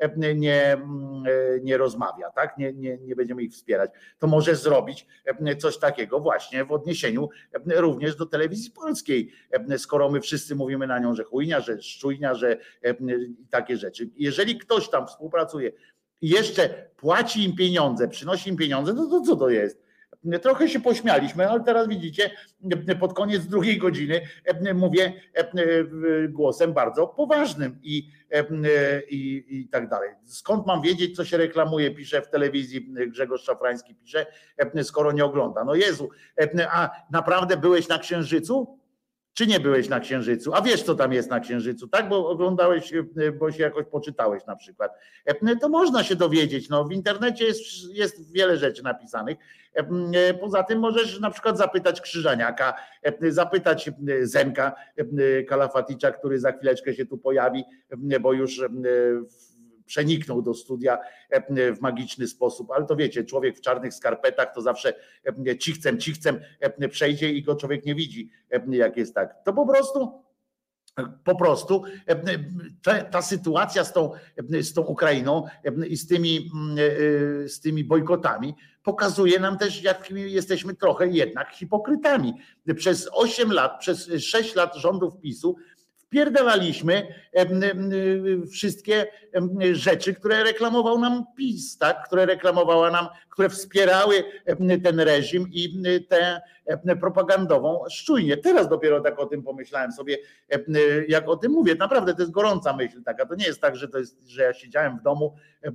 nie rozmawia, tak? Nie będziemy ich wspierać. To może zrobić coś takiego właśnie w odniesieniu również do telewizji polskiej, skoro my wszyscy mówimy na nią, że chujnia, że szczujnia, że takie rzeczy. Jeżeli ktoś tam współpracuje i jeszcze płaci im pieniądze, przynosi im pieniądze, to co to jest? Trochę się pośmialiśmy, ale teraz widzicie, pod koniec drugiej godziny mówię głosem bardzo poważnym i tak dalej. Skąd mam wiedzieć, co się reklamuje, pisze w telewizji Grzegorz Szafrański, pisze, skoro nie ogląda. No Jezu, a naprawdę byłeś na Księżycu? Czy nie byłeś na Księżycu? A wiesz, co tam jest na Księżycu, tak? Bo oglądałeś, bo się jakoś poczytałeś na przykład. To można się dowiedzieć. No, w internecie jest wiele rzeczy napisanych. Poza tym możesz na przykład zapytać Krzyżaniaka, zapytać Zenka Kalafaticza, który za chwileczkę się tu pojawi, bo już przeniknął do studia w magiczny sposób, ale to wiecie, człowiek w czarnych skarpetach to zawsze cichcem przejdzie i go człowiek nie widzi, jak jest tak. To po prostu ta sytuacja z tą Ukrainą i z tymi bojkotami pokazuje nam też, jak jesteśmy trochę jednak hipokrytami. Przez 8 lat, przez 6 lat rządów PiS-u wpierdalaliśmy wszystkie rzeczy, które reklamował nam PiS, tak? Które wspierały ten reżim i tę propagandową szczujnię. Teraz dopiero tak o tym pomyślałem sobie, jak o tym mówię. Naprawdę to jest gorąca myśl taka. To nie jest tak, że ja siedziałem w domu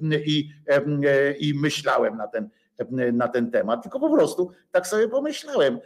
i myślałem na ten temat, tylko po prostu tak sobie pomyślałem,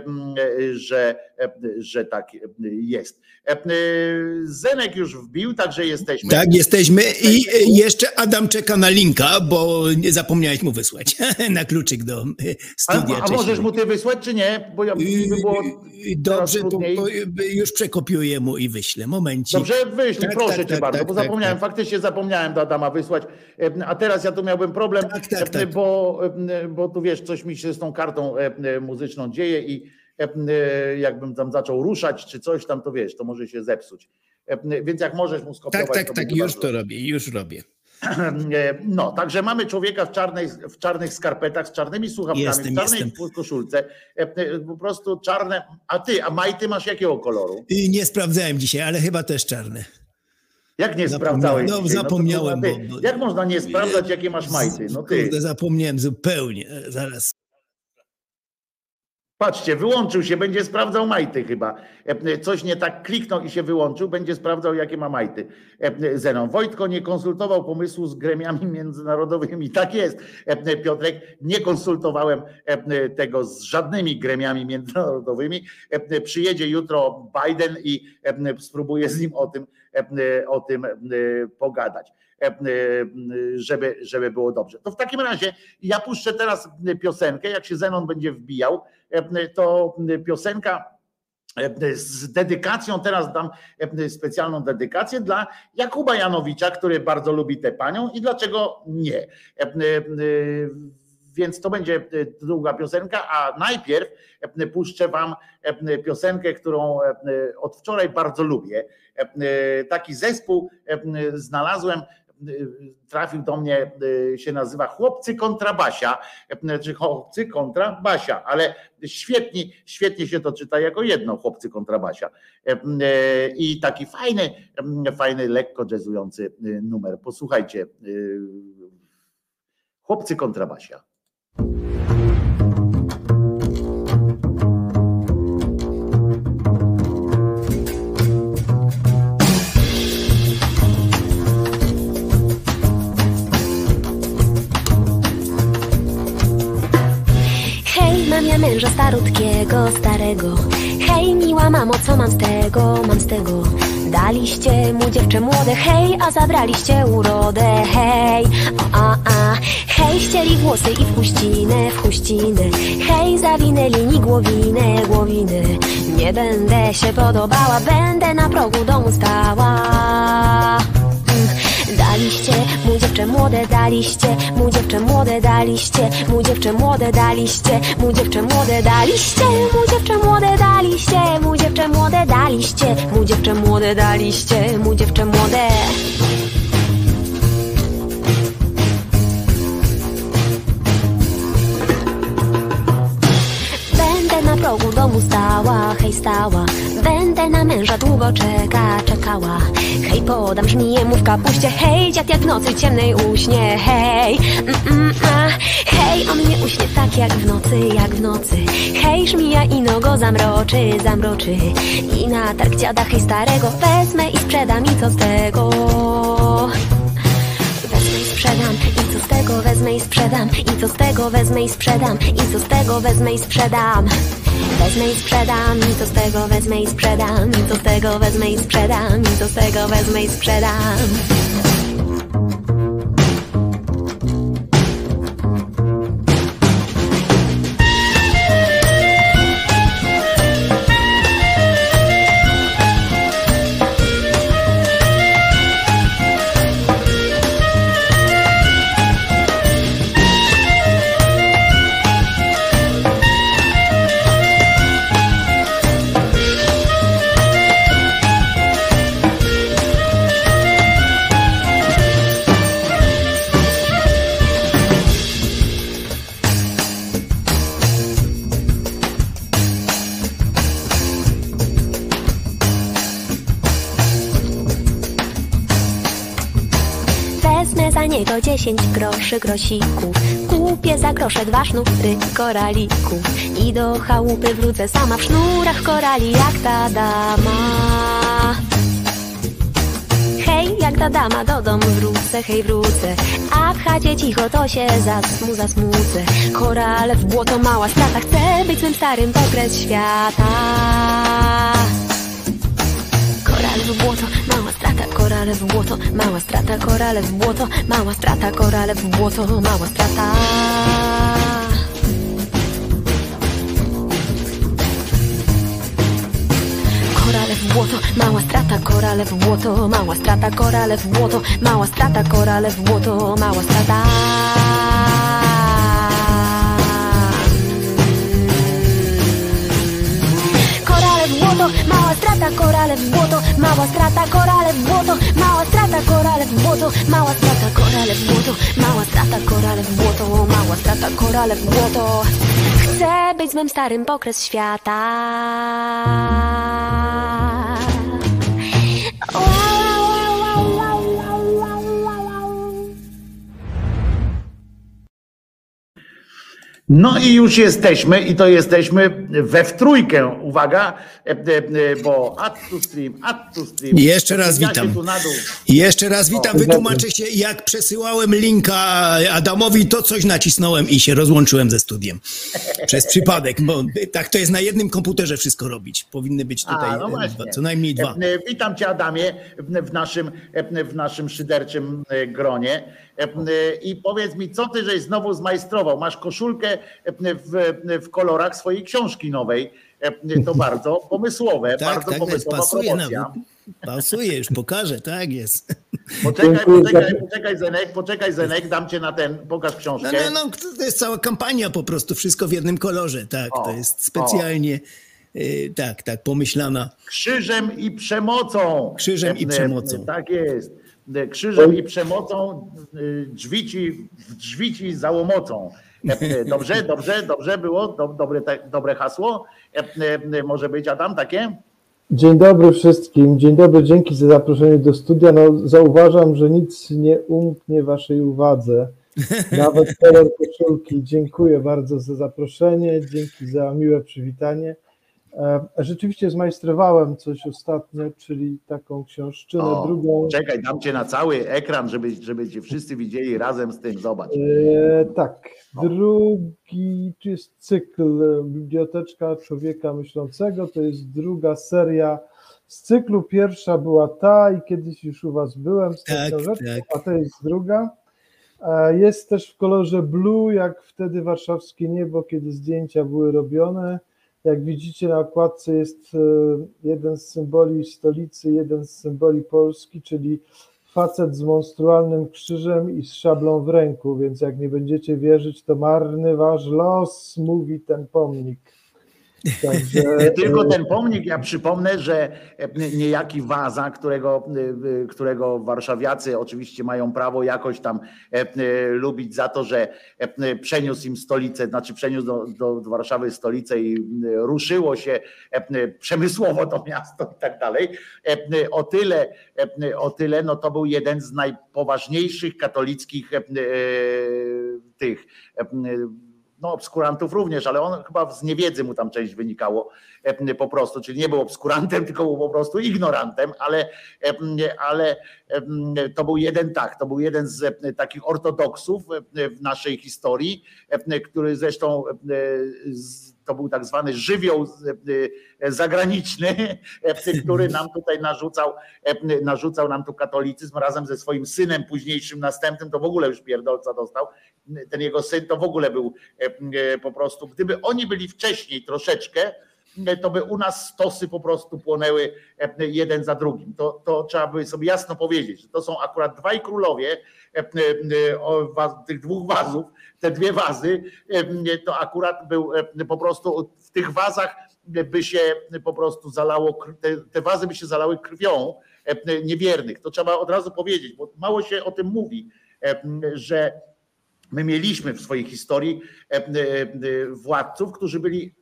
że tak jest. Zenek już wbił, także jesteśmy. Tak, jesteśmy i jeszcze Adam czeka na linka, bo nie zapomniałeś mu wysłać na kluczyk do studia. A możesz mu ty wysłać, czy nie? Bo by było dobrze, to już przekopiuję mu i wyślę. Momencik. Dobrze, wyślij, proszę cię bardzo, bo zapomniałem, faktycznie zapomniałem do Adama wysłać, a teraz ja tu miałbym problem, bo tu wiesz, coś mi się z tą kartą muzyczną dzieje i jakbym tam zaczął ruszać czy coś tam, to wiesz, to może się zepsuć. Więc jak możesz mu skopiować. Tak, już to robię, już robię. No, także mamy człowieka w czarnych skarpetach, z czarnymi słuchawkami, w czarnej koszulce, po prostu czarne. A majty masz jakiego koloru? Nie sprawdzałem dzisiaj, ale chyba też czarne. Jak nie sprawdzałeś? No, zapomniałem. Jak można nie sprawdzać, jakie masz majty? No ty. Kurde, zapomniałem zupełnie. Zaraz. Patrzcie, wyłączył się, będzie sprawdzał majty chyba. Coś nie tak kliknął i się wyłączył, będzie sprawdzał, jakie ma majty. Zenon. Wojtko nie konsultował pomysłu z gremiami międzynarodowymi. Tak jest, Piotrek, nie konsultowałem tego z żadnymi gremiami międzynarodowymi. Przyjedzie jutro Biden i spróbuję z nim o tym pogadać. Żeby było dobrze. To w takim razie ja puszczę teraz piosenkę, jak się Zenon będzie wbijał, to piosenka z dedykacją, teraz dam specjalną dedykację dla Jakuba Janowicza, który bardzo lubi tę panią i dlaczego nie. Więc to będzie druga piosenka, a najpierw puszczę wam piosenkę, którą od wczoraj bardzo lubię. Taki zespół znalazłem, trafił do mnie, się nazywa Chłopcy kontra Basia, czy Chłopcy kontra Basia, ale świetnie się to czyta jako jedno, Chłopcy kontra Basia. I taki fajny, lekko jazzujący numer. Posłuchajcie, Chłopcy kontra Basia. Mam ja męża starutkiego, starego. Hej, miła mamo, co mam z tego, mam z tego. Daliście mu dziewczę młode, hej, a zabraliście urodę, hej, hej, ścieli włosy i w chuścinę, hej, zawinęli mi głowinę. Nie będę się podobała, będę na progu domu stała. Daliście mu dziewczę młode, daliście mu dziewczę młode, daliście mu dziewczę młode, daliście mu dziewczę młode, daliście mu dziewczę młode, daliście mu dziewczę młode, daliście mu dziewczę młode, daliście mu dziewczę młode. Będę na progu domu stała, hej stała. Będę na męża długo czekała. Hej, podam żmiję mu w kapuście. Hej, dziad jak w nocy ciemnej uśnie. Hej, hej, on mnie uśnie tak jak w nocy. Hej, żmija ino go zamroczy. I na targ dziada hej starego wezmę i sprzedam, i co z tego? Wezmę i sprzedam, i co z tego? Wezmę i sprzedam, i co z tego? Wezmę i sprzedam, i co z tego? Wezmę i sprzedam. Wezmę i sprzedam, i co z tego? Wezmę i sprzedam, i co z tego? Wezmę i sprzedam, i co z tego? Wezmę i sprzedam. Za niego 10 groszy, grosików. Kupię za grosze 2 sznury koralików. I do chałupy wrócę sama w sznurach korali jak ta dama. Hej, jak ta dama do domu wrócę, hej wrócę. A w chacie cicho to się zasmucę. Korale w błoto, mała strata. Chcę być swym starym pokres świata. Korale w błoto, mała strata, korale w błoto, mała strata, korale w błoto, mała strata, korale w błoto, mała strata. Korale w błoto, mała strata, korale w błoto, mała strata, korale w błoto, mała strata, korale w błoto, mała strata. Mała strata, korale w błoto, mała strata, korale w błoto, mała strata, korale w błoto, mała strata, korale w błoto, mała strata, korale w błoto, mała strata, korale w błoto. Chcę być swym starym pokres świata. No i już jesteśmy, i to jesteśmy we w trójkę. Uwaga, bo add to stream. Jeszcze raz witam. Jeszcze raz witam. Wytłumaczę się, jak przesyłałem linka Adamowi, to coś nacisnąłem i się rozłączyłem ze studiem. Przez przypadek, bo tak to jest na jednym komputerze wszystko robić. Powinny być tutaj co najmniej 2. Witam cię, Adamie, w naszym szyderczym gronie. I powiedz mi, co ty żeś znowu zmajstrował? Masz koszulkę w kolorach swojej książki nowej. To bardzo pomysłowe, bardzo pomysłowa promocja. Pasuje, już pokażę, tak jest. Poczekaj Zenek, dam cię na ten, pokaż książkę. No, to jest cała kampania po prostu, wszystko w jednym kolorze, tak, to jest specjalnie, tak, pomyślana. Krzyżem i przemocą. Krzyżem i przemocą. Tak jest. Krzyżem i przemocą drzwi ci załomocą. Dobrze było? Dobre hasło? Może być, Adam, takie? Dzień dobry wszystkim. Dzień dobry, dzięki za zaproszenie do studia. No, zauważam, że nic nie umknie waszej uwadze. Nawet kolor koszulki. Dziękuję bardzo za zaproszenie. Dzięki za miłe przywitanie. Rzeczywiście zmajstrowałem coś ostatnio, czyli taką książczynę drugą. Czekaj, dam cię na cały ekran, żeby cię wszyscy widzieli razem z tym. Zobacz. Tak, drugi, to jest cykl Biblioteczka Człowieka Myślącego, to jest druga seria z cyklu. Pierwsza była ta i kiedyś już u was byłem z tą książeczką, a to jest druga. Jest też w kolorze blue, jak wtedy warszawskie niebo, kiedy zdjęcia były robione. Jak widzicie na okładce jest jeden z symboli stolicy, jeden z symboli Polski, czyli facet z monstrualnym krzyżem i z szablą w ręku, więc jak nie będziecie wierzyć, to marny wasz los, mówi ten pomnik. Także... Nie tylko ten pomnik, ja przypomnę, że niejaki Waza, którego warszawiacy oczywiście mają prawo jakoś tam lubić za to, że przeniósł im stolicę, znaczy przeniósł do Warszawy stolicę i ruszyło się przemysłowo to miasto i tak dalej. O tyle no to był jeden z najpoważniejszych katolickich tych obskurantów również, ale on chyba z niewiedzy mu tam część wynikało po prostu, czyli nie był obskurantem, tylko był po prostu ignorantem, ale to był jeden z takich ortodoksów w naszej historii, który zresztą to był tak zwany żywioł zagraniczny, który nam tutaj narzucał nam tu katolicyzm razem ze swoim synem późniejszym, następnym, to w ogóle już pierdolca dostał. Ten jego syn to w ogóle był po prostu, gdyby oni byli wcześniej troszeczkę, to by u nas stosy po prostu płonęły jeden za drugim. To trzeba by sobie jasno powiedzieć, że to są akurat dwaj królowie tych dwóch wazów, te dwie wazy, to akurat był po prostu w tych wazach by się po prostu zalało, te wazy by się zalały krwią niewiernych. To trzeba od razu powiedzieć, bo mało się o tym mówi, że my mieliśmy w swojej historii władców, którzy byli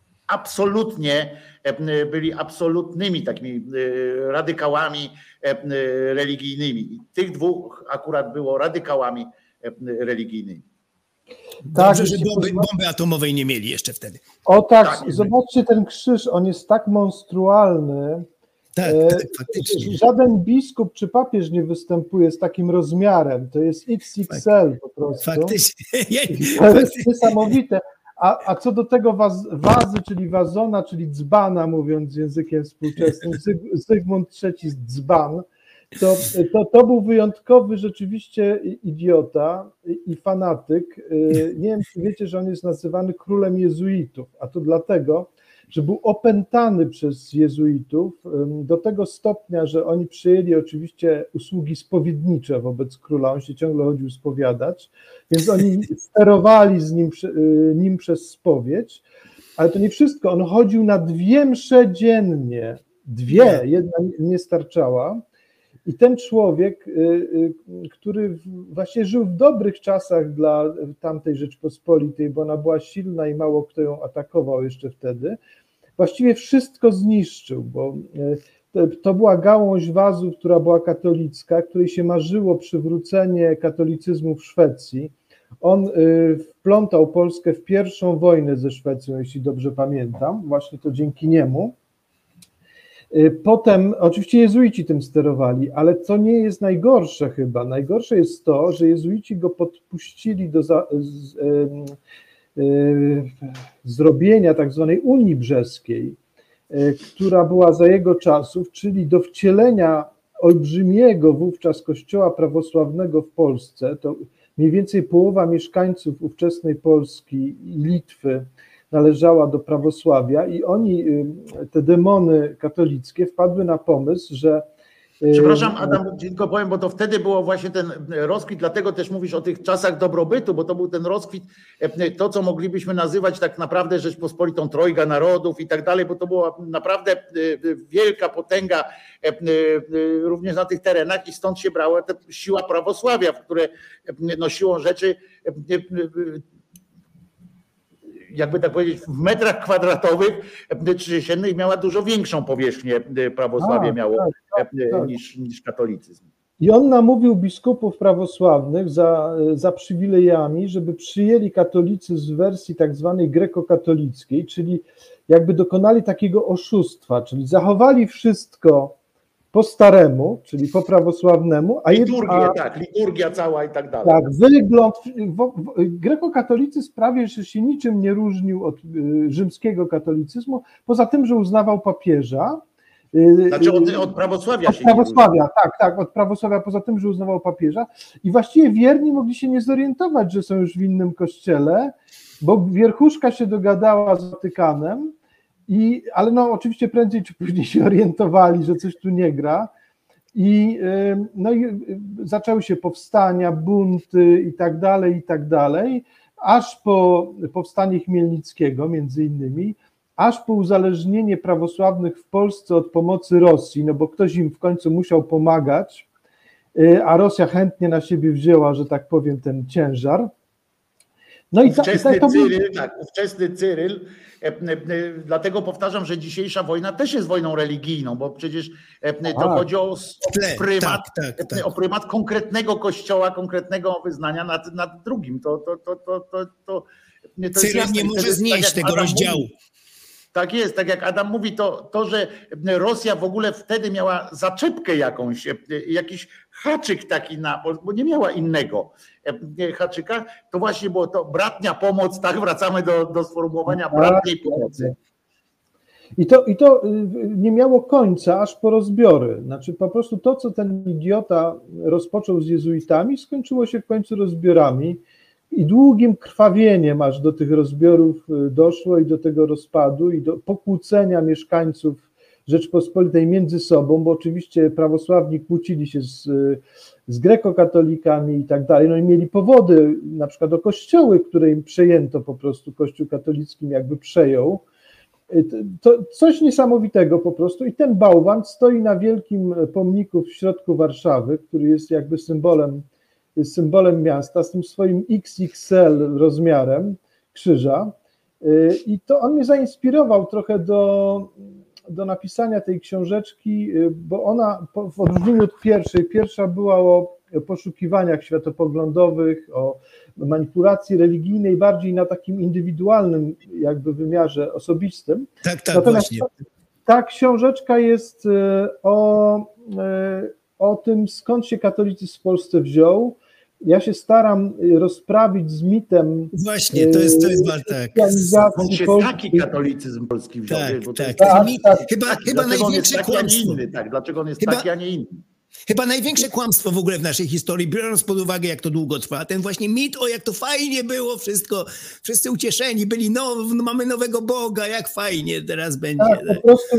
absolutnymi takimi radykałami religijnymi. I tych dwóch akurat było radykałami religijnymi. Dobrze, że bomby atomowej nie mieli jeszcze wtedy. O tak, zobaczcie ten krzyż, on jest tak monstrualny. Tak, faktycznie. Żaden biskup czy papież nie występuje z takim rozmiarem. To jest XXL po prostu. Faktycznie. To jest niesamowite. A co do tego wazy, czyli wazona, czyli dzbana, mówiąc językiem współczesnym, Zygmunt III dzban, to był wyjątkowy rzeczywiście idiota i fanatyk. Nie wiem, czy wiecie, że on jest nazywany królem jezuitów, a to dlatego, że był opętany przez jezuitów do tego stopnia, że oni przyjęli oczywiście usługi spowiednicze wobec króla, on się ciągle chodził spowiadać, więc oni sterowali z nim przez spowiedź, ale to nie wszystko, on chodził na 2 msze dziennie, jedna nie starczała. I ten człowiek, który właśnie żył w dobrych czasach dla tamtej Rzeczpospolitej, bo ona była silna i mało kto ją atakował jeszcze wtedy, właściwie wszystko zniszczył, bo to była gałąź wazów, która była katolicka, której się marzyło przywrócenie katolicyzmu w Szwecji. On wplątał Polskę w pierwszą wojnę ze Szwecją, jeśli dobrze pamiętam, właśnie to dzięki niemu. Potem oczywiście jezuici tym sterowali, ale co nie jest najgorsze chyba. Najgorsze jest to, że jezuici go podpuścili do zrobienia tak zwanej Unii Brzeskiej, która była za jego czasów, czyli do wcielenia olbrzymiego wówczas kościoła prawosławnego w Polsce. To mniej więcej połowa mieszkańców ówczesnej Polski i Litwy należała do prawosławia i oni, te demony katolickie, wpadły na pomysł, że... Przepraszam, Adam, tylko powiem, bo to wtedy było właśnie ten rozkwit, dlatego też mówisz o tych czasach dobrobytu, bo to był ten rozkwit, to co moglibyśmy nazywać tak naprawdę Rzeczpospolitą Trojga Narodów i tak dalej, bo to była naprawdę wielka potęga również na tych terenach i stąd się brała ta siła prawosławia, w które siłą rzeczy, jakby tak powiedzieć, w metrach kwadratowych trzeciennych miała dużo większą powierzchnię prawosławie miało niż katolicyzm. I on namówił biskupów prawosławnych za przywilejami, żeby przyjęli katolicyzm w wersji tak zwanej grekokatolickiej, czyli jakby dokonali takiego oszustwa, czyli zachowali wszystko po staremu, czyli po prawosławnemu, liturgia cała i tak dalej. Tak, wygląd. Grekokatolicyzm prawie że się niczym nie różnił od rzymskiego katolicyzmu, poza tym, że uznawał papieża. Znaczy od prawosławia się prawosławia, tak, od prawosławia, poza tym, że uznawał papieża. I właściwie wierni mogli się nie zorientować, że są już w innym kościele, bo wierchuszka się dogadała z Watykanem, ale no oczywiście prędzej czy później się orientowali, że coś tu nie gra i zaczęły się powstania, bunty i tak dalej, aż po powstanie Chmielnickiego między innymi, aż po uzależnienie prawosławnych w Polsce od pomocy Rosji, no bo ktoś im w końcu musiał pomagać, a Rosja chętnie na siebie wzięła, że tak powiem, ten ciężar. No i ówczesny Cyryl, dlatego powtarzam, że dzisiejsza wojna też jest wojną religijną, bo przecież to chodzi o prymat konkretnego kościoła, konkretnego wyznania nad drugim. Cyryl nie może znieść tego rozdziału. Tak jest, tak jak Adam mówi, to, że Rosja w ogóle wtedy miała zaczepkę jakąś, jakiś haczyk taki bo nie miała innego haczyka, to właśnie było to bratnia pomoc, tak, wracamy do sformułowania bratniej pomocy. I to nie miało końca aż po rozbiory. Znaczy po prostu to, co ten idiota rozpoczął z jezuitami, skończyło się w końcu rozbiorami i długim krwawieniem aż do tych rozbiorów doszło i do tego rozpadu i do pokłócenia mieszkańców Rzeczpospolitej między sobą, bo oczywiście prawosławni kłócili się z grekokatolikami i tak dalej, no i mieli powody, na przykład o kościoły, które im przejęto po prostu, Kościół katolicki jakby przejął. To coś niesamowitego po prostu i ten bałwan stoi na wielkim pomniku w środku Warszawy, który jest jakby symbolem miasta, z tym swoim XXL rozmiarem krzyża i to on mnie zainspirował trochę do napisania tej książeczki, bo ona w odróżnieniu od pierwsza była o poszukiwaniach światopoglądowych, o manipulacji religijnej, bardziej na takim indywidualnym jakby wymiarze osobistym. Tak, natomiast właśnie. Ta książeczka jest o tym, skąd się katolicyzm w Polsce wziął. Ja się staram rozprawić z mitem. Właśnie, to jest tak. Skąd się taki katolicyzm polski wziął? Chyba największe kłamstwo. Dlaczego on jest taki, a nie inny? Chyba największe kłamstwo w ogóle w naszej historii, biorąc pod uwagę, jak to długo trwa. Ten właśnie mit, jak to fajnie było wszystko, wszyscy ucieszeni byli, mamy nowego Boga, jak fajnie teraz będzie. Tak, po prostu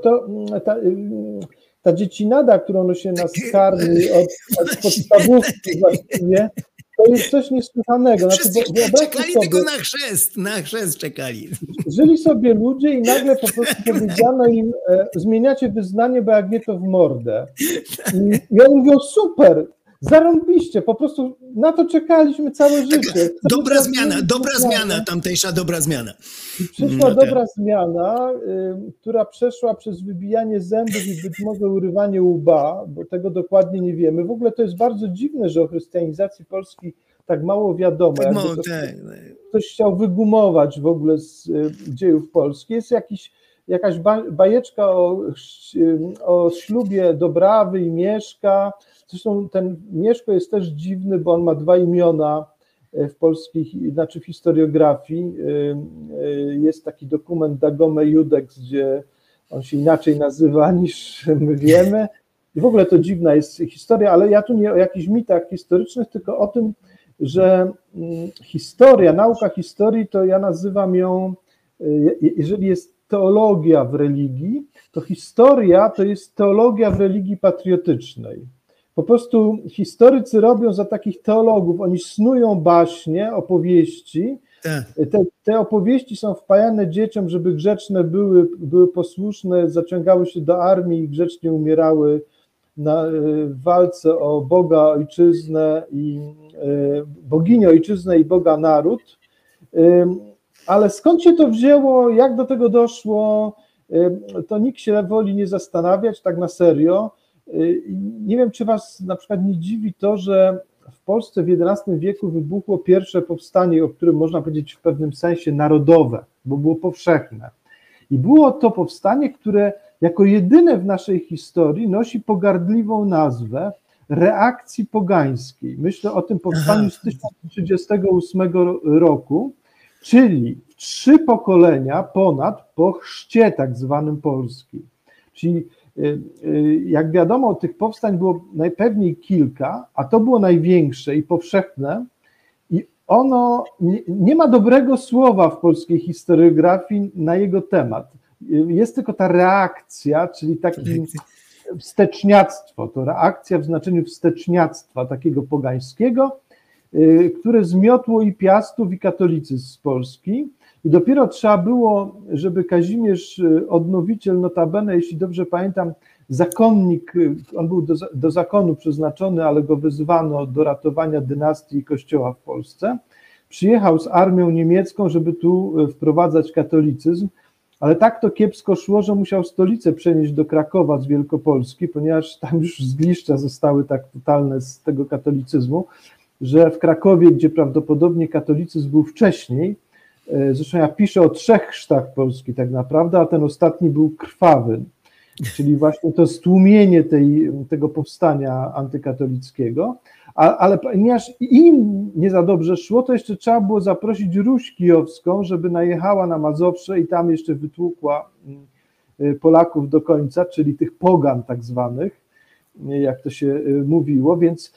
ta dziecinada, którą się nas karmi od podstawówki właściwie, to jest coś niesłychanego. Czekali tylko na chrzest czekali. Żyli sobie ludzie i nagle po prostu powiedziano im, zmieniacie wyznanie, bo jak nie, to w mordę. I oni mówią, super, zarąbiście, po prostu na to czekaliśmy całe życie. Dobra zmiana, tamtejsza dobra zmiana. Przyszła dobra zmiana, która przeszła przez wybijanie zębów i być może urywanie łba, bo tego dokładnie nie wiemy. W ogóle to jest bardzo dziwne, że o chrystianizacji Polski tak mało wiadomo. Ktoś chciał wygumować w ogóle z dziejów Polski. Jest jakaś bajeczka o ślubie Dobrawy i Mieszka. Zresztą ten Mieszko jest też dziwny, bo on ma 2 imiona w polskiej, znaczy w historiografii. Jest taki dokument Dagome Judex, gdzie on się inaczej nazywa niż my wiemy. I w ogóle to dziwna jest historia, ale ja tu nie o jakichś mitach historycznych, tylko o tym, że nauka historii, to ja nazywam ją jeżeli jest teologia w religii, to historia to jest teologia w religii patriotycznej. Po prostu historycy robią za takich teologów, oni snują baśnie, opowieści. Te opowieści są wpajane dzieciom, żeby grzeczne były posłuszne, zaciągały się do armii i grzecznie umierały w walce o Boga, ojczyznę i boginię, ojczyznę i Boga, naród. Ale skąd się to wzięło, jak do tego doszło, to nikt się woli nie zastanawiać tak na serio. Nie wiem, czy was na przykład nie dziwi to, że w Polsce w XI wieku wybuchło pierwsze powstanie, o którym można powiedzieć w pewnym sensie narodowe, bo było powszechne. I było to powstanie, które jako jedyne w naszej historii nosi pogardliwą nazwę reakcji pogańskiej. Myślę o tym powstaniu z 1038 roku, czyli 3 pokolenia ponad po chrzcie tak zwanym Polski. Czyli jak wiadomo, tych powstań było najpewniej kilka, a to było największe i powszechne i ono nie ma dobrego słowa w polskiej historiografii na jego temat. Jest tylko ta reakcja, czyli takie wsteczniactwo, to reakcja w znaczeniu wsteczniactwa takiego pogańskiego, które zmiotło i Piastów, i katolicyzm z Polski. I dopiero trzeba było, żeby Kazimierz Odnowiciel, notabene, jeśli dobrze pamiętam, zakonnik, on był do zakonu przeznaczony, ale go wyzwano do ratowania dynastii i kościoła w Polsce, przyjechał z armią niemiecką, żeby tu wprowadzać katolicyzm, ale tak to kiepsko szło, że musiał stolicę przenieść do Krakowa z Wielkopolski, ponieważ tam już zgliszcza zostały tak totalne z tego katolicyzmu, że w Krakowie, gdzie prawdopodobnie katolicyzm był wcześniej, zresztą ja piszę o 3 chrztach Polski tak naprawdę, a ten ostatni był krwawy, czyli właśnie to stłumienie tego powstania antykatolickiego, ale ponieważ im nie za dobrze szło, to jeszcze trzeba było zaprosić Ruś Kijowską, żeby najechała na Mazowsze i tam jeszcze wytłukła Polaków do końca, czyli tych pogan tak zwanych, jak to się mówiło, więc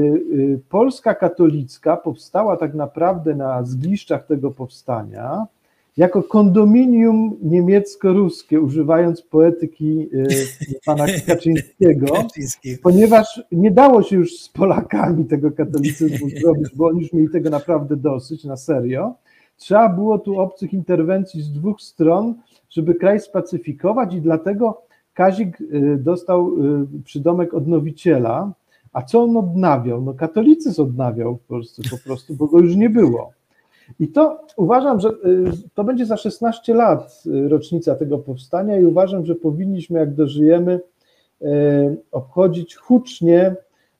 Polska katolicka powstała tak naprawdę na zgliszczach tego powstania jako kondominium niemiecko-ruskie, używając poetyki pana Kaczyńskiego, ponieważ nie dało się już z Polakami tego katolicyzmu zrobić, bo oni już mieli tego naprawdę dosyć, na serio. Trzeba było tu obcych interwencji z 2 stron, żeby kraj spacyfikować i dlatego Kazik dostał przydomek odnowiciela, a co on odnawiał? No katolicyzm odnawiał w Polsce po prostu, bo go już nie było. I to uważam, że to będzie za 16 lat rocznica tego powstania i uważam, że powinniśmy, jak dożyjemy, obchodzić hucznie,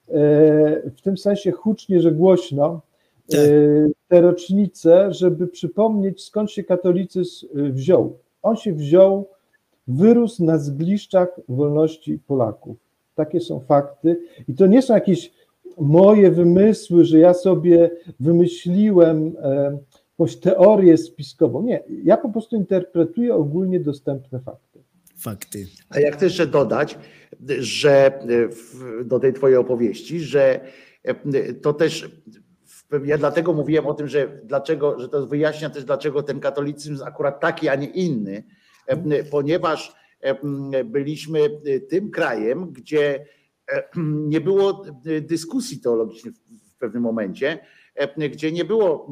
w tym sensie hucznie, że głośno, te rocznice, żeby przypomnieć, skąd się katolicyzm wziął. On się wziął, wyrósł na zgliszczach wolności Polaków. Takie są fakty i to nie są jakieś moje wymysły, że ja sobie wymyśliłem jakąś teorię spiskową. Nie, ja po prostu interpretuję ogólnie dostępne fakty. A ja chcę jeszcze dodać, że do tej twojej opowieści, że to też, ja dlatego mówiłem o tym, że to wyjaśnia też, dlaczego ten katolicyzm akurat taki, a nie inny, ponieważ byliśmy tym krajem, gdzie nie było dyskusji teologicznej w pewnym momencie, gdzie nie było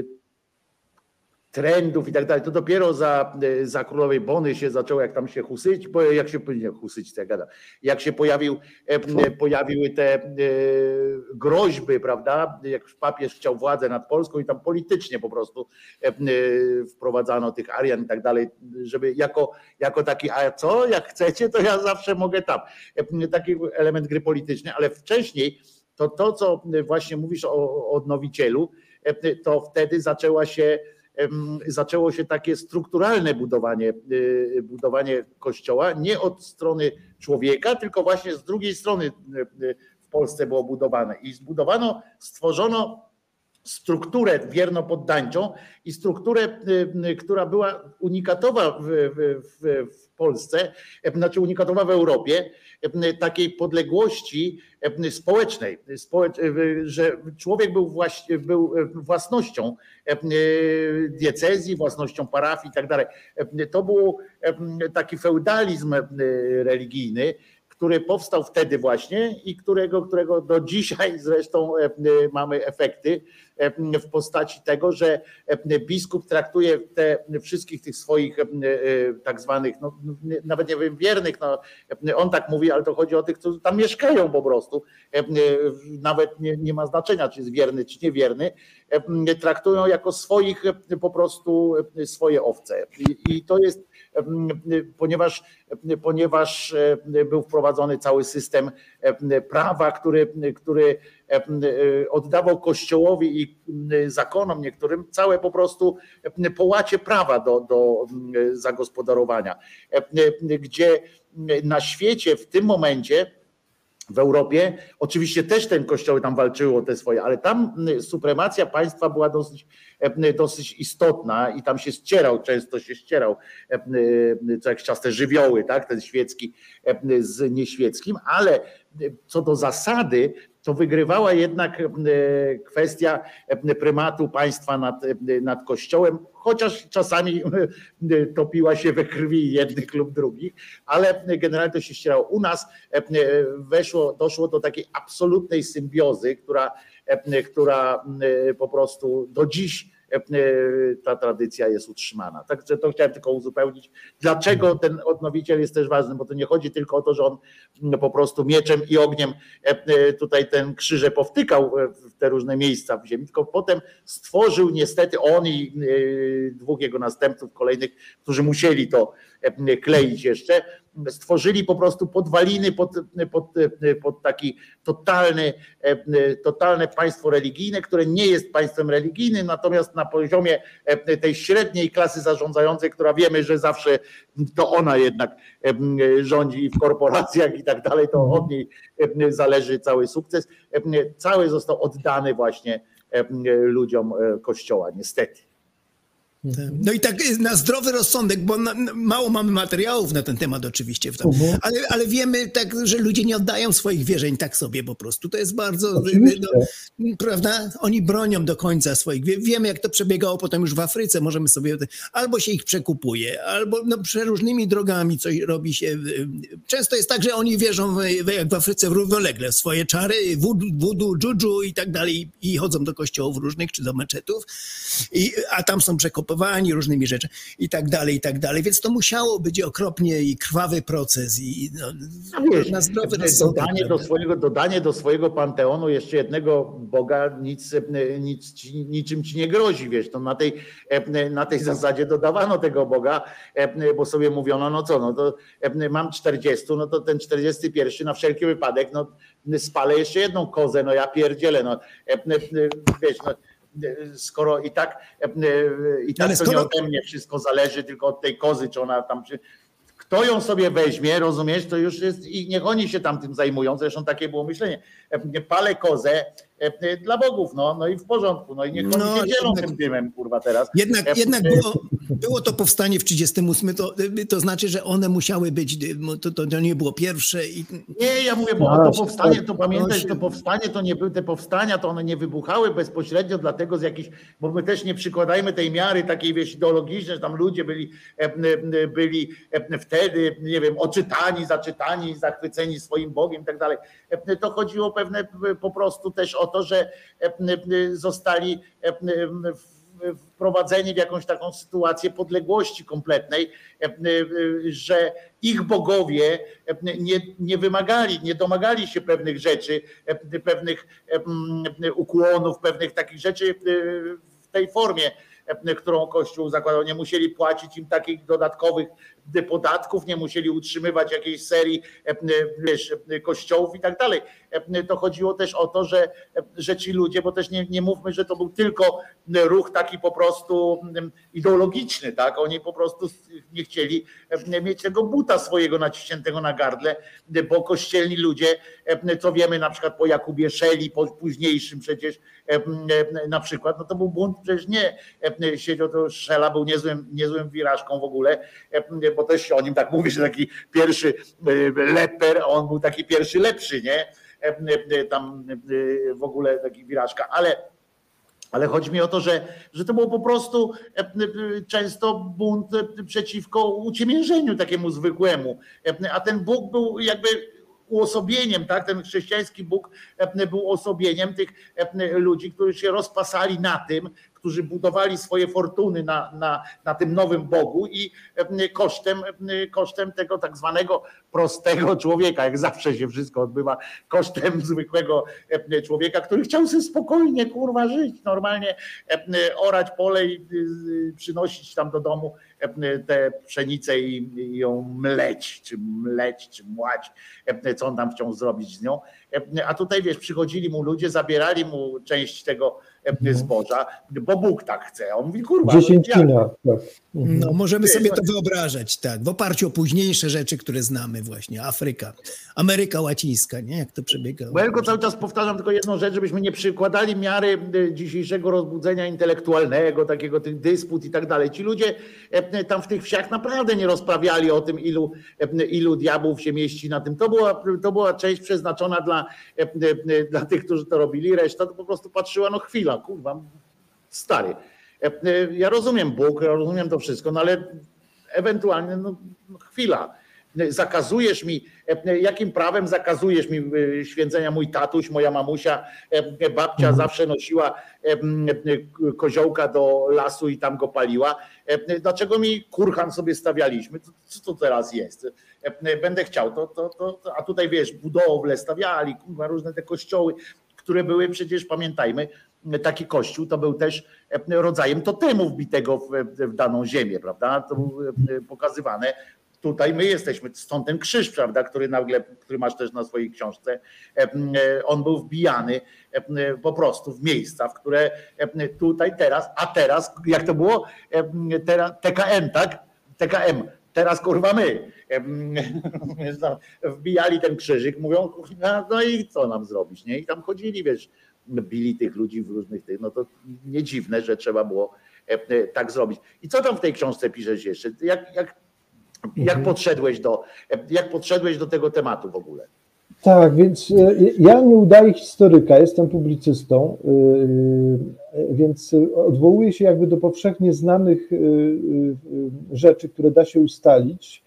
trendów i tak dalej. To dopiero za królowej Bony się zaczęło, jak tam się husyć, bo jak się husyć, tak gadam, jak się pojawiły te groźby, prawda, jak papież chciał władzę nad Polską i tam politycznie po prostu wprowadzano tych Arian i tak dalej, żeby jako taki, a co, jak chcecie, to ja zawsze mogę tam. Taki element gry politycznej, ale wcześniej to co właśnie mówisz o odnowicielu, to wtedy zaczęło się takie strukturalne budowanie kościoła, nie od strony człowieka, tylko właśnie z drugiej strony w Polsce było budowane i stworzono strukturę wiernopoddańczą i strukturę, która była unikatowa w Polsce, znaczy unikatowa w Europie, takiej podległości społecznej, że człowiek był własnością diecezji, własnością parafii i tak dalej. To był taki feudalizm religijny, który powstał wtedy właśnie i którego do dzisiaj zresztą mamy efekty w postaci tego, że biskup traktuje wszystkich tych swoich tak zwanych, no, nawet nie wiem, wiernych, no, on tak mówi, ale to chodzi o tych, którzy tam mieszkają po prostu, nawet nie ma znaczenia, czy jest wierny, czy niewierny, traktują jako swoich po prostu swoje owce. I to jest, ponieważ był wprowadzony cały system prawa, który oddawał Kościołowi i zakonom niektórym całe po prostu połacie prawa do zagospodarowania, gdzie na świecie w tym momencie w Europie, oczywiście też ten kościoły tam walczyły o te swoje, ale tam supremacja państwa była dosyć istotna i tam się często się ścierał co jakiś czas te żywioły, tak, ten świecki z nieświeckim, ale co do zasady, to wygrywała jednak kwestia prymatu państwa nad Kościołem, chociaż czasami topiła się we krwi jednych lub drugich, ale generalnie to się ścierało. U nas doszło do takiej absolutnej symbiozy, która po prostu do dziś ta tradycja jest utrzymana. Także to chciałem tylko uzupełnić. Dlaczego ten odnowiciel jest też ważny, bo to nie chodzi tylko o to, że on po prostu mieczem i ogniem tutaj ten krzyże powtykał w te różne miejsca w ziemi, tylko potem stworzył niestety on i dwóch jego następców kolejnych, którzy musieli to kleić jeszcze, stworzyli po prostu podwaliny pod taki totalne państwo religijne, które nie jest państwem religijnym, natomiast na poziomie tej średniej klasy zarządzającej, która wiemy, że zawsze to ona jednak rządzi w korporacjach i tak dalej, to od niej zależy cały sukces, cały został oddany właśnie ludziom Kościoła, niestety. No i tak na zdrowy rozsądek, bo mało mamy materiałów na ten temat oczywiście, ale wiemy tak, że ludzie nie oddają swoich wierzeń tak sobie po prostu. To jest bardzo, prawda? Oni bronią do końca swoich. Wiemy, jak to przebiegało potem już w Afryce. Możemy sobie, albo się ich przekupuje, albo przeróżnymi drogami coś robi się. Często jest tak, że oni wierzą, jak w Afryce, równolegle w swoje czary, wudu, dżudżu i tak dalej i chodzą do kościołów różnych czy do meczetów, a tam są przekopani różnymi rzeczami i tak dalej, więc to musiało być okropnie i krwawy proces i na zdrowy rozsądek. Dodanie do swojego panteonu jeszcze jednego Boga niczym ci nie grozi, wiesz, to na tej zasadzie dodawano tego Boga, bo sobie mówiono, no co, no to mam 40, no to ten 41 na wszelki wypadek, no spalę jeszcze jedną kozę, no ja pierdzielę, no wiesz, no skoro i tak to nie ode mnie wszystko zależy, tylko od tej kozy, czy ona tam, kto ją sobie weźmie, rozumiesz, to już jest i niech oni się tam tym zajmują, zresztą takie było myślenie, palę kozę dla bogów, no i w porządku, no i niech oni się dzielą tym dymem, kurwa, teraz. Jednak było to powstanie w 1938, to znaczy, że one musiały być, to nie było pierwsze. Nie, ja mówię, bo to powstanie, to pamiętaj, to powstanie, to nie były te powstania, to one nie wybuchały bezpośrednio, dlatego z jakichś, bo my też nie przykładajmy tej miary takiej, wiesz, ideologicznej, że tam ludzie byli wtedy, nie wiem, oczytani, zaczytani, zachwyceni swoim Bogiem i tak dalej. To chodziło pewne po prostu też o to, że zostali wprowadzeni w jakąś taką sytuację podległości kompletnej, że ich bogowie nie domagali się pewnych rzeczy, pewnych ukłonów, pewnych takich rzeczy w tej formie, którą Kościół zakładał. Nie musieli płacić im takich dodatkowych podatków, nie musieli utrzymywać jakiejś serii, wiesz, kościołów i tak dalej. to chodziło też o to, że ci ludzie, bo też nie mówmy, że to był tylko ruch taki po prostu ideologiczny, tak? Oni po prostu nie chcieli mieć tego buta swojego naciśniętego na gardle, bo kościelni ludzie, co wiemy na przykład po Jakubie Szeli, po późniejszym przecież na przykład, no to był bunt, przecież nie siedział, to Szela był niezłym wirażką w ogóle, bo też się o nim tak mówi, że taki pierwszy leper, a on był taki pierwszy lepszy, nie? Tam w ogóle taki wirażka, ale chodzi mi o to, że to był po prostu często bunt przeciwko uciemiężeniu takiemu zwykłemu, a ten Bóg był jakby uosobieniem, tak? Ten chrześcijański Bóg był uosobieniem tych ludzi, którzy się rozpasali na tym, którzy budowali swoje fortuny na tym nowym Bogu i kosztem tego tak zwanego prostego człowieka, jak zawsze się wszystko odbywa, kosztem zwykłego człowieka, który chciał sobie spokojnie, kurwa, żyć, normalnie orać pole i przynosić tam do domu tę pszenicę i ją mleć, czy młać, co on tam chciał zrobić z nią. A tutaj, wiesz, przychodzili mu ludzie, zabierali mu część tego zboża, bo Bóg tak chce. On mówi, kurwa, dziesięcina, tak. No, możemy sobie to wyobrażać, tak, w oparciu o późniejsze rzeczy, które znamy właśnie, Afryka, Ameryka Łacińska, nie, jak to przebiegało. Bo ja tylko cały czas powtarzam tylko jedną rzecz, żebyśmy nie przykładali miary dzisiejszego rozbudzenia intelektualnego, takiego tych dysput i tak dalej. Ci ludzie tam w tych wsiach naprawdę nie rozprawiali o tym, ilu diabłów się mieści na tym. To była część przeznaczona dla tych, którzy to robili, reszta to po prostu patrzyła, no chwila, kurwa, stary. Ja rozumiem Bóg, ja rozumiem to wszystko, no ale ewentualnie no chwila. Zakazujesz mi, jakim prawem zakazujesz mi święcenia? Mój tatuś, moja mamusia, babcia zawsze nosiła koziołka do lasu i tam go paliła. Dlaczego mi kurhan sobie stawialiśmy? Co to teraz jest? Będę chciał, a tutaj wiesz, budowle stawiali, kurwa, różne te kościoły, które były przecież, pamiętajmy, taki kościół to był też rodzajem totemu wbitego w daną ziemię, prawda? To było pokazywane. Tutaj my jesteśmy, stąd ten krzyż, prawda, który masz też na swojej książce, on był wbijany po prostu w miejsca, w które tutaj teraz, a teraz, jak to było? Teraz TKM, tak? TKM, teraz kurwa my. Wbijali ten krzyżyk, mówią, no i co nam zrobić, nie? I tam chodzili, wiesz, bili tych ludzi w różnych tych, no to nie dziwne, że trzeba było tak zrobić. I co tam w tej książce piszesz jeszcze? Jak podszedłeś do tego tematu w ogóle? Tak, więc ja nie udaję historyka, jestem publicystą, więc odwołuję się jakby do powszechnie znanych rzeczy, które da się ustalić.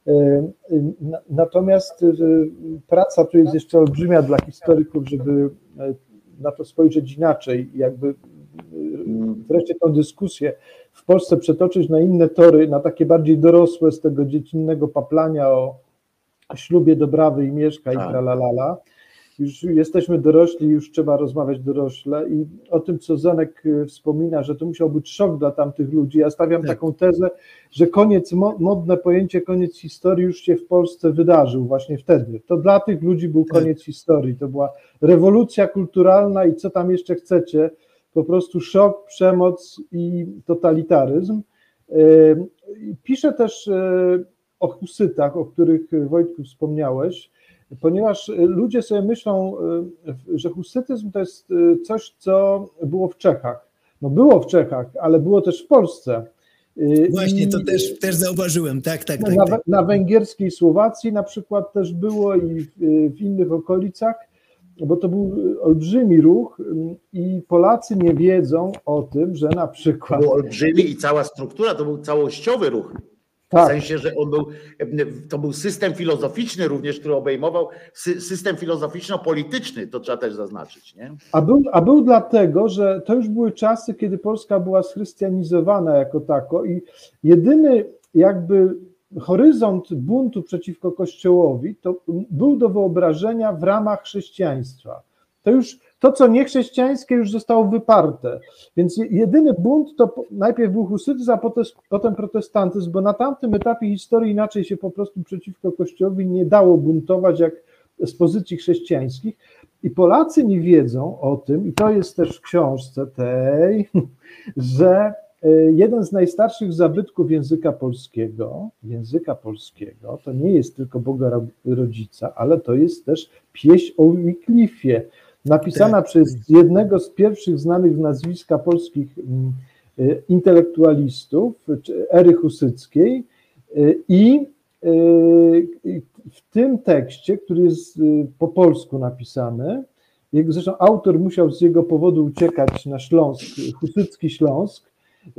Natomiast praca tu jest jeszcze olbrzymia dla historyków, żeby na to spojrzeć inaczej, jakby wreszcie tę dyskusję w Polsce przetoczyć na inne tory, na takie bardziej dorosłe z tego dziecinnego paplania o ślubie Dobrawy i Mieszka i tralalala. Już jesteśmy dorośli, już trzeba rozmawiać dorośle i o tym, co Zenek wspomina, że to musiał być szok dla tamtych ludzi. Ja stawiam taką tezę, że modne pojęcie koniec historii już się w Polsce wydarzył właśnie wtedy. To dla tych ludzi był koniec historii. To była rewolucja kulturalna i co tam jeszcze chcecie, po prostu szok, przemoc i totalitaryzm. Piszę też o husytach, o których Wojtku wspomniałeś, ponieważ ludzie sobie myślą, że husytyzm to jest coś, co było w Czechach. No było w Czechach, ale było też w Polsce. Właśnie, to też zauważyłem, tak. Na węgierskiej Słowacji na przykład też było i w innych okolicach, bo to był olbrzymi ruch i Polacy nie wiedzą o tym, że na przykład... Był olbrzymi i cała struktura, to był całościowy ruch. Tak. W sensie, że to był system filozoficzny również, który obejmował system filozoficzno-polityczny, to trzeba też zaznaczyć, nie? A był dlatego, że to już były czasy, kiedy Polska była schrystianizowana jako tako i jedyny jakby horyzont buntu przeciwko Kościołowi to był do wyobrażenia w ramach chrześcijaństwa. To, co niechrześcijańskie, już zostało wyparte. Więc jedyny bunt to najpierw był husytyzm, a potem protestantyzm, bo na tamtym etapie historii inaczej się po prostu przeciwko Kościołowi nie dało buntować, jak z pozycji chrześcijańskich. I Polacy nie wiedzą o tym, i to jest też w książce tej, że jeden z najstarszych zabytków języka polskiego, to nie jest tylko Boga Rodzica, ale to jest też pieśń o Wyclifie, napisana przez jednego z pierwszych znanych nazwiska polskich intelektualistów, ery husyckiej, i w tym tekście, który jest po polsku napisany, zresztą autor musiał z jego powodu uciekać na Śląsk, husycki Śląsk,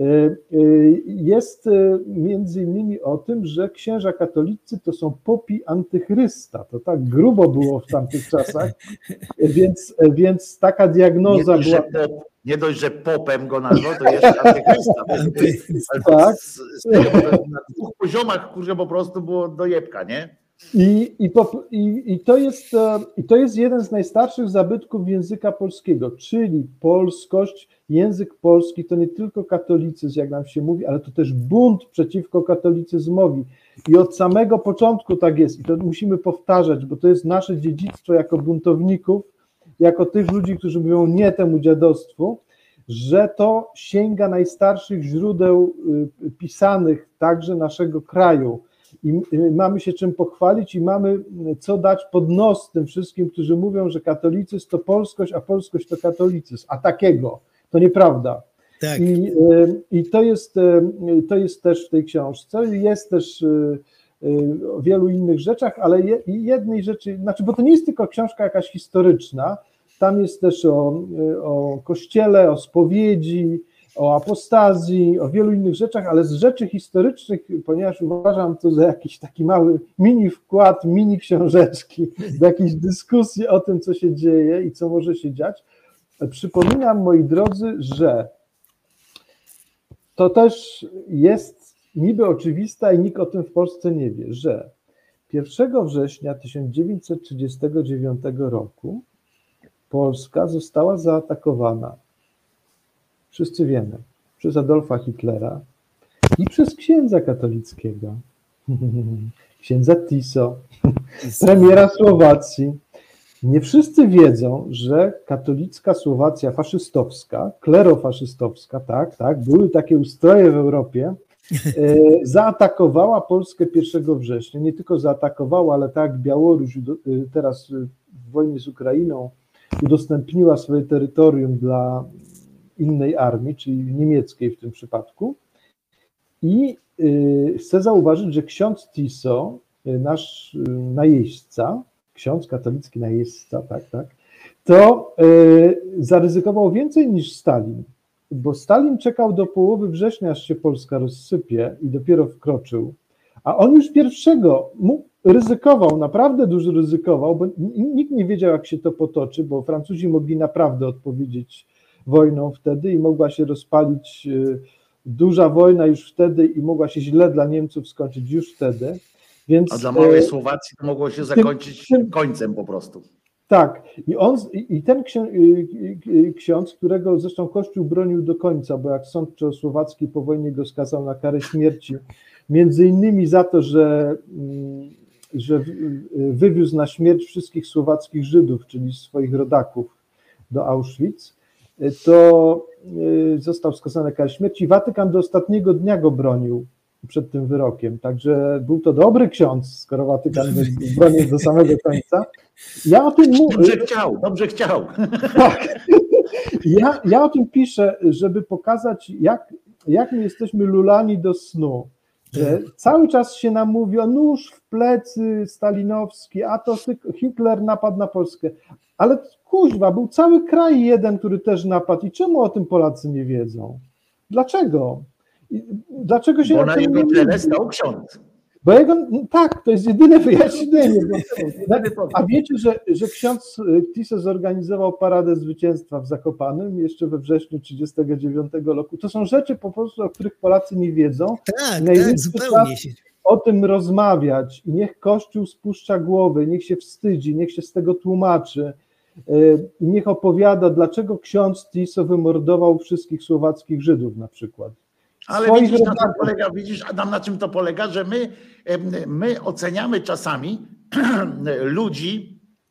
jest między innymi o tym, że księża katolicy to są popi antychrysta. To tak grubo było w tamtych czasach, więc taka diagnoza była... Nie dość, że popem go nazwał, to jeszcze antychrysta. Tak. Na dwóch poziomach, kurczę, po prostu było dojebka, nie? I to jest jeden z najstarszych zabytków języka polskiego, czyli polskość, język polski to nie tylko katolicyzm, jak nam się mówi, ale to też bunt przeciwko katolicyzmowi. I od samego początku tak jest. I to musimy powtarzać, bo to jest nasze dziedzictwo jako buntowników, jako tych ludzi, którzy mówią nie temu dziadostwu, że to sięga najstarszych źródeł pisanych także naszego kraju. I mamy się czym pochwalić i mamy co dać pod nos tym wszystkim, którzy mówią, że katolicyzm to polskość, a polskość to katolicyzm. A takiego, to nieprawda. Tak. I to jest też w tej książce. Jest też o wielu innych rzeczach, ale jednej rzeczy, znaczy, bo to nie jest tylko książka jakaś historyczna, tam jest też o Kościele, o spowiedzi, o apostazji, o wielu innych rzeczach, ale z rzeczy historycznych, ponieważ uważam to za jakiś taki mały mini wkład, mini książeczki, do jakiejś dyskusji o tym, co się dzieje i co może się dziać, przypominam, moi drodzy, że to też jest niby oczywiste i nikt o tym w Polsce nie wie, że 1 września 1939 roku Polska została zaatakowana, wszyscy wiemy, przez Adolfa Hitlera i przez księdza katolickiego, księdza Tiso, premiera Słowacji. Nie wszyscy wiedzą, że katolicka Słowacja faszystowska, klerofaszystowska, tak, były takie ustroje w Europie, zaatakowała Polskę 1 września. Nie tylko zaatakowała, ale tak jak Białoruś teraz w wojnie z Ukrainą udostępniła swoje terytorium dla innej armii, czyli niemieckiej w tym przypadku. I chcę zauważyć, że ksiądz Tiso, nasz najeźdźca, ksiądz katolicki najeźdźca, tak, to zaryzykował więcej niż Stalin, bo Stalin czekał do połowy września, aż się Polska rozsypie i dopiero wkroczył, a on już pierwszego ryzykował, naprawdę dużo ryzykował, bo nikt nie wiedział, jak się to potoczy, bo Francuzi mogli naprawdę odpowiedzieć wojną wtedy i mogła się rozpalić duża wojna już wtedy i mogła się źle dla Niemców skończyć już wtedy. Więc, a dla małej Słowacji to mogło się zakończyć końcem po prostu. Tak. I ten ksiądz, którego zresztą Kościół bronił do końca, bo jak sąd czechosłowacki po wojnie go skazał na karę śmierci, między innymi za to, że wywiózł na śmierć wszystkich słowackich Żydów, czyli swoich rodaków do Auschwitz, to został skazany na karę śmierci. Watykan do ostatniego dnia go bronił przed tym wyrokiem, także był to dobry ksiądz, skoro Watykan bronił do samego końca. Ja o tym mówię. Dobrze chciał. Tak. Ja o tym piszę, żeby pokazać, jak my jesteśmy lulani do snu. Że cały czas się nam mówi o nóż w plecy stalinowski, a to Hitler napadł na Polskę. Ale kuźwa, był cały kraj jeden, który też napadł. I czemu o tym Polacy nie wiedzą? Dlaczego? Dlaczego się bo na jego tle stał ksiądz. Bo tak, to jest jedyne wyjaśnienie. A wiecie, że ksiądz Tiso zorganizował paradę zwycięstwa w Zakopanem jeszcze we wrześniu 1939 roku. To są rzeczy po prostu, o których Polacy nie wiedzą. Tak, zupełnie. O tym rozmawiać i niech Kościół spuszcza głowy, niech się wstydzi, niech się z tego tłumaczy i niech opowiada, dlaczego ksiądz Tiso wymordował wszystkich słowackich Żydów na przykład. Ale widzisz, na czym polega, Adam, na czym to polega, że my oceniamy czasami ludzi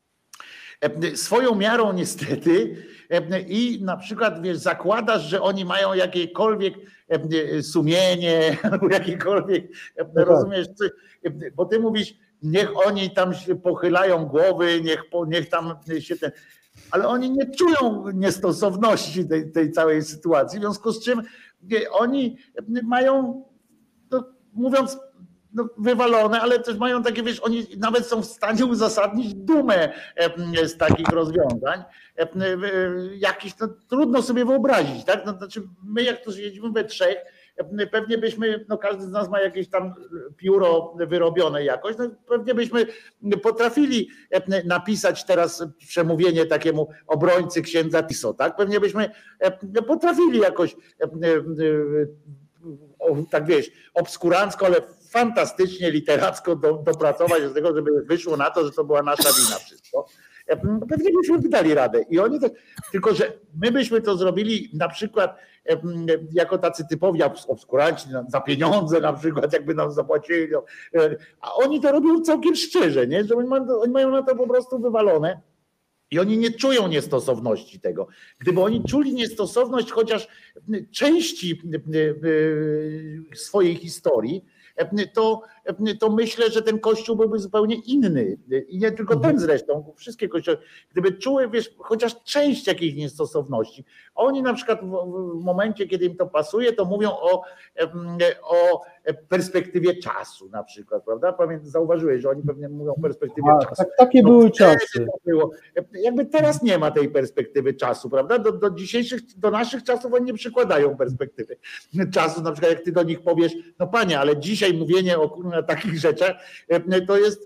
swoją miarą niestety i na przykład wiesz, zakładasz, że oni mają jakiekolwiek sumienie albo jakiekolwiek, rozumiesz, bo ty mówisz, niech oni tam się pochylają głowy, niech tam się ale oni nie czują niestosowności tej całej sytuacji, w związku z czym oni mają, no, mówiąc wywalone, ale też mają takie, wiesz, oni nawet są w stanie uzasadnić dumę z takich rozwiązań. Jakiś, no, trudno sobie wyobrazić, tak? No, znaczy my jak to siedzimy we trzech, pewnie byśmy, no każdy z nas ma jakieś tam pióro wyrobione jakoś, no pewnie byśmy potrafili napisać teraz przemówienie takiemu obrońcy księdza Tiso, tak? Pewnie byśmy potrafili jakoś tak wiesz, obskurancko, ale fantastycznie literacko dopracować do tego, żeby wyszło na to, że to była nasza wina wszystko. Pewnie byśmy dali radę. I oni tak, tylko że my byśmy to zrobili na przykład jako tacy typowi obskuranci za pieniądze na przykład, jakby nam zapłacili. A oni to robią całkiem szczerze, nie? Że oni mają na to po prostu wywalone. I oni nie czują niestosowności tego. Gdyby oni czuli niestosowność chociaż części swojej historii, to myślę, że ten kościół byłby zupełnie inny. I nie tylko ten zresztą, wszystkie kościoły. Gdyby czuły, wiesz, chociaż część jakiejś niestosowności. Oni na przykład w momencie, kiedy im to pasuje, to mówią o perspektywie czasu na przykład, prawda? Zauważyłeś, że oni pewnie mówią o perspektywie czasu. Tak, takie były czasy. Jakby teraz nie ma tej perspektywy czasu, prawda? Do naszych czasów oni nie przykładają perspektywy czasu. Na przykład jak ty do nich powiesz, no panie, ale dzisiaj mówienie o takich rzeczach to jest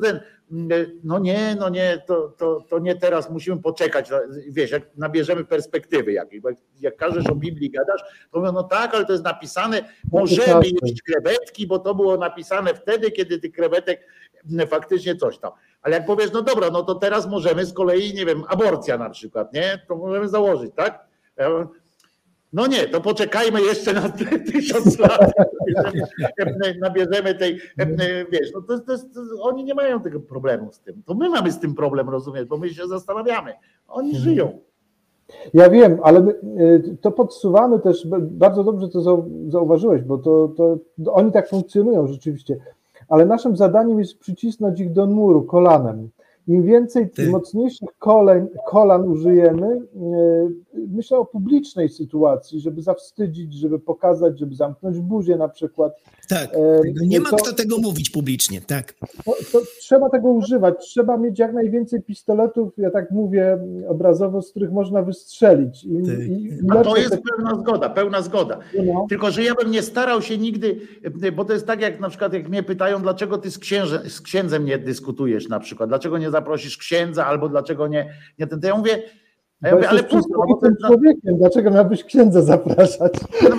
no nie, to nie teraz, musimy poczekać. Wiesz, jak nabierzemy perspektywy jakiejś, bo jak każesz o Biblii gadasz, to mówią, no tak, ale to jest napisane, możemy jeść krewetki, bo to było napisane wtedy, kiedy tych krewetek faktycznie coś tam. Ale jak powiesz, no dobra, no to teraz możemy z kolei, nie wiem, aborcja na przykład, nie? To możemy założyć, tak? No nie, to poczekajmy jeszcze na 1000 lat, nabierzemy tej, wiesz, no oni nie mają tego problemu z tym. To my mamy z tym problem, rozumiesz, bo my się zastanawiamy. Oni żyją. Ja wiem, ale to podsuwamy też, bardzo dobrze to zauważyłeś, bo to oni tak funkcjonują rzeczywiście, ale naszym zadaniem jest przycisnąć ich do muru kolanem. Im więcej, tym mocniejszych kolan użyjemy, myślę o publicznej sytuacji, żeby zawstydzić, żeby pokazać, żeby zamknąć buzię na przykład. Tak, nie ma kto tego mówić publicznie, tak. To trzeba tego używać, trzeba mieć jak najwięcej pistoletów, ja tak mówię obrazowo, z których można wystrzelić. A to jest pełna zgoda. No. Tylko, że ja bym nie starał się nigdy, bo to jest tak jak na przykład, jak mnie pytają, dlaczego ty z księdzem nie dyskutujesz na przykład, dlaczego nie zaprosisz księdza, albo dlaczego nie ten. To ja mówię, ale człowiekiem, dlaczego miałbyś księdza zapraszać?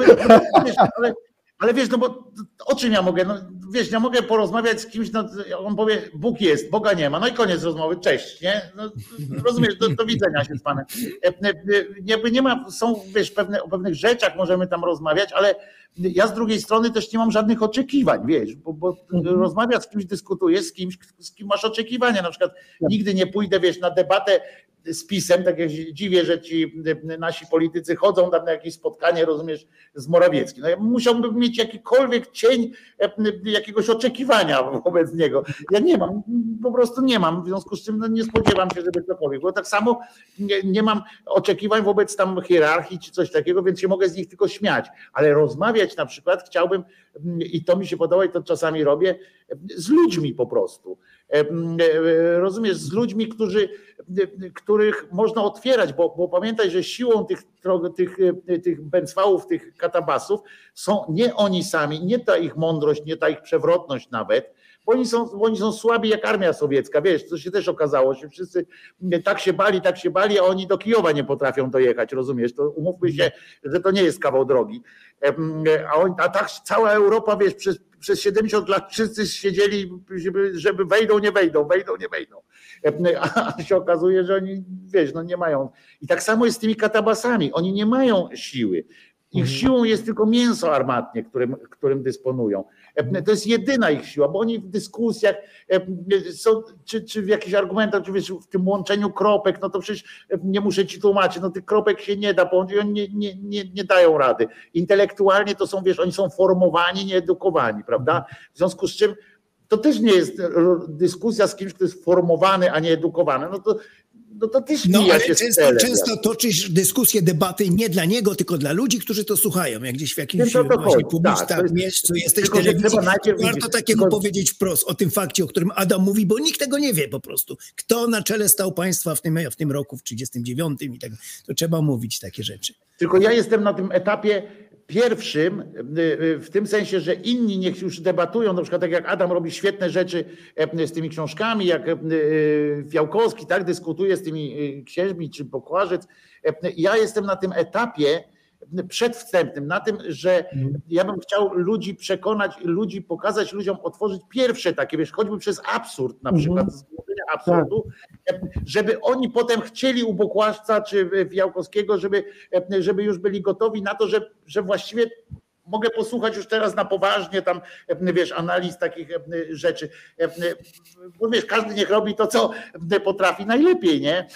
Ale wiesz, no bo o czym ja mogę? No wiesz, ja mogę porozmawiać z kimś, no, on powie, Bóg jest, Boga nie ma, no i koniec rozmowy, cześć, nie? No, rozumiesz, do widzenia się z Panem. Jakby nie ma, są, wiesz, o pewnych rzeczach możemy tam rozmawiać, ale ja z drugiej strony też nie mam żadnych oczekiwań, wiesz, bo rozmawiasz z kimś, dyskutujesz z kimś, z kim masz oczekiwania, na przykład nigdy nie pójdę, wiesz, na debatę z PiS-em, tak jak się dziwię, że ci nasi politycy chodzą tam na jakieś spotkanie, rozumiesz, z Morawieckim. No ja musiałbym mieć jakikolwiek cień jakiegoś oczekiwania wobec niego. Ja nie mam, po prostu nie mam, w związku z czym no nie spodziewam się, żeby cokolwiek. Bo tak samo nie mam oczekiwań wobec tam hierarchii czy coś takiego, więc się mogę z nich tylko śmiać. Ale rozmawiać na przykład chciałbym, i to mi się podoba i to czasami robię, z ludźmi po prostu. Rozumiesz, z ludźmi, których można otwierać, bo pamiętaj, że siłą tych bęcwałów, tych katabasów są nie oni sami, nie ta ich mądrość, nie ta ich przewrotność nawet, bo oni są słabi jak armia sowiecka, wiesz, co się też okazało, że wszyscy tak się bali, a oni do Kijowa nie potrafią dojechać, rozumiesz, to umówmy się, że to nie jest kawał drogi, a tak cała Europa, wiesz, przez 70 lat wszyscy siedzieli, żeby wejdą, nie wejdą. A się okazuje, że oni, wiesz, no nie mają. I tak samo jest z tymi katabasami. Oni nie mają siły. Ich siłą jest tylko mięso armatnie, którym dysponują. To jest jedyna ich siła, bo oni w dyskusjach są, czy w jakichś argumentach, czy wiesz, w tym łączeniu kropek, no to przecież nie muszę ci tłumaczyć, no tych kropek się nie da połączyć, oni nie dają rady. Intelektualnie to są, wiesz, oni są formowani, nieedukowani, prawda? W związku z czym to też nie jest dyskusja z kimś, kto jest formowany, a nie edukowany. To też ale często toczysz dyskusje, debaty nie dla niego, tylko dla ludzi, którzy to słuchają, jak gdzieś w jakimś miejscu jesteś telewizji, warto takiemu powiedzieć wprost o tym fakcie, o którym Adam mówi, bo nikt tego nie wie po prostu. Kto na czele stał państwa w tym roku, w 1939 i tak, to trzeba mówić takie rzeczy. Tylko ja jestem na tym etapie pierwszym, w tym sensie, że inni niech już debatują, na przykład tak jak Adam robi świetne rzeczy z tymi książkami, jak Fiałkowski, tak, dyskutuje z tymi księżmi czy Pokłażec. Ja jestem na tym etapie przedwstępnym, na tym, że ja bym chciał ludzi przekonać, pokazać ludziom, otworzyć pierwsze takie, wiesz, choćby przez absurd na przykład, zgłoszenia absurdu, żeby oni potem chcieli u Pokłaszca czy Fiałkowskiego, żeby już byli gotowi na to, że właściwie mogę posłuchać już teraz na poważnie tam, wiesz, analiz takich rzeczy. Bo wiesz, każdy niech robi to, co potrafi najlepiej, nie?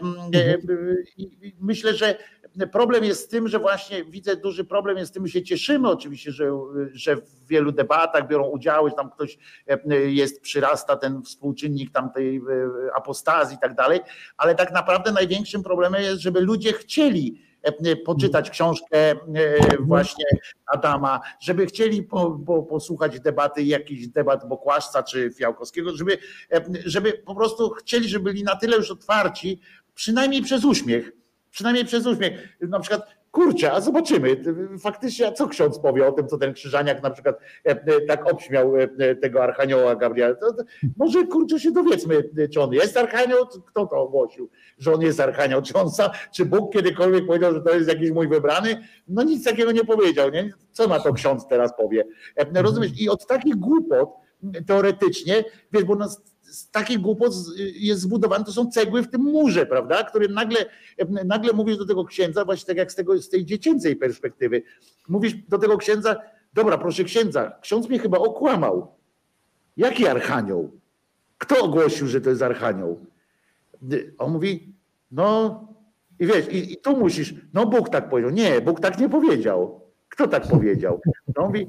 I myślę, że problem jest z tym, że właśnie widzę duży problem jest z tym, się cieszymy oczywiście, że w wielu debatach biorą udział, że tam ktoś jest, przyrasta ten współczynnik tam tej apostazji i tak dalej, ale tak naprawdę największym problemem jest, żeby ludzie chcieli poczytać książkę właśnie Adama, żeby chcieli posłuchać debaty, jakiś debat Bokłaszca czy Fiałkowskiego, żeby po prostu chcieli, żeby byli na tyle już otwarci, przynajmniej przez uśmiech. Na przykład, kurczę, a zobaczymy faktycznie, a co ksiądz powie o tym, co ten Krzyżaniak na przykład tak obśmiał tego Archanioła Gabriela. Może, kurczę, się dowiedzmy, czy on jest Archanioł, kto to ogłosił, że on jest Archanioł, czy Bóg kiedykolwiek powiedział, że to jest jakiś mój wybrany? No nic takiego nie powiedział, nie? Co na to ksiądz teraz powie? Rozumiesz? I od takich głupot teoretycznie, wiesz, bo z takich głupot jest zbudowany, to są cegły w tym murze, prawda, który nagle mówisz do tego księdza, właśnie tak jak z tej dziecięcej perspektywy, mówisz do tego księdza, dobra, proszę księdza, ksiądz mnie chyba okłamał. Jaki Archanioł? Kto ogłosił, że to jest Archanioł? On mówi, no i wiesz, i tu musisz, no Bóg tak powiedział. Nie, Bóg tak nie powiedział. Kto tak powiedział? No mówi,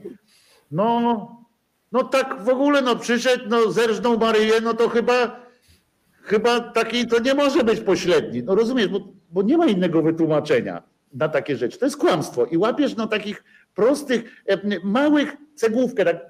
no tak w ogóle, no przyszedł, no zerżnął Maryję, no to chyba taki to nie może być pośredni. No rozumiesz, bo nie ma innego wytłumaczenia na takie rzeczy. To jest kłamstwo i łapiesz na takich prostych, małych cegłówkę, tak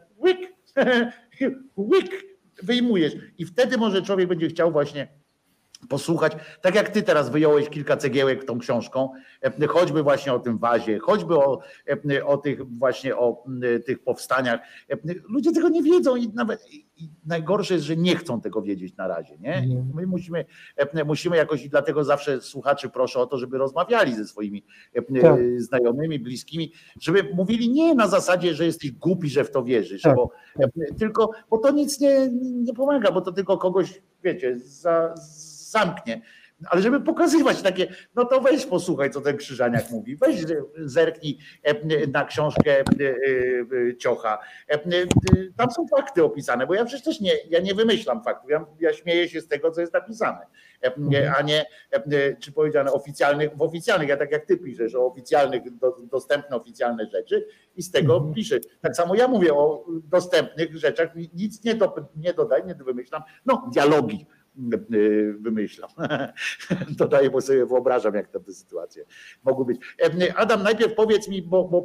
łyk, wyjmujesz i wtedy może człowiek będzie chciał właśnie posłuchać, tak jak ty teraz wyjąłeś kilka cegiełek tą książką, choćby właśnie o tym wazie, choćby o tych właśnie o tych powstaniach. Ludzie tego nie wiedzą i nawet i najgorsze jest, że nie chcą tego wiedzieć na razie. Nie? My musimy jakoś i dlatego zawsze słuchaczy proszę o to, żeby rozmawiali ze swoimi znajomymi, bliskimi, żeby mówili nie na zasadzie, że jesteś głupi, że w to wierzysz, bo to nic nie pomaga, bo to tylko kogoś, wiecie, zamknie, ale żeby pokazywać takie, no to weź posłuchaj, co ten Krzyżaniak mówi, weź zerknij na książkę Ciocha. Tam są fakty opisane, bo ja przecież też nie wymyślam faktów, ja śmieję się z tego, co jest napisane, a nie, czy powiedziane w oficjalnych, ja tak jak ty piszesz, o oficjalnych, dostępne oficjalne rzeczy i z tego piszę. Tak samo ja mówię o dostępnych rzeczach, nic nie dodaj, nie wymyślam, no dialogi wymyślam. Dodaję, bo sobie wyobrażam, jak te sytuacje mogły być. Adam, najpierw powiedz mi, bo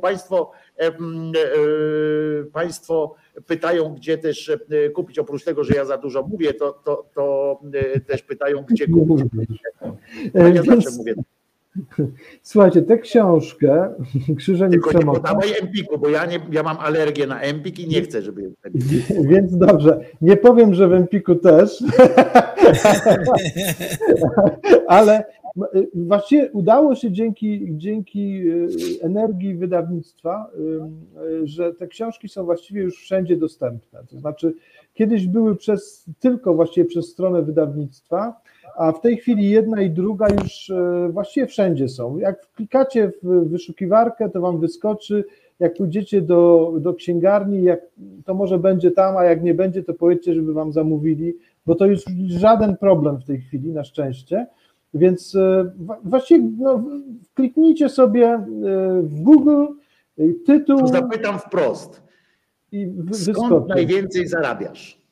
państwo pytają, gdzie też kupić, oprócz tego, że ja za dużo mówię, to też pytają, gdzie kupić. Ja zawsze mówię. Słuchajcie, tę książkę Krzyżeń i Przemoc. Tylko nie podawaj Empiku, bo ja mam alergię na Empik i nie chcę, żeby... Więc dobrze, nie powiem, że w Empiku też, ale właściwie udało się dzięki energii wydawnictwa, że te książki są właściwie już wszędzie dostępne. To znaczy kiedyś były tylko właściwie przez stronę wydawnictwa, a w tej chwili jedna i druga już właściwie wszędzie są. Jak wklikacie w wyszukiwarkę, to wam wyskoczy. Jak pójdziecie do księgarni, to może będzie tam, a jak nie będzie, to powiedzcie, żeby wam zamówili, bo to jest żaden problem w tej chwili, na szczęście. Więc właściwie kliknijcie sobie w Google tytuł. To zapytam wprost. I skąd najwięcej zarabiasz?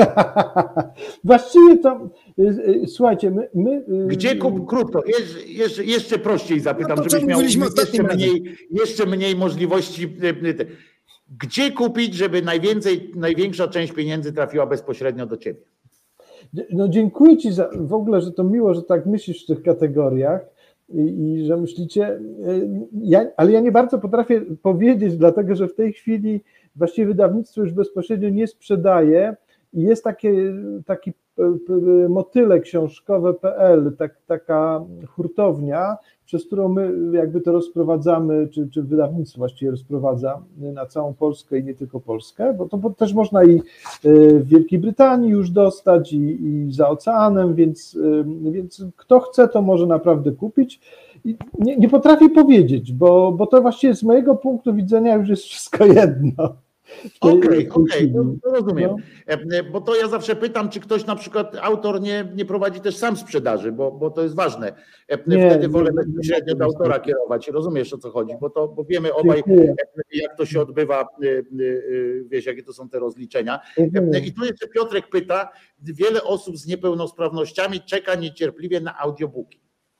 Właściwie to, słuchajcie, Gdzie krótko, jeszcze prościej zapytam, żebyś miał jeszcze mniej możliwości. Gdzie kupić, żeby największa część pieniędzy trafiła bezpośrednio do ciebie? No dziękuję ci w ogóle, że to miło, że tak myślisz w tych kategoriach i że myślicie, ale ja nie bardzo potrafię powiedzieć, dlatego że w tej chwili właściwie wydawnictwo już bezpośrednio nie sprzedaje i jest taki motyle książkowe.pl, taka hurtownia, przez którą my jakby to rozprowadzamy, czy wydawnictwo właściwie rozprowadza na całą Polskę i nie tylko Polskę, bo to też można i w Wielkiej Brytanii już dostać i za oceanem, więc kto chce, to może naprawdę kupić. I nie potrafię powiedzieć, bo to właściwie z mojego punktu widzenia już jest wszystko jedno. Okej, to rozumiem. Bo to ja zawsze pytam, czy ktoś na przykład, autor nie prowadzi też sam sprzedaży, bo to jest ważne. Wtedy wolę bezpośrednio do autora kierować. Rozumiesz, o co chodzi, bo wiemy obaj, jak to się odbywa, wiesz, jakie to są te rozliczenia. I tu jeszcze Piotrek pyta, wiele osób z niepełnosprawnościami czeka niecierpliwie na audiobooki.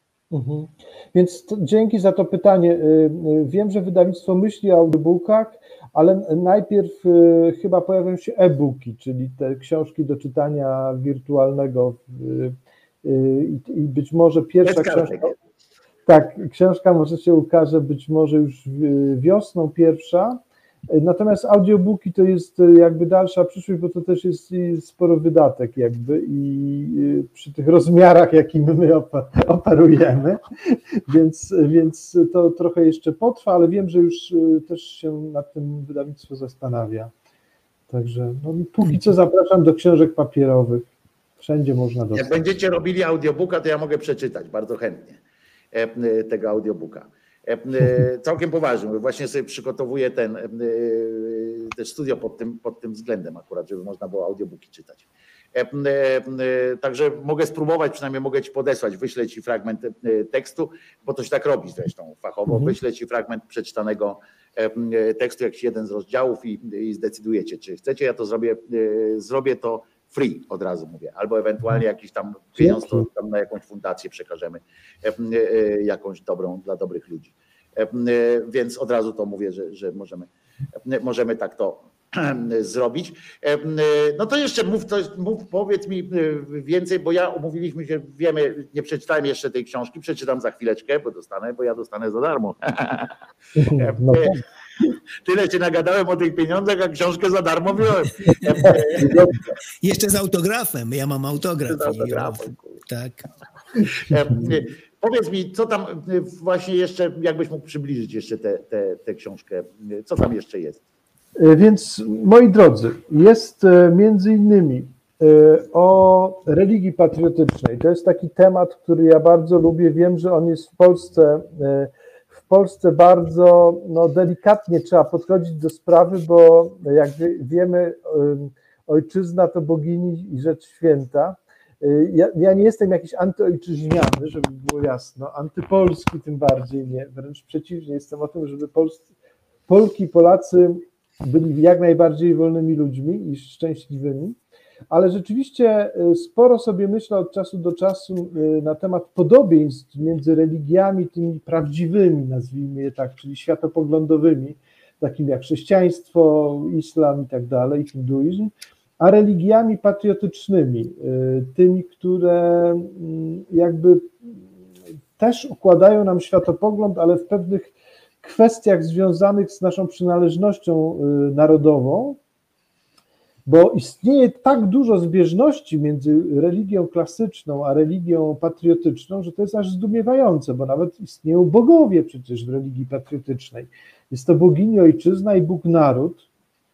Więc dzięki za to pytanie. Wiem, że wydawnictwo myśli o audiobookach, ale najpierw chyba pojawią się e-booki, czyli te książki do czytania wirtualnego i być może pierwsza książka. Tak, książka może się ukaże być może już wiosną pierwsza, natomiast audiobooki to jest jakby dalsza przyszłość, bo to też jest sporo wydatek jakby i przy tych rozmiarach, jakimi my operujemy, więc to trochę jeszcze potrwa, ale wiem, że już też się nad tym wydawnictwo zastanawia. Także póki co zapraszam do książek papierowych. Wszędzie można dostać. Jak będziecie robili audiobooka, to ja mogę przeczytać bardzo chętnie tego audiobooka. Całkiem poważnie, właśnie sobie przygotowuję też studio pod tym względem akurat, żeby można było audiobooki czytać. Także mogę spróbować, przynajmniej mogę ci podesłać, wyślę ci fragment tekstu, bo to się tak robi zresztą fachowo, wyślę ci fragment przeczytanego tekstu, jakiś jeden z rozdziałów i zdecydujecie, czy chcecie, ja to zrobię to free, od razu mówię, albo ewentualnie jakiś tam pieniądz to tam na jakąś fundację przekażemy, jakąś dobrą dla dobrych ludzi. Więc od razu to mówię, że możemy tak to zrobić. No to jeszcze powiedz mi więcej, bo umówiliśmy się, wiemy, nie przeczytałem jeszcze tej książki, przeczytam za chwileczkę, bo ja dostanę za darmo. Tyle się nagadałem o tych pieniądzach, a książkę za darmo wziąłem. Jeszcze z autografem, ja mam autograf. Tak. Powiedz mi, co tam właśnie jeszcze, jakbyś mógł przybliżyć jeszcze tę książkę, co tam jeszcze jest? Więc moi drodzy, jest między innymi o religii patriotycznej. To jest taki temat, który ja bardzo lubię. Wiem, że on jest w Polsce bardzo delikatnie trzeba podchodzić do sprawy, bo jak wiemy, ojczyzna to bogini i rzecz święta. Ja nie jestem jakiś antyojczyźniany, żeby było jasno, antypolski tym bardziej nie, wręcz przeciwnie, jestem o tym, żeby Polki i Polacy byli jak najbardziej wolnymi ludźmi i szczęśliwymi, ale rzeczywiście sporo sobie myślę od czasu do czasu na temat podobieństw między religiami tymi prawdziwymi, nazwijmy je tak, czyli światopoglądowymi, takimi jak chrześcijaństwo, islam i tak dalej, hinduizm, a religiami patriotycznymi, tymi, które jakby też układają nam światopogląd, ale w pewnych kwestiach związanych z naszą przynależnością narodową. bo istnieje tak dużo zbieżności między religią klasyczną a religią patriotyczną, że to jest aż zdumiewające, bo nawet istnieją bogowie przecież w religii patriotycznej. Jest to bogini ojczyzna i Bóg naród,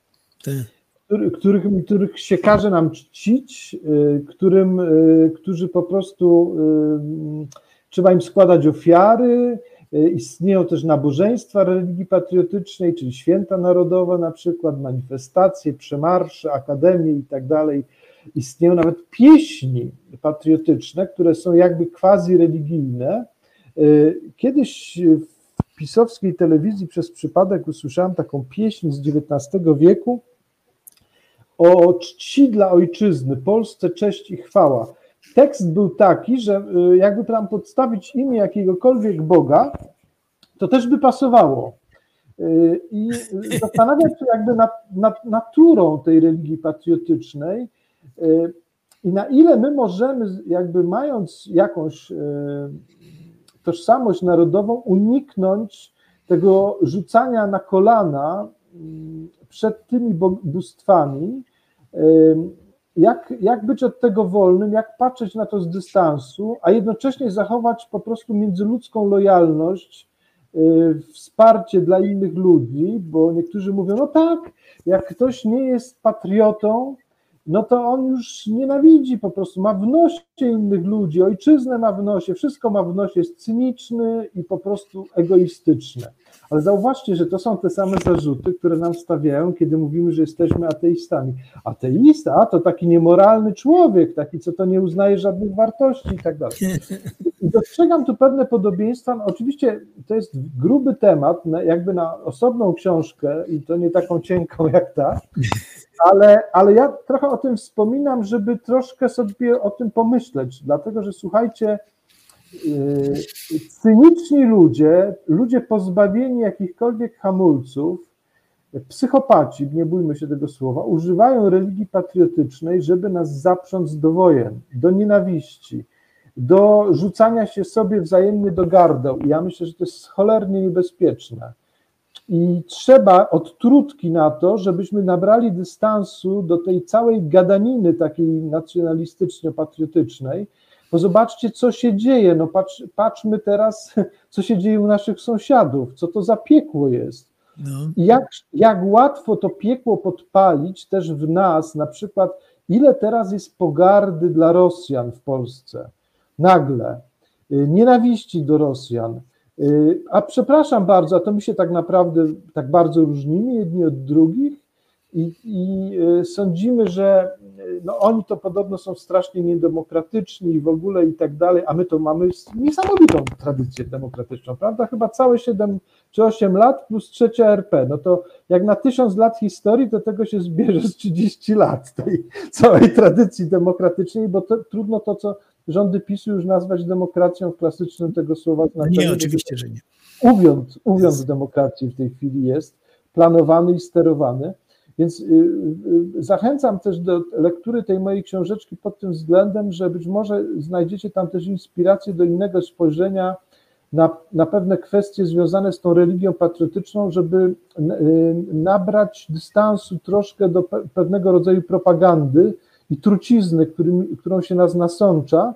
których się każe nam czcić, którzy po prostu trzeba im składać ofiary. Istnieją też nabożeństwa religii patriotycznej, czyli święta narodowe na przykład, manifestacje, przemarsze, akademie i tak dalej. Istnieją nawet pieśni patriotyczne, które są jakby quasi-religijne. Kiedyś w pisowskiej telewizji przez przypadek usłyszałem taką pieśń z XIX wieku o czci dla ojczyzny, Polsce cześć i chwała. Tekst był taki, że jakby tam podstawić imię jakiegokolwiek Boga, to też by pasowało. I zastanawiam się jakby nad naturą tej religii patriotycznej i na ile my możemy, jakby mając jakąś tożsamość narodową, uniknąć tego rzucania na kolana przed tymi bóstwami, jak być od tego wolnym, jak patrzeć na to z dystansu, a jednocześnie zachować po prostu międzyludzką lojalność, wsparcie dla innych ludzi, bo niektórzy mówią, no tak, jak ktoś nie jest patriotą, no to on już nienawidzi, po prostu ma w nosie innych ludzi, ojczyznę ma w nosie, wszystko ma w nosie, jest cyniczny i po prostu egoistyczny. Ale zauważcie, że to są te same zarzuty, które nam stawiają, kiedy mówimy, że jesteśmy ateistami. Ateista, to taki niemoralny człowiek, taki, co to nie uznaje żadnych wartości i tak dalej. I dostrzegam tu pewne podobieństwa. No, oczywiście to jest gruby temat, jakby na osobną książkę i to nie taką cienką jak ta, ale ja trochę o tym wspominam, żeby troszkę sobie o tym pomyśleć, dlatego że słuchajcie, cyniczni ludzie pozbawieni jakichkolwiek hamulców, psychopaci, nie bójmy się tego słowa, używają religii patriotycznej, żeby nas zaprząc do wojen, do nienawiści, do rzucania się sobie wzajemnie do gardeł. I ja myślę, że to jest cholernie niebezpieczne. I trzeba odtrutki na to, żebyśmy nabrali dystansu do tej całej gadaniny takiej nacjonalistyczno-patriotycznej, bo zobaczcie, co się dzieje. No patrzmy teraz, co się dzieje u naszych sąsiadów, co to za piekło jest. No. I jak łatwo to piekło podpalić też w nas, na przykład ile teraz jest pogardy dla Rosjan w Polsce, nagle, nienawiści do Rosjan. A przepraszam bardzo, a to my się tak naprawdę tak bardzo różnimy jedni od drugich i sądzimy, że no oni to podobno są strasznie niedemokratyczni i w ogóle i tak dalej, a my to mamy niesamowitą tradycję demokratyczną, prawda? Chyba całe 7 czy 8 lat plus trzecia RP, no to jak na 1000 lat historii, to tego się zbierze z 30 lat tej całej tradycji demokratycznej, bo to, trudno to, co rządy PiS-u już nazwać demokracją w klasycznym tego słowa znaczeniu. Nie, oczywiście, że nie. Uwiąd demokracji w tej chwili jest planowany i sterowany, więc zachęcam też do lektury tej mojej książeczki pod tym względem, że być może znajdziecie tam też inspirację do innego spojrzenia na pewne kwestie związane z tą religią patriotyczną, żeby nabrać dystansu troszkę do pewnego rodzaju propagandy i trucizny, którą się nas nasącza,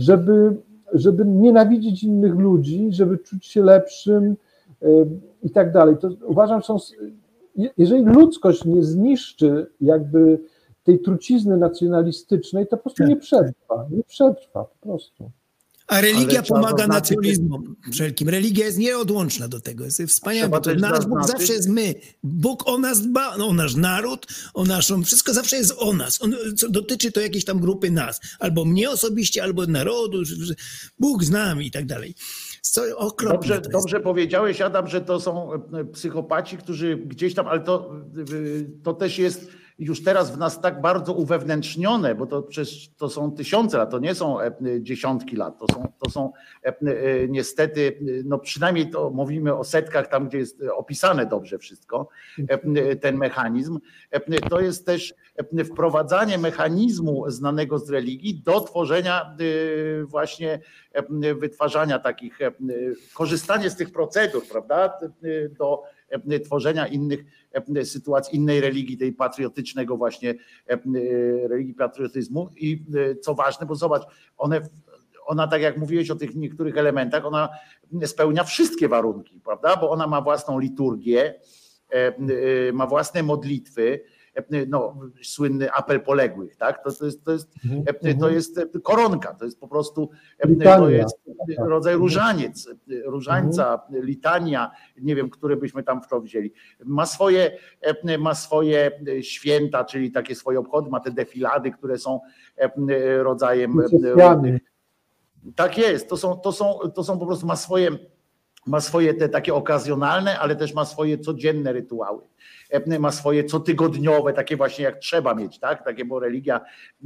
żeby nienawidzić innych ludzi, żeby czuć się lepszym i tak dalej. To uważam, że jeżeli ludzkość nie zniszczy jakby tej trucizny nacjonalistycznej, to po prostu nie przetrwa po prostu. A religia pomaga nacjonalizmom wszelkim. Religia jest nieodłączna do tego. Jest wspaniałe, bo to nasz Bóg zawsze jest my. Bóg o nas dba, o nasz naród, o naszą... Wszystko zawsze jest o nas. Dotyczy to jakiejś tam grupy nas. Albo mnie osobiście, albo narodu. Bóg z nami i tak dalej. Dobrze powiedziałeś, Adam, że to są psychopaci, którzy gdzieś tam, ale to też jest już teraz w nas tak bardzo uwewnętrznione, bo to przecież to są tysiące lat, to nie są dziesiątki lat, to są niestety, no przynajmniej to mówimy o setkach, tam gdzie jest opisane dobrze wszystko, ten mechanizm. To jest też wprowadzanie mechanizmu znanego z religii do tworzenia właśnie wytwarzania takich, korzystanie z tych procedur, prawda, do tworzenia innych sytuacji, innej religii, tej patriotycznej, patriotycznego właśnie, religii patriotyzmu i co ważne, bo zobacz, ona tak jak mówiłeś o tych niektórych elementach, ona spełnia wszystkie warunki, prawda? Bo ona ma własną liturgię, ma własne modlitwy, no, słynny apel poległych, tak? To jest koronka, to jest po prostu to jest rodzaj różańca, litania, nie wiem, które byśmy tam w to wzięli. Ma swoje święta, czyli takie swoje obchody, ma te defilady, które są rodzajem. Tak jest, to są po prostu, ma swoje te takie okazjonalne, ale też ma swoje codzienne rytuały. Ma swoje cotygodniowe, takie właśnie jak trzeba mieć, tak? Takie, bo religia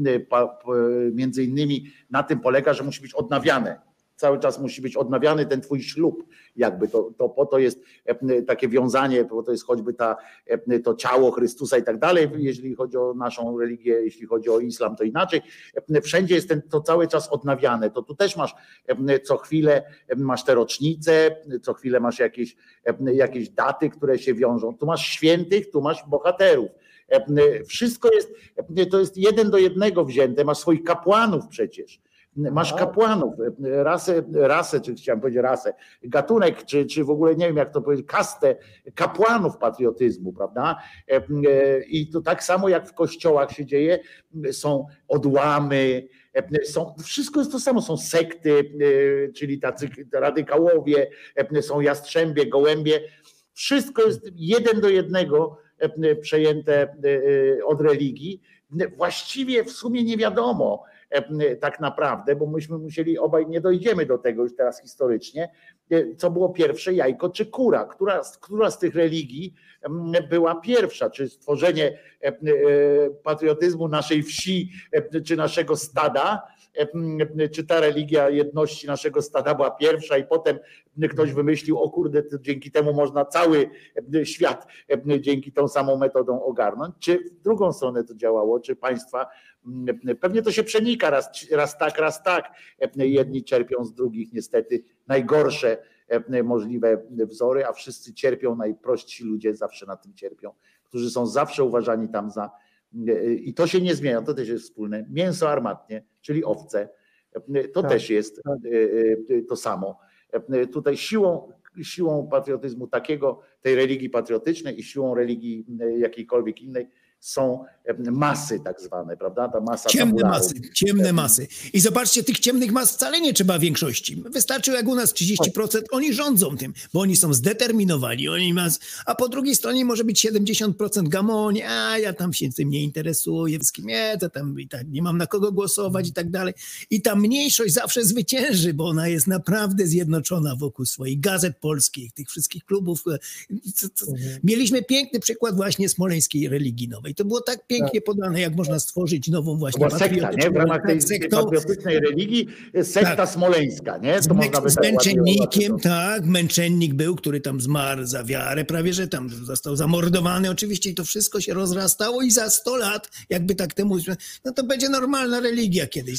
między innymi na tym polega, że musi być odnawiane. Cały czas musi być odnawiany ten twój ślub, jakby to po to jest takie wiązanie, bo to jest choćby to ciało Chrystusa i tak dalej, jeśli chodzi o naszą religię, jeśli chodzi o islam, to inaczej. Wszędzie jest to cały czas odnawiane, to tu też masz co chwilę, masz te rocznice, co chwilę masz jakieś daty, które się wiążą. Tu masz świętych, tu masz bohaterów. Wszystko to jest 1 do 1 wzięte, masz swoich kapłanów przecież. Masz kapłanów, rasę, czy chciałem powiedzieć rasę, gatunek, czy w ogóle nie wiem jak to powiedzieć, kastę kapłanów patriotyzmu, prawda? I to tak samo jak w kościołach się dzieje, są odłamy, wszystko jest to samo, są sekty, czyli tacy radykałowie, są jastrzębie, gołębie, wszystko jest 1 do 1 przejęte od religii. Właściwie w sumie nie wiadomo tak naprawdę, bo myśmy musieli, obaj nie dojdziemy do tego już teraz historycznie, co było pierwsze, jajko czy kura, która z tych religii była pierwsza, czy stworzenie patriotyzmu naszej wsi, czy naszego stada, czy ta religia jedności naszego stada była pierwsza i potem ktoś wymyślił, o kurde, dzięki temu można cały świat dzięki tą samą metodą ogarnąć, czy w drugą stronę to działało, czy państwa, pewnie to się przenika, raz tak, jedni czerpią z drugich niestety najgorsze możliwe wzory, a wszyscy cierpią, najprości ludzie zawsze na tym cierpią, którzy są zawsze uważani tam za, i to się nie zmienia, to też jest wspólne, mięso armatnie, czyli owce, to też jest to samo. Tutaj siłą patriotyzmu takiego, tej religii patriotycznej i siłą religii jakiejkolwiek innej są masy tak zwane, prawda? Ta masa ciemne masy. I zobaczcie, tych ciemnych mas wcale nie trzeba większości. Wystarczy jak u nas 30%, oni rządzą tym, bo oni są zdeterminowani, a po drugiej stronie może być 70% gamoni, a ja tam się tym nie interesuję, to tam i tak nie mam na kogo głosować i tak dalej. I ta mniejszość zawsze zwycięży, bo ona jest naprawdę zjednoczona wokół swoich gazet polskich, tych wszystkich klubów. Mieliśmy piękny przykład właśnie smoleńskiej religii nowej. To było tak pięknie podane, jak można stworzyć nową właśnie sekta, nie? W ramach tej patriotycznej religii sekta smoleńska, nie? To można by z męczennikiem, tak, męczennik był, który tam zmarł za wiarę, prawie że tam został zamordowany oczywiście i to wszystko się rozrastało i za 100 lat, jakby tak temu, no to będzie normalna religia kiedyś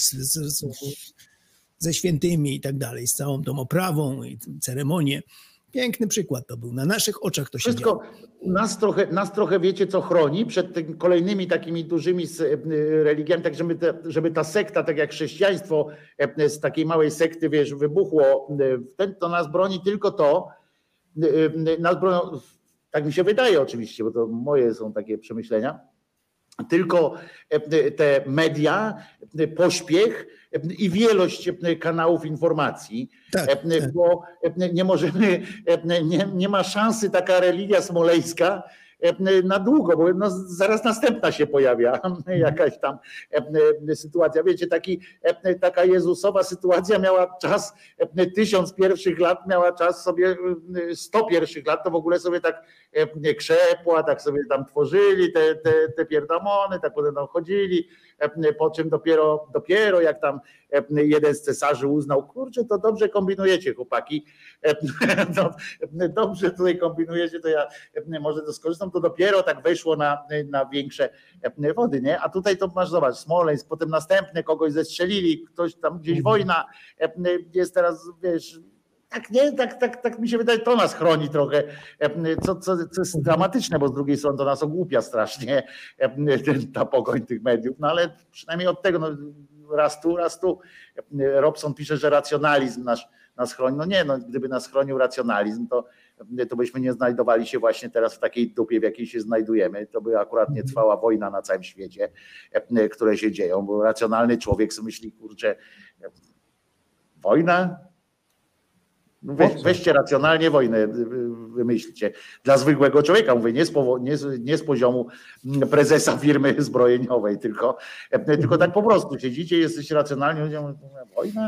ze świętymi i tak dalej, z całą tą oprawą i ceremonię. Piękny przykład to był. Na naszych oczach to się wszystko działo. Nas trochę wiecie, co chroni przed tymi kolejnymi takimi dużymi religiami, tak żeby ta sekta, tak jak chrześcijaństwo z takiej małej sekty, wiesz, wybuchło, to nas broni tylko to, nas bronią, tak mi się wydaje oczywiście, bo to moje są takie przemyślenia, tylko te media, pośpiech i wielość kanałów informacji, bo nie możemy, nie ma szansy taka religia smoleńska na długo, bo zaraz następna się pojawia jakaś tam sytuacja. Wiecie, taka Jezusowa sytuacja miała czas, 1000 pierwszych lat miała czas sobie, 100 pierwszych lat to w ogóle sobie tak krzepła, tak sobie tam tworzyli te pierdamony, tak potem tam chodzili, po czym dopiero jak tam jeden z cesarzy uznał, kurczę, to dobrze kombinujecie, chłopaki, dobrze tutaj kombinujecie, to ja może to skorzystam, to dopiero tak weszło na większe wody, nie? A tutaj to masz, zobacz, Smoleńsk, potem następny kogoś zestrzelili, ktoś tam gdzieś wojna jest teraz, wiesz, Tak, nie? Tak mi się wydaje, to nas chroni trochę, co jest dramatyczne, bo z drugiej strony to nas ogłupia strasznie ta pogoń tych mediów, no ale przynajmniej od tego, no, raz tu. Robson pisze, że racjonalizm nas chroni. No nie, no, gdyby nas chronił racjonalizm, to byśmy nie znajdowali się właśnie teraz w takiej dupie, w jakiej się znajdujemy. To by akurat nie trwała wojna na całym świecie, które się dzieją, bo racjonalny człowiek sobie myśli, kurczę, wojna? Weźcie racjonalnie wojnę, wymyślcie. Dla zwykłego człowieka, mówię, nie z poziomu prezesa firmy zbrojeniowej, tylko tak po prostu siedzicie, jesteście racjonalni, ludzie mówią, wojna?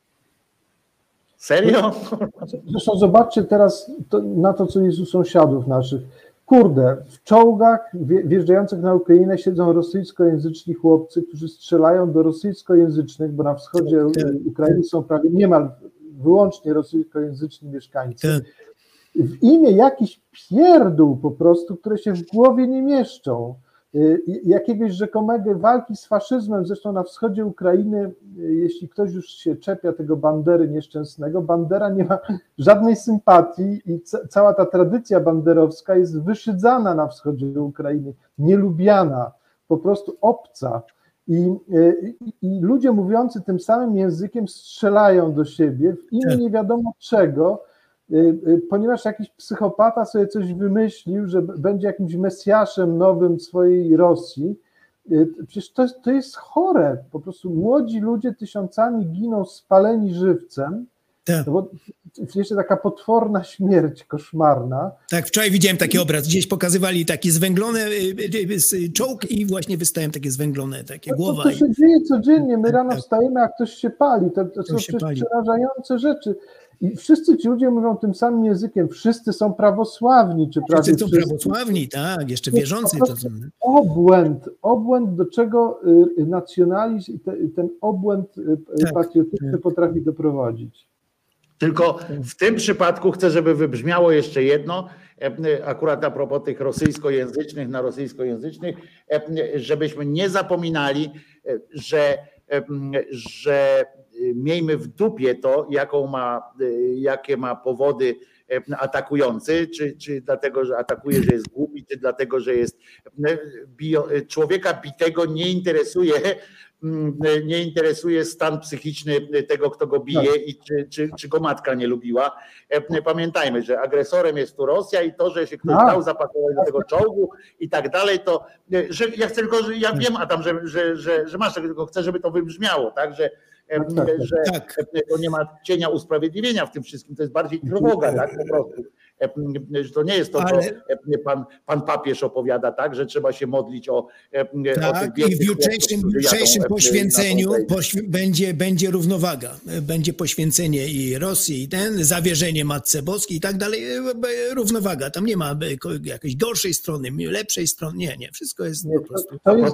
Serio? Zresztą zobaczcie teraz na to, co jest u sąsiadów naszych. Kurde, w czołgach wjeżdżających na Ukrainę siedzą rosyjskojęzyczni chłopcy, którzy strzelają do rosyjskojęzycznych, bo na wschodzie Ukrainy są prawie niemal wyłącznie rosyjskojęzyczni mieszkańcy. W imię jakichś pierdół po prostu, które się w głowie nie mieszczą. Jakiegoś rzekomego walki z faszyzmem, zresztą na wschodzie Ukrainy, jeśli ktoś już się czepia tego Bandery nieszczęsnego, Bandera nie ma żadnej sympatii i cała ta tradycja banderowska jest wyszydzana na wschodzie Ukrainy, nielubiana, po prostu obca. I ludzie mówiący tym samym językiem strzelają do siebie w imię nie wiadomo czego, ponieważ jakiś psychopata sobie coś wymyślił, że będzie jakimś mesjaszem nowym swojej Rosji. Przecież to jest chore. Po prostu młodzi ludzie tysiącami giną spaleni żywcem. Tak. No bo jeszcze taka potworna śmierć, koszmarna. Tak, wczoraj widziałem taki obraz, gdzieś pokazywali takie zwęglone czołg i właśnie wystałem takie zwęglone, takie głowa. To się dzieje codziennie, my rano wstajemy, a ktoś się pali, to są przecież przerażające rzeczy. I wszyscy ci ludzie mówią tym samym językiem, wszyscy są prawosławni. Czy wszyscy są prawosławni, tak, jeszcze wierzący. Obłęd, do czego nacjonalizm, ten obłęd patriotyczny potrafi doprowadzić. Tylko w tym przypadku chcę, żeby wybrzmiało jeszcze jedno, akurat a propos tych rosyjskojęzycznych, na rosyjskojęzycznych, żebyśmy nie zapominali, że miejmy w dupie to, jakie ma powody atakujący, czy dlatego, że atakuje, że jest głupi, czy dlatego, że jest człowieka bitego nie interesuje stan psychiczny tego, kto go bije i czy go matka nie lubiła. Pamiętajmy, że agresorem jest tu Rosja i to, że się ktoś dał zapakować do tego czołgu i tak dalej, to że ja chcę tylko, że ja wiem, Adam, że masz, tylko chcę, żeby to wybrzmiało, tak, że to nie ma cienia usprawiedliwienia w tym wszystkim, to jest bardziej trwoga, tak, po prostu. Że to nie jest to, co pan papież opowiada, tak, że trzeba się modlić o tych i w jutrzejszym poświęceniu będzie równowaga, będzie poświęcenie i Rosji, i zawierzenie Matce Boskiej i tak dalej, równowaga, tam nie ma jakiejś gorszej strony, lepszej strony, nie, wszystko jest po prostu. To jest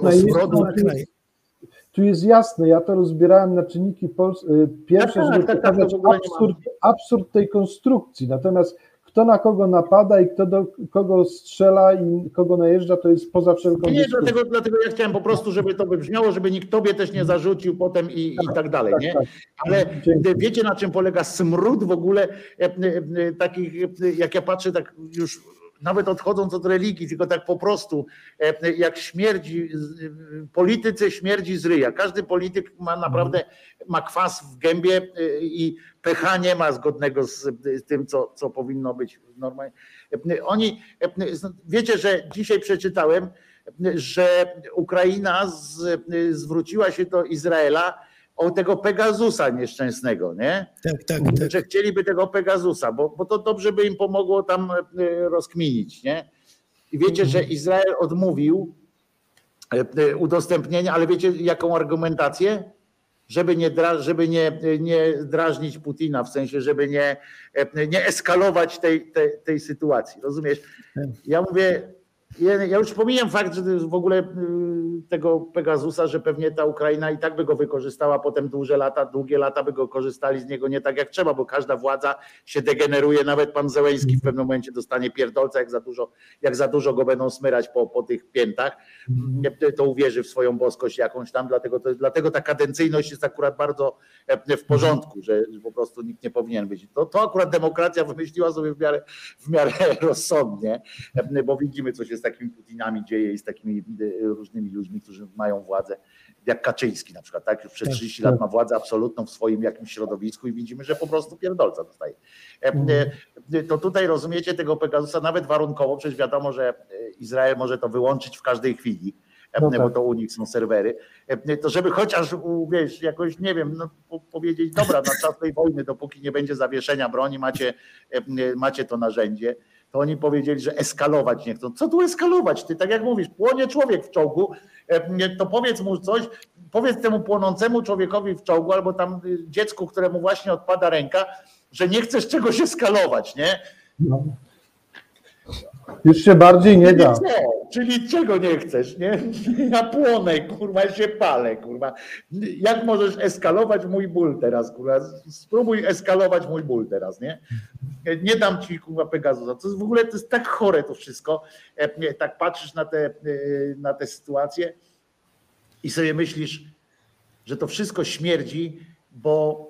tu jest jasne, ja to rozbierałem na czynniki pierwsze, żeby pokazać absurd tej konstrukcji, natomiast kto na kogo napada i kto do kogo strzela i kogo najeżdża, to jest poza wszelką dyskusją. Dlatego ja chciałem po prostu, żeby to wybrzmiało, żeby nikt tobie też nie zarzucił potem i tak dalej, nie? Ale wiecie, na czym polega smród w ogóle takich, jak ja patrzę, tak już nawet odchodząc od religii, tylko tak po prostu, jak śmierdzi, polityce śmierdzi z ryja. Każdy polityk ma kwas w gębie i pH nie ma zgodnego z tym, co powinno być normalnie. Wiecie, że dzisiaj przeczytałem, że Ukraina zwróciła się do Izraela o tego Pegasusa nieszczęsnego, nie? Tak. Że chcieliby tego Pegasusa, bo to dobrze by im pomogło tam rozkminić, nie? I wiecie, że Izrael odmówił udostępnienia, ale wiecie jaką argumentację? Żeby nie drażnić Putina, w sensie, żeby nie eskalować tej sytuacji, rozumiesz? Ja mówię, Ja już pomijam fakt, że w ogóle tego Pegasusa, że pewnie ta Ukraina i tak by go wykorzystała potem długie lata by go korzystali z niego nie tak jak trzeba, bo każda władza się degeneruje, nawet pan Zełenski w pewnym momencie dostanie pierdolca, jak za dużo go będą smyrać po tych piętach, to uwierzy w swoją boskość jakąś tam, dlatego ta kadencyjność jest akurat bardzo w porządku, że po prostu nikt nie powinien być. To akurat demokracja wymyśliła sobie w miarę rozsądnie, bo widzimy, co się z takimi Putinami dzieje i z takimi różnymi ludźmi, którzy mają władzę, jak Kaczyński na przykład, tak? Już przez 30 lat ma władzę absolutną w swoim jakimś środowisku i widzimy, że po prostu pierdolca dostaje. To tutaj rozumiecie tego Pegasusa nawet warunkowo, przecież wiadomo, że Izrael może to wyłączyć w każdej chwili, bo to u nich są serwery, to żeby chociaż, wiesz, jakoś, nie wiem, powiedzieć, dobra, na czas tej wojny, dopóki nie będzie zawieszenia broni, macie to narzędzie, to oni powiedzieli, że eskalować nie chcą. Co tu eskalować? Ty tak jak mówisz, płonie człowiek w czołgu, to powiedz mu coś, powiedz temu płonącemu człowiekowi w czołgu albo tam dziecku, któremu właśnie odpada ręka, że nie chcesz czegoś eskalować, nie? No. Już się bardziej nie da. Czyli czego nie chcesz, nie? Ja płonę, kurwa, ja się palę, kurwa. Jak możesz eskalować mój ból teraz, kurwa? Spróbuj eskalować mój ból teraz, nie? Nie dam ci, kurwa, Pegasusa. W ogóle to jest tak chore to wszystko. Tak patrzysz na tę sytuację i sobie myślisz, że to wszystko śmierdzi, bo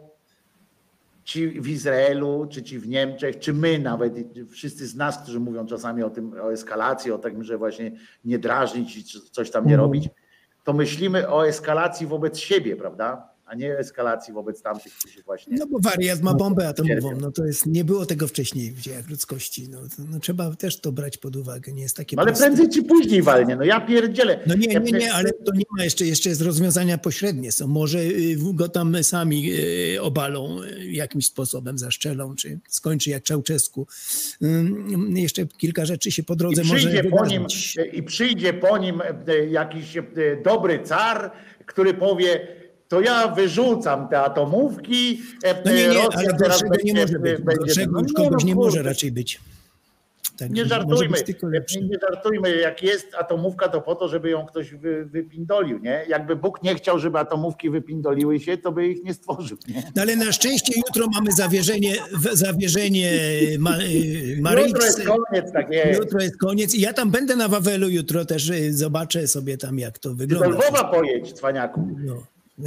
ci w Izraelu, czy ci w Niemczech, czy my nawet, wszyscy z nas, którzy mówią czasami o eskalacji, o takim, że właśnie nie drażnić i coś tam nie robić, to myślimy o eskalacji wobec siebie, prawda? A nie eskalacji wobec tamtych, którzy właśnie... No bo wariat ma bombę atomową, no to jest, nie było tego wcześniej w dziejach ludzkości, no trzeba też to go pod uwagę, nie jest takie ale proste. prędzej czy później walnie, no ja pierdzielę. No nie, ale to nie ma, jeszcze jest rozwiązania pośrednie są, może go tam sami obalą jakimś sposobem, zaszczelą, czy skończy jak Czałczesku. Jeszcze kilka rzeczy się po drodze może wydarzyć. I przyjdzie po nim jakiś dobry car, który powie: to ja wyrzucam te atomówki. No nie, ale gorszego nie może być. Gorszego już kogoś nie może raczej być. Tak, nie żartujmy, jak jest atomówka, to po to, żeby ją ktoś wypindolił, nie? Jakby Bóg nie chciał, żeby atomówki wypindoliły się, to by ich nie stworzył, nie? No ale na szczęście jutro mamy zawierzenie Maryjki. Jutro jest koniec, tak jest. Jutro jest koniec i ja tam będę na Wawelu jutro też, zobaczę sobie tam, jak to wygląda. Do Lwowa pojedź, cwaniaku. No.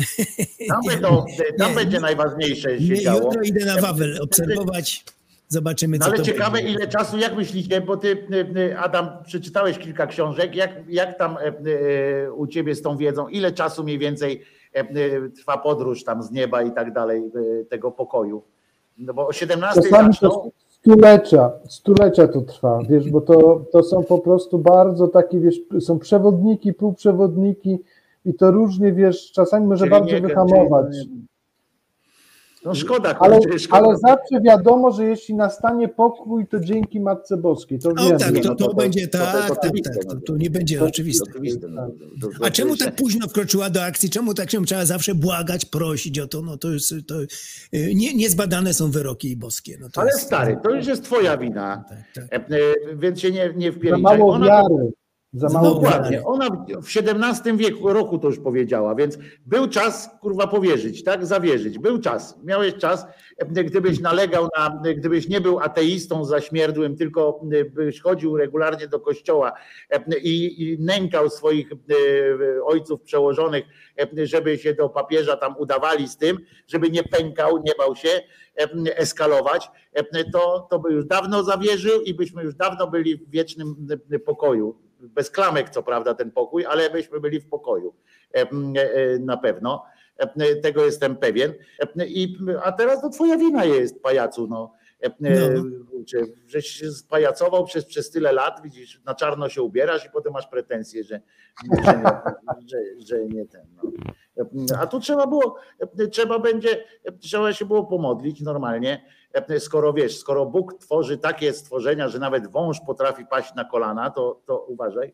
Tam będzie najważniejsze się działo. Jutro idę na Wawel obserwować. Zobaczymy, co ale to ciekawe, będzie. Ile czasu, jak myślicie, bo ty, Adam, przeczytałeś kilka książek, jak tam u ciebie z tą wiedzą, ile czasu mniej więcej trwa podróż tam z nieba i tak dalej, tego pokoju? No bo o 17 zaczną. Stulecia to trwa, wiesz, bo to są po prostu bardzo takie, wiesz, są przewodniki, półprzewodniki i to różnie, wiesz, czasami może bardzo wyhamować. No szkoda, ale zawsze wiadomo, że jeśli nastanie pokój, to dzięki Matce Boskiej. To będzie to nie będzie oczywiste. A czemu tak późno wkroczyła do akcji? Czemu tak się trzeba zawsze błagać, prosić o to? No to jest niezbadane są wyroki boskie. No to ale jest, stary, to już jest twoja wina, tak. Więc się nie wpierniczaj. Za mało wiary. Dokładnie. Ona w XVII roku to już powiedziała, więc był czas, kurwa, powierzyć, tak? Zawierzyć. Był czas. Miałeś czas, gdybyś nalegał gdybyś nie był ateistą zaśmierdłym, tylko byś chodził regularnie do kościoła i nękał swoich ojców przełożonych, żeby się do papieża tam udawali z tym, żeby nie pękał, nie bał się eskalować, to by już dawno zawierzył i byśmy już dawno byli w wiecznym pokoju. Bez klamek, co prawda, ten pokój, ale byśmy byli w pokoju. Na pewno. Tego jestem pewien. A teraz to twoja wina jest, pajacu. Żeś się spajacował przez tyle lat, widzisz, na czarno się ubierasz i potem masz pretensje, że nie ten. No. A tu trzeba się było pomodlić normalnie, skoro Bóg tworzy takie stworzenia, że nawet wąż potrafi paść na kolana, to uważaj,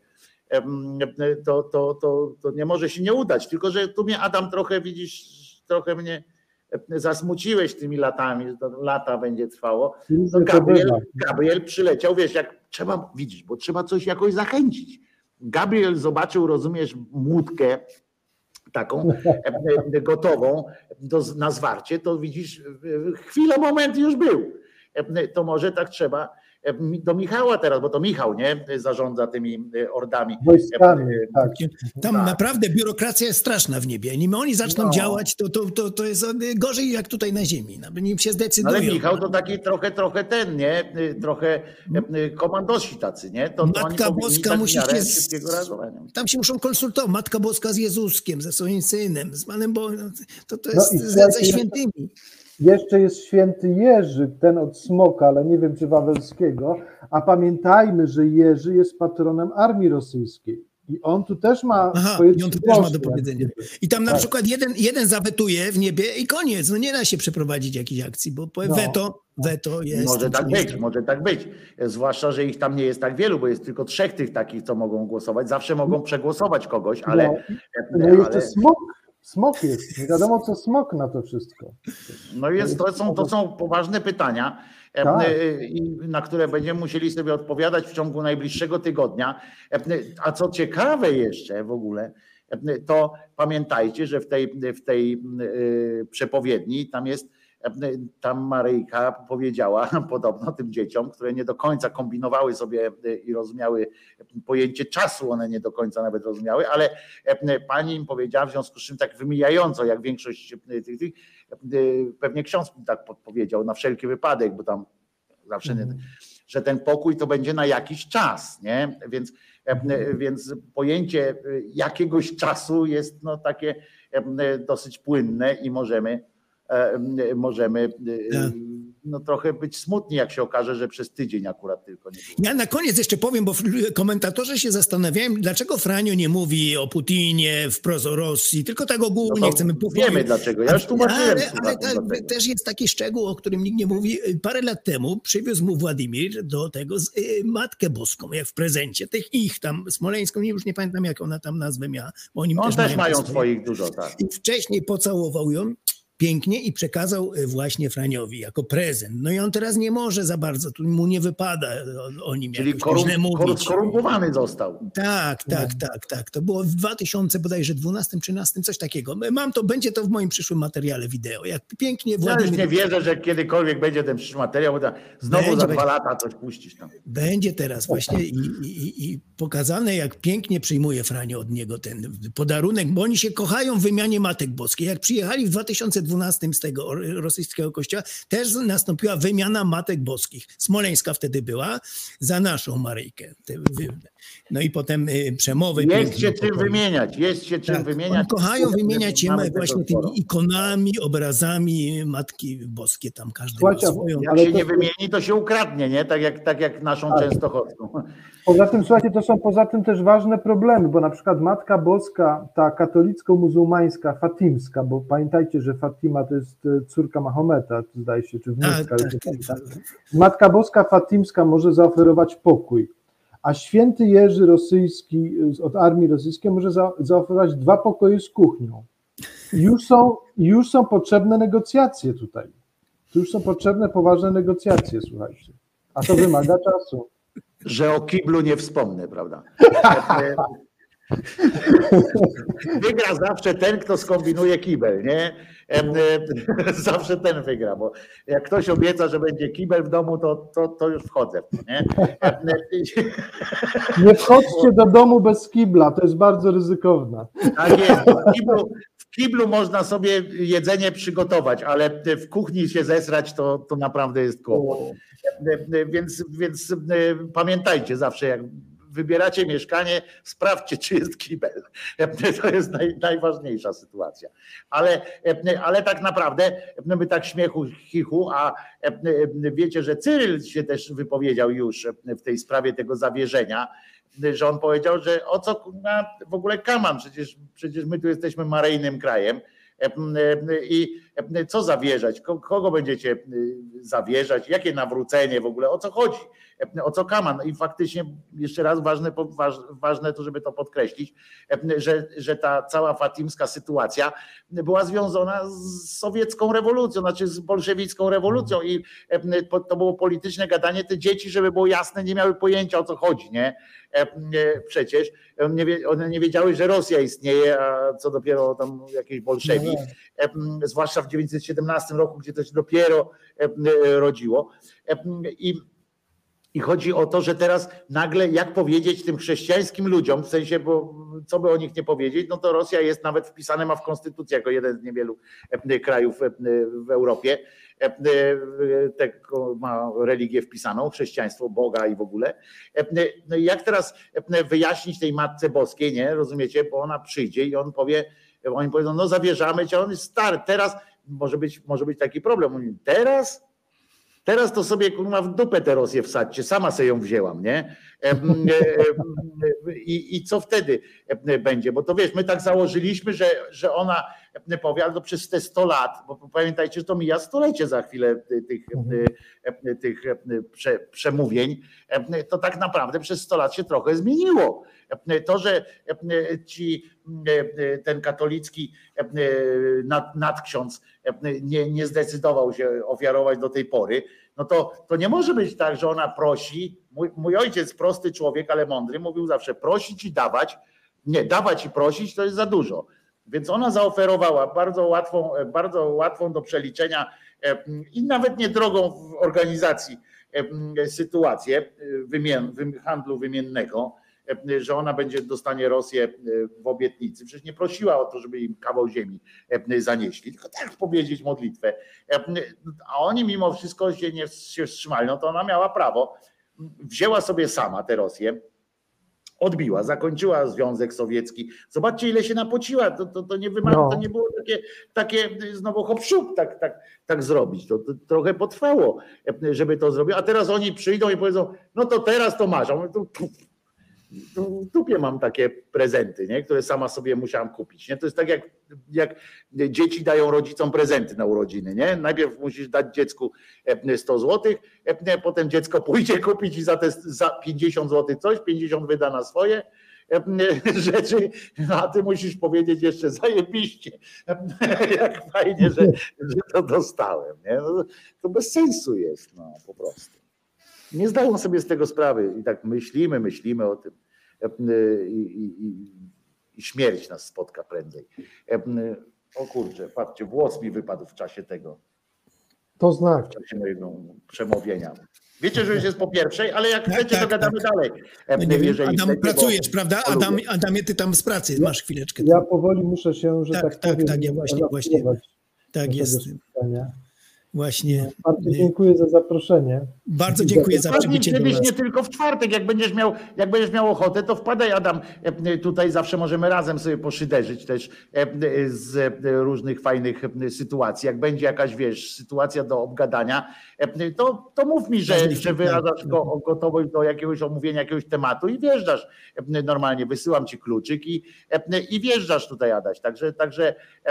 to nie może się nie udać. Tylko że tu mnie, Adam, trochę widzisz, trochę mnie zasmuciłeś tymi latami, że to lata będzie trwało. No Gabriel przyleciał, wiesz, jak trzeba, widzisz, bo trzeba coś jakoś zachęcić. Gabriel zobaczył, rozumiesz, łódkę taką gotową na zwarcie, to widzisz, chwilę, moment już był. To może tak trzeba. Do Michała teraz, bo to Michał, nie, zarządza tymi ordami. Wojskami, tak. Tam naprawdę biurokracja jest straszna w niebie. Nim oni zaczną działać, to jest gorzej jak tutaj na ziemi. Nim się zdecydują. Ale Michał to taki trochę ten, nie? Trochę komandosi tacy, nie? To Matka Boska musi się... Tam się muszą konsultować. Matka Boska z Jezuskiem, ze swoim synem, z Panem Bogiem. To jest ze świętymi. Jeszcze jest święty Jerzy, ten od Smoka, ale nie wiem czy Wawelskiego, a pamiętajmy, że Jerzy jest patronem armii rosyjskiej i on tu też ma i on tu też ma do powiedzenia. I tam na przykład jeden zawetuje w niebie i koniec, no nie da się przeprowadzić jakiejś akcji, bo weto jest. Może tak być, zwłaszcza, że ich tam nie jest tak wielu, bo jest tylko 3 tych takich, co mogą głosować, zawsze mogą przegłosować kogoś, ale... No jeszcze Smok jest. Nie wiadomo, co Smok na to wszystko. No to są poważne pytania, na które będziemy musieli sobie odpowiadać w ciągu najbliższego tygodnia. A co ciekawe jeszcze w ogóle, to pamiętajcie, że w tej przepowiedni tam Maryjka powiedziała podobno tym dzieciom, które nie do końca kombinowały sobie i rozumiały pojęcie czasu, one nie do końca nawet rozumiały, ale pani im powiedziała, w związku z czym tak wymijająco, jak większość tych pewnie ksiądz tak podpowiedział na wszelki wypadek, bo tam zawsze że ten pokój to będzie na jakiś czas, nie? Więc pojęcie jakiegoś czasu jest takie dosyć płynne i możemy trochę być smutni, jak się okaże, że przez tydzień akurat tylko nie było. Ja na koniec jeszcze powiem, bo komentatorzy się zastanawiają, dlaczego Franio nie mówi o Putinie, wprost o Rosji, tylko tak ogólnie chcemy powiedzieć. Wiemy dlaczego, ja już tłumaczyłem. Ale też jest taki szczegół, o którym nikt nie mówi. Parę lat temu przywiózł mu Władimir do tego Matkę Boską, jak w prezencie, tych ich tam smoleńską, już nie pamiętam jak ona tam nazwę miała. Bo oni też mają swoich dużo, tak. I wcześniej pocałował ją pięknie i przekazał właśnie Franiowi jako prezent. No i on teraz nie może za bardzo, tu mu nie wypada o nim czyli źle mówić. Skorumpowany został. Tak. To było w 2000 bodajże 12-13, coś takiego. Będzie to w moim przyszłym materiale wideo. Jak pięknie Władimir... Ja już nie wierzę, że kiedykolwiek będzie ten przyszły materiał, bo znowu za 2 lata coś puścisz tam. Będzie teraz właśnie i pokazane, jak pięknie przyjmuje Franio od niego ten podarunek, bo oni się kochają w wymianie Matek Boskiej. Jak przyjechali w 2012 z tego rosyjskiego kościoła, też nastąpiła wymiana Matek Boskich. Smoleńska wtedy była za naszą Maryjkę. No i potem przemowy. Jest się czym wymieniać. Oni kochają wymieniać się właśnie tymi ikonami, obrazami Matki Boskie. Tam każdy ma swoją. Jak się nie wymieni, to się ukradnie, nie? Tak jak naszą Częstochowską. Poza tym, słuchajcie, to są poza tym też ważne problemy, bo na przykład Matka Boska, ta katolicko-muzułmańska, fatimska, bo pamiętajcie, że Fatima to jest córka Mahometa, zdaje się, czy wnuczka. Matka Boska fatimska może zaoferować pokój, a święty Jerzy rosyjski od armii rosyjskiej może zaoferować 2 pokoje z kuchnią. Już są potrzebne negocjacje tutaj. Tu już są potrzebne poważne negocjacje, słuchajcie. A to wymaga czasu. Że o kiblu nie wspomnę, prawda? Wygra zawsze ten, kto skombinuje kibel, nie? Zawsze ten wygra, bo jak ktoś obieca, że będzie kibel w domu, to już wchodzę w to, nie? Nie wchodźcie do domu bez kibla, to jest bardzo ryzykowne. Tak jest, w kiblu można sobie jedzenie przygotować, ale w kuchni się zesrać, to naprawdę jest kłopot. Więc pamiętajcie zawsze, jak wybieracie mieszkanie, sprawdźcie, czy jest kibel. To jest najważniejsza sytuacja. Ale tak naprawdę, my tak śmiechu, chichu, a wiecie, że Cyryl się też wypowiedział już w tej sprawie tego zawierzenia, że on powiedział, że o co w ogóle kaman, przecież my tu jesteśmy maryjnym krajem. I co zawierzać, kogo będziecie zawierzać, jakie nawrócenie w ogóle, o co chodzi, o co kaman. I faktycznie jeszcze raz ważne to, żeby to podkreślić, że ta cała fatimska sytuacja była związana z sowiecką rewolucją, znaczy z bolszewicką rewolucją i to było polityczne gadanie. Te dzieci, żeby było jasne, nie miały pojęcia, o co chodzi, nie? Przecież one nie wiedziały, że Rosja istnieje, a co dopiero tam jakieś bolszewik, zwłaszcza w 1917 roku, gdzie to się dopiero rodziło. I chodzi o to, że teraz nagle jak powiedzieć tym chrześcijańskim ludziom, w sensie, bo co by o nich nie powiedzieć, no to Rosja jest nawet wpisane, ma w konstytucji jako jeden z niewielu krajów w Europie, ma religię wpisaną, chrześcijaństwo, Boga i w ogóle. No i jak teraz wyjaśnić tej Matce Boskiej, nie? Rozumiecie? Bo ona przyjdzie i oni powiedzą, no zawierzamy cię, on jest stary, teraz może być taki problem. Mówi, Teraz to sobie kurwa w dupę tę Rosję wsadźcie, sama sobie ją wzięłam, nie? I co wtedy będzie? Bo to wiesz, my tak założyliśmy, że ona powie, ale to przez te 100 lat, bo pamiętajcie, że to mija stolecie za chwilę tych przemówień, to tak naprawdę przez 100 lat się trochę zmieniło. To, że ten katolicki nadksiądz nie zdecydował się ofiarować do tej pory, no to nie może być tak, że ona prosi, mój ojciec, prosty człowiek, ale mądry, mówił zawsze prosić i dawać, nie, dawać i prosić to jest za dużo. Więc ona zaoferowała bardzo łatwą do przeliczenia i nawet nie drogą w organizacji sytuację handlu wymiennego, że ona dostanie Rosję w obietnicy. Przecież nie prosiła o to, żeby im kawał ziemi zanieśli, tylko tak powiedzieć modlitwę. A oni mimo wszystko się wstrzymali, no to ona miała prawo. Wzięła sobie sama tę Rosję, odbiła, zakończyła Związek Sowiecki. Zobaczcie, ile się napociła. To nie wymaga, to nie było takie znowu hop-siup tak zrobić. To trochę potrwało, żeby to zrobić. A teraz oni przyjdą i powiedzą, no to teraz to masz. W dupie mam takie prezenty, nie? Które sama sobie musiałam kupić. Nie? To jest tak jak dzieci dają rodzicom prezenty na urodziny. Nie? Najpierw musisz dać dziecku 100 zł, potem dziecko pójdzie kupić i za 50 zł coś, 50 wyda na swoje rzeczy, a ty musisz powiedzieć jeszcze zajebiście, jak fajnie, że to dostałem. Nie? No, to bez sensu jest, no, po prostu. Nie zdają sobie z tego sprawy i tak myślimy o tym i śmierć nas spotka prędzej. O kurczę, patrzcie, włos mi wypadł w czasie tego. To znaczy. W czasie mojego przemówienia. Wiecie, że już jest po pierwszej, ale jak chcecie, to gadamy dalej. Adam, pracujesz, prawda? Adamie, ty tam z pracy masz chwileczkę. Ja powoli muszę się, że tak powiem, tak, właśnie. Tak jest. Właśnie. Bardzo dziękuję za zaproszenie. Bardzo dziękuję za przybycie do nas. Nie tylko w czwartek, jak będziesz miał ochotę, to wpadaj, Adam, tutaj zawsze możemy razem sobie poszyderzyć też z różnych fajnych sytuacji. Jak będzie jakaś, wiesz, sytuacja do obgadania, to mów mi, że wyrażasz gotowość do jakiegoś omówienia jakiegoś tematu i wjeżdżasz normalnie, wysyłam ci kluczyk i wjeżdżasz tutaj, Adaś. Także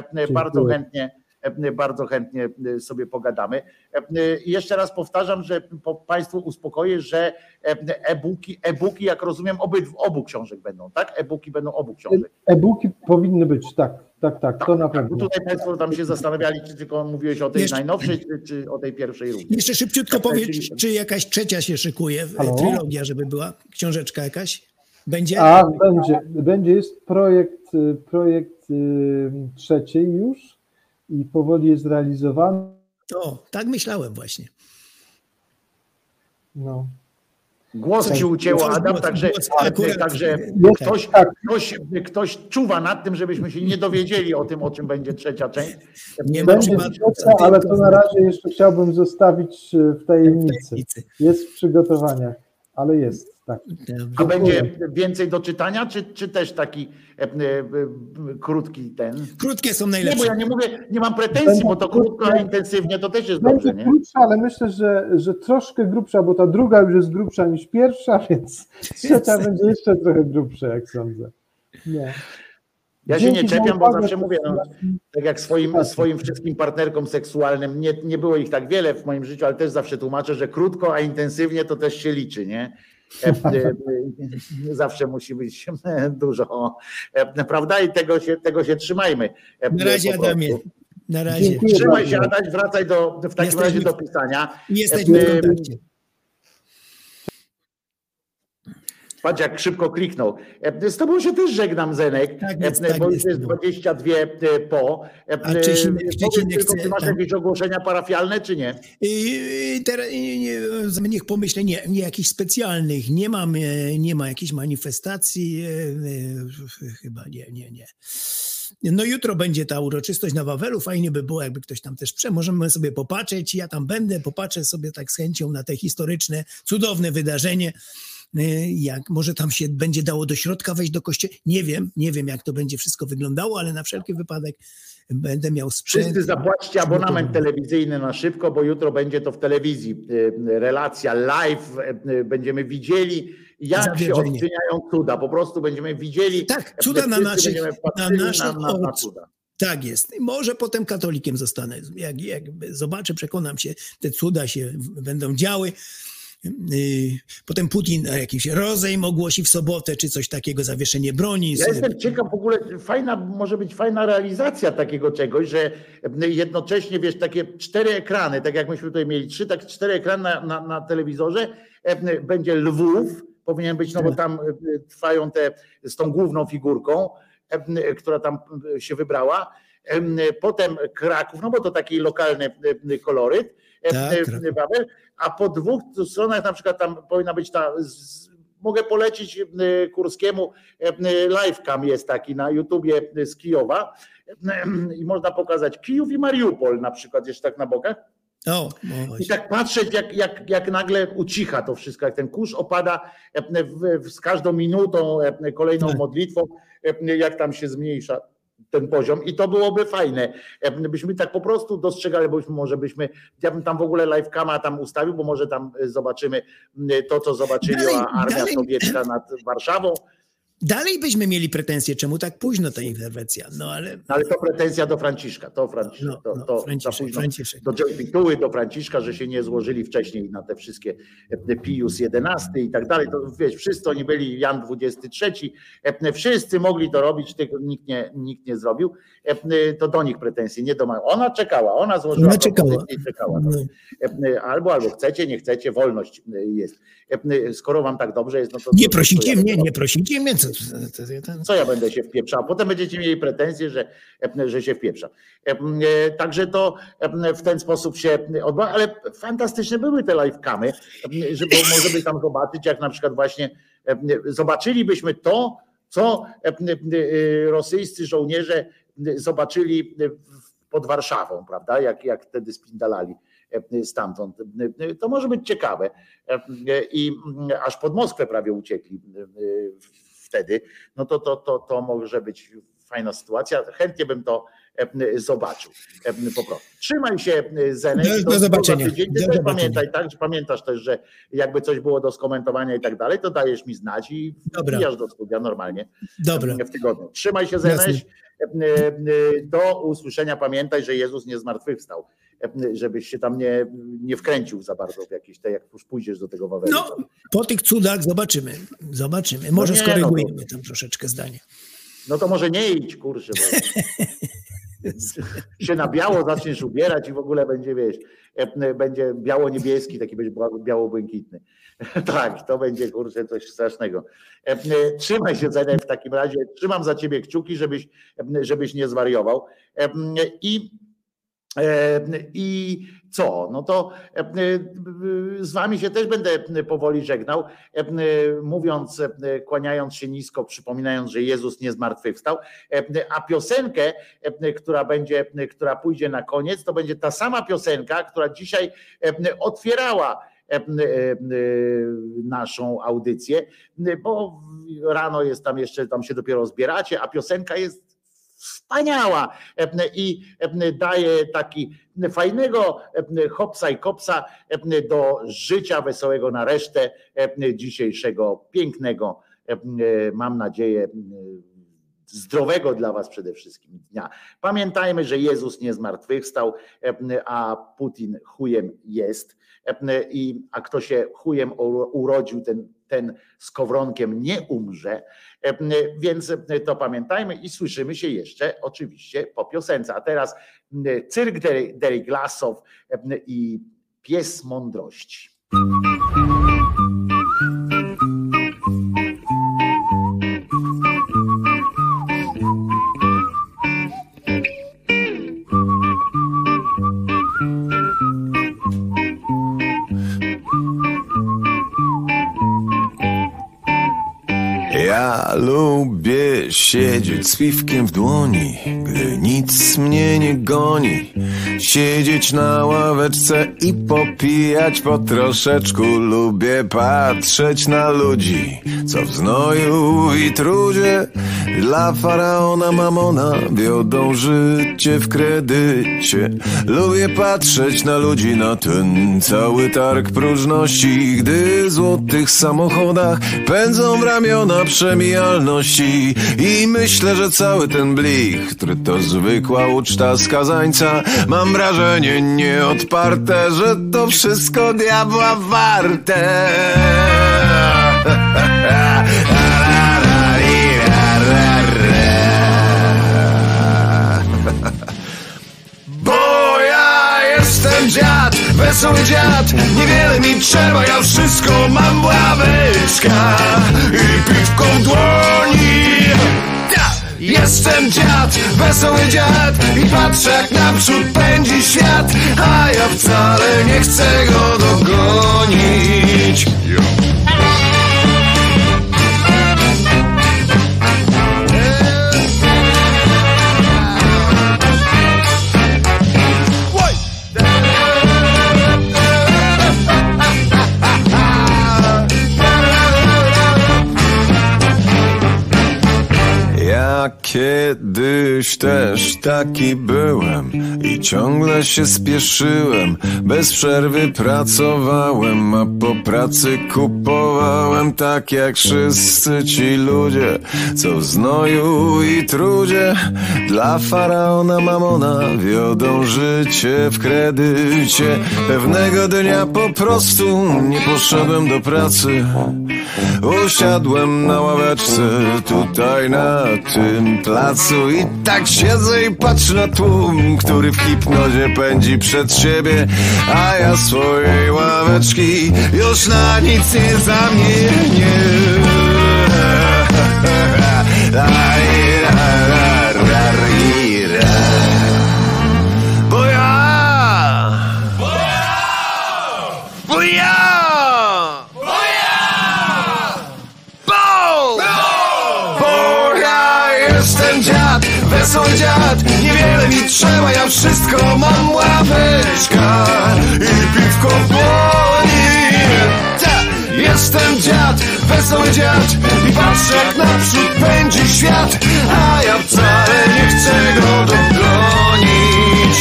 bardzo chętnie sobie pogadamy. I jeszcze raz powtarzam, że Państwu uspokoję, że e-booki, jak rozumiem, obu książek będą, tak? E-booki będą obu książek. E-booki powinny być, tak, to na pewno. Tutaj Państwo tam się zastanawiali, czy tylko mówiłeś o tej najnowszej, czy o tej pierwszej również. Jeszcze szybciutko powiedz, czy jakaś trzecia się szykuje, trylogia, żeby była książeczka jakaś? Będzie? Będzie, jest projekt trzeciej już. I powoli jest realizowany. Tak myślałem właśnie. No. Głos ci ucięło, Adam, także ktoś czuwa nad tym, żebyśmy się nie dowiedzieli o tym, o czym będzie trzecia część. Ale to na razie jeszcze chciałbym zostawić w tajemnicy. Jest w przygotowaniach, ale jest. Tak. A będzie więcej do czytania, czy też taki krótki ten? Krótkie są najlepsze. Nie, bo ja nie mówię, nie mam pretensji, bo to krótko, ale intensywnie to też jest dobrze, nie? Krótsza, ale myślę, że troszkę grubsza, bo ta druga już jest grubsza niż pierwsza, więc trzecia będzie jeszcze trochę grubsza, jak sądzę. Nie. Ja się nie czepiam, bo zawsze mówię, no, tak jak swoim wszystkim partnerkom seksualnym, nie było ich tak wiele w moim życiu, ale też zawsze tłumaczę, że krótko, a intensywnie to też się liczy, nie? Zawsze musi być dużo, prawda? I tego się trzymajmy. Na razie, Adamie. Na razie. Trzymaj się, Adaś, wracaj w takim razie do pisania. Jesteśmy w kontakcie. Patrz, jak szybko kliknął. Z tobą się też żegnam, Zenek, bo już jest 22 po. A Czesinek chce, ty masz jakieś ogłoszenia parafialne, czy nie? Teraz niech pomyślę, nie jakichś specjalnych, nie ma jakichś manifestacji, chyba nie. No jutro będzie ta uroczystość na Wawelu, fajnie by było, jakby ktoś tam też możemy sobie popatrzeć, ja tam będę, popatrzę sobie tak z chęcią na te historyczne, cudowne wydarzenie. Jak może tam się będzie dało do środka wejść do kościoła. Nie wiem jak to będzie wszystko wyglądało, ale na wszelki wypadek będę miał sprzęt. Wszyscy zapłaćcie abonament telewizyjny na szybko, bo jutro będzie to w telewizji. Relacja live, będziemy widzieli, jak się odczyniają cuda. Po prostu będziemy widzieli. Tak, cuda na naszych cuda. Tak jest. Może potem katolikiem zostanę. Jak zobaczę, przekonam się, te cuda się będą działy. Potem Putin jakiś rozejm ogłosi w sobotę, czy coś takiego, zawieszenie broni. Ja jestem ciekaw, w ogóle może być fajna realizacja takiego czegoś, że jednocześnie, wiesz, takie 4 ekrany, tak jak myśmy tutaj mieli 4 ekrany na telewizorze, będzie Lwów, powinien być, no bo tam trwają z tą główną figurką, która tam się wybrała, potem Kraków, no bo to taki lokalny koloryt, a po 2 stronach na przykład tam powinna być mogę polecić Kurskiemu, live'cam jest taki na YouTubie z Kijowa i można pokazać Kijów i Mariupol na przykład jeszcze tak na bokach. I tak patrzeć jak nagle ucicha to wszystko, jak ten kurz opada z każdą minutą, kolejną modlitwą, jak tam się zmniejsza ten poziom i to byłoby fajne. Byśmy tak po prostu dostrzegali, bo ja bym tam w ogóle live'cama tam ustawił, bo może tam zobaczymy to, co zobaczyła armia sowiecka nad Warszawą. Dalej byśmy mieli pretensje, czemu tak późno ta interwencja. Ale to pretensja do Franciszka. Do Pituły, do Franciszka, że się nie złożyli wcześniej na te wszystkie Pius XI i tak dalej. To wiesz, wszyscy oni byli, Jan XXIII, wszyscy mogli to robić, tylko nikt nie zrobił. To do nich pretensje, nie do mojej. Ona czekała, ona złożyła propozycję i czekała. Albo chcecie, nie chcecie, wolność jest. Skoro wam tak dobrze jest, no to... Nie prosicie mnie. Co ja będę się wpieprzał? Potem będziecie mieli pretensje, że się wpieprza. Także to w ten sposób się odbywa, ale fantastyczne były te live'camy, żeby może by tam zobaczyć, jak na przykład właśnie zobaczylibyśmy to, co rosyjscy żołnierze zobaczyli pod Warszawą, prawda? Jak wtedy spindalali stamtąd. To może być ciekawe. I aż pod Moskwę prawie uciekli wtedy, no to może być fajna sytuacja. Chętnie bym to zobaczył. Po prostu. Trzymaj się, Zenek. Do zobaczenia. Pamiętaj, tak? Pamiętasz też, że jakby coś było do skomentowania i tak dalej, to dajesz mi znać i wbijasz do studia normalnie w tygodniu. Trzymaj się, Zenek. Do usłyszenia. Pamiętaj, że Jezus nie zmartwychwstał. Żebyś się tam nie wkręcił za bardzo w jakieś jak już pójdziesz do tego Wawelu. No, po tych cudach zobaczymy. Może skorygujemy tam troszeczkę zdanie. No to może nie idź, kurczę, bo się na biało zaczniesz ubierać i w ogóle będzie, wiesz, będzie biało-niebieski, taki będzie biało-błękitny. Tak, to będzie, kurczę, coś strasznego. Trzymaj się, Zenek, w takim razie. Trzymam za ciebie kciuki, żebyś nie zwariował. I co? No to z wami się też będę powoli żegnał, mówiąc, kłaniając się nisko, przypominając, że Jezus nie zmartwychwstał, a piosenkę, która pójdzie na koniec, to będzie ta sama piosenka, która dzisiaj otwierała naszą audycję, bo rano jest tam jeszcze, tam się dopiero zbieracie, a piosenka jest wspaniała i daje taki fajnego hopsa i kopsa do życia wesołego na resztę dzisiejszego pięknego, mam nadzieję, zdrowego dla was przede wszystkim dnia. Pamiętajmy, że Jezus nie zmartwychwstał, a Putin chujem jest. A kto się chujem urodził, ten z kowronkiem nie umrze, więc to pamiętajmy i słyszymy się jeszcze oczywiście po piosence. A teraz Cyrk Deriglasow i Pies Mądrości. Ja lubię siedzieć z piwkiem w dłoni, gdy nic mnie nie goni. Siedzieć na ławeczce i popijać po troszeczku. Lubię patrzeć na ludzi, co w znoju i trudzie dla faraona Mamona wiodą życie w kredycie. Lubię patrzeć na ludzi, na ten cały targ próżności, gdy w złotych samochodach pędzą w ramiona przemijalności. I myślę, że cały ten blich, który to zwykła uczta skazańca, mam wrażenie nieodparte, że to wszystko diabła warte. Bo ja jestem dziad, wesoły dziad, niewiele mi trzeba, ja wszystko mam, ławeczka i piwko w dłoni. Jestem dziad, wesoły dziad i patrzę, jak naprzód pędzi świat, a ja wcale nie chcę go dogonić. Kiedyś też taki byłem i ciągle się spieszyłem. Bez przerwy pracowałem, a po pracy kupowałem. Tak jak wszyscy ci ludzie, co w znoju i trudzie dla faraona Mamona wiodą życie w kredycie. Pewnego dnia po prostu nie poszedłem do pracy. Usiadłem na ławeczce tutaj na tym placu i tak siedzę i patrzę na tłum, który w hipnozie pędzi przed siebie, a ja swojej ławeczki już na nic nie zamienię. Bo ja jestem dziad, wesoły dziad, niewiele mi trzeba, ja wszystko mam, ławeczka i piwko w dłoni. Jestem dziad, wesoły dziad i patrzę, jak naprzód pędzi świat, a ja wcale nie chcę go dogonić.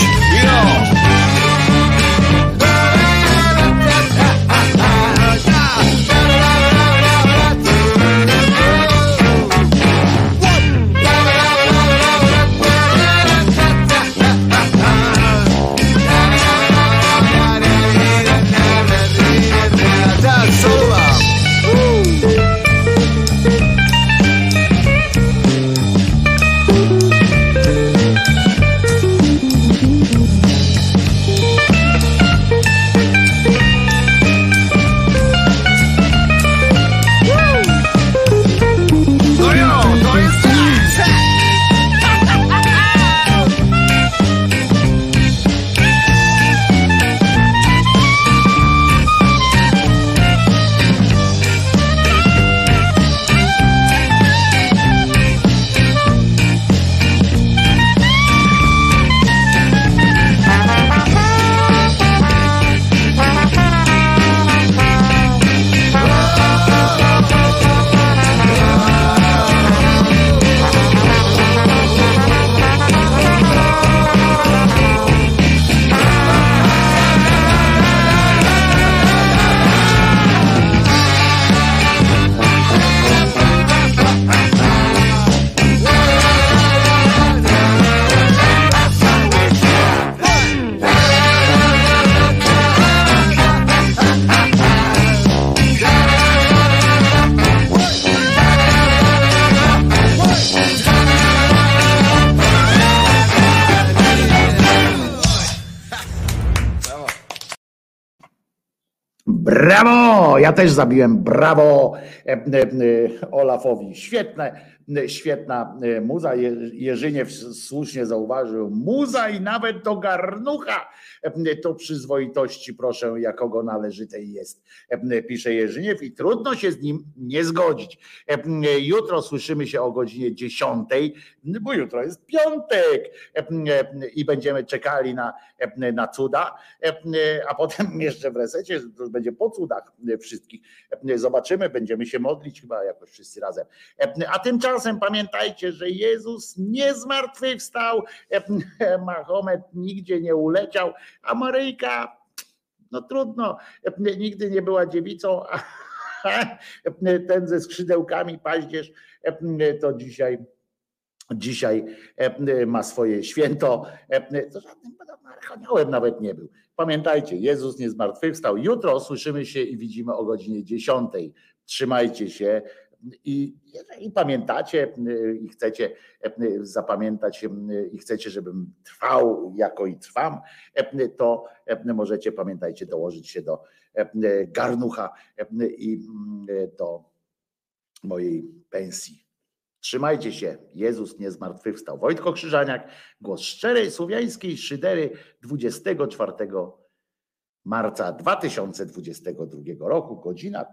Brawo! Ja też zabiłem brawo Olafowi. Świetna muza. Jerzyniew słusznie zauważył. Muza i nawet do garnucha. To przyzwoitości, proszę, jakogo należytej jest. Pisze Jerzyniew i trudno się z nim nie zgodzić. Jutro słyszymy się o godzinie 10, bo jutro jest piątek i będziemy czekali na cuda, a potem jeszcze w resecie, to będzie po cudach wszystkich. Zobaczymy, będziemy się modlić chyba jakoś wszyscy razem. A tymczasem pamiętajcie, że Jezus nie zmartwychwstał, Mahomet nigdzie nie uleciał, a Maryjka, no trudno, nigdy nie była dziewicą, a ten ze skrzydełkami paździerz to dzisiaj ma swoje święto, to żadnym archaniołem nawet nie był. Pamiętajcie, Jezus nie zmartwychwstał. Jutro słyszymy się i widzimy o godzinie 10. Trzymajcie się i jeżeli pamiętacie i chcecie zapamiętać i chcecie, żebym trwał jako i trwam, to możecie, pamiętajcie, dołożyć się do garnucha i do mojej pensji. Trzymajcie się, Jezus nie zmartwychwstał. Wojtko Krzyżaniak, głos szczerej słowiańskiej szydery 24 marca 2022 roku, godzina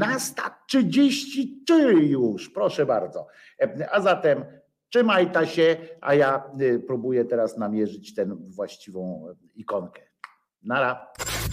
13:33 już, proszę bardzo. A zatem trzymajcie się, a ja próbuję teraz namierzyć tę właściwą ikonkę. Nara.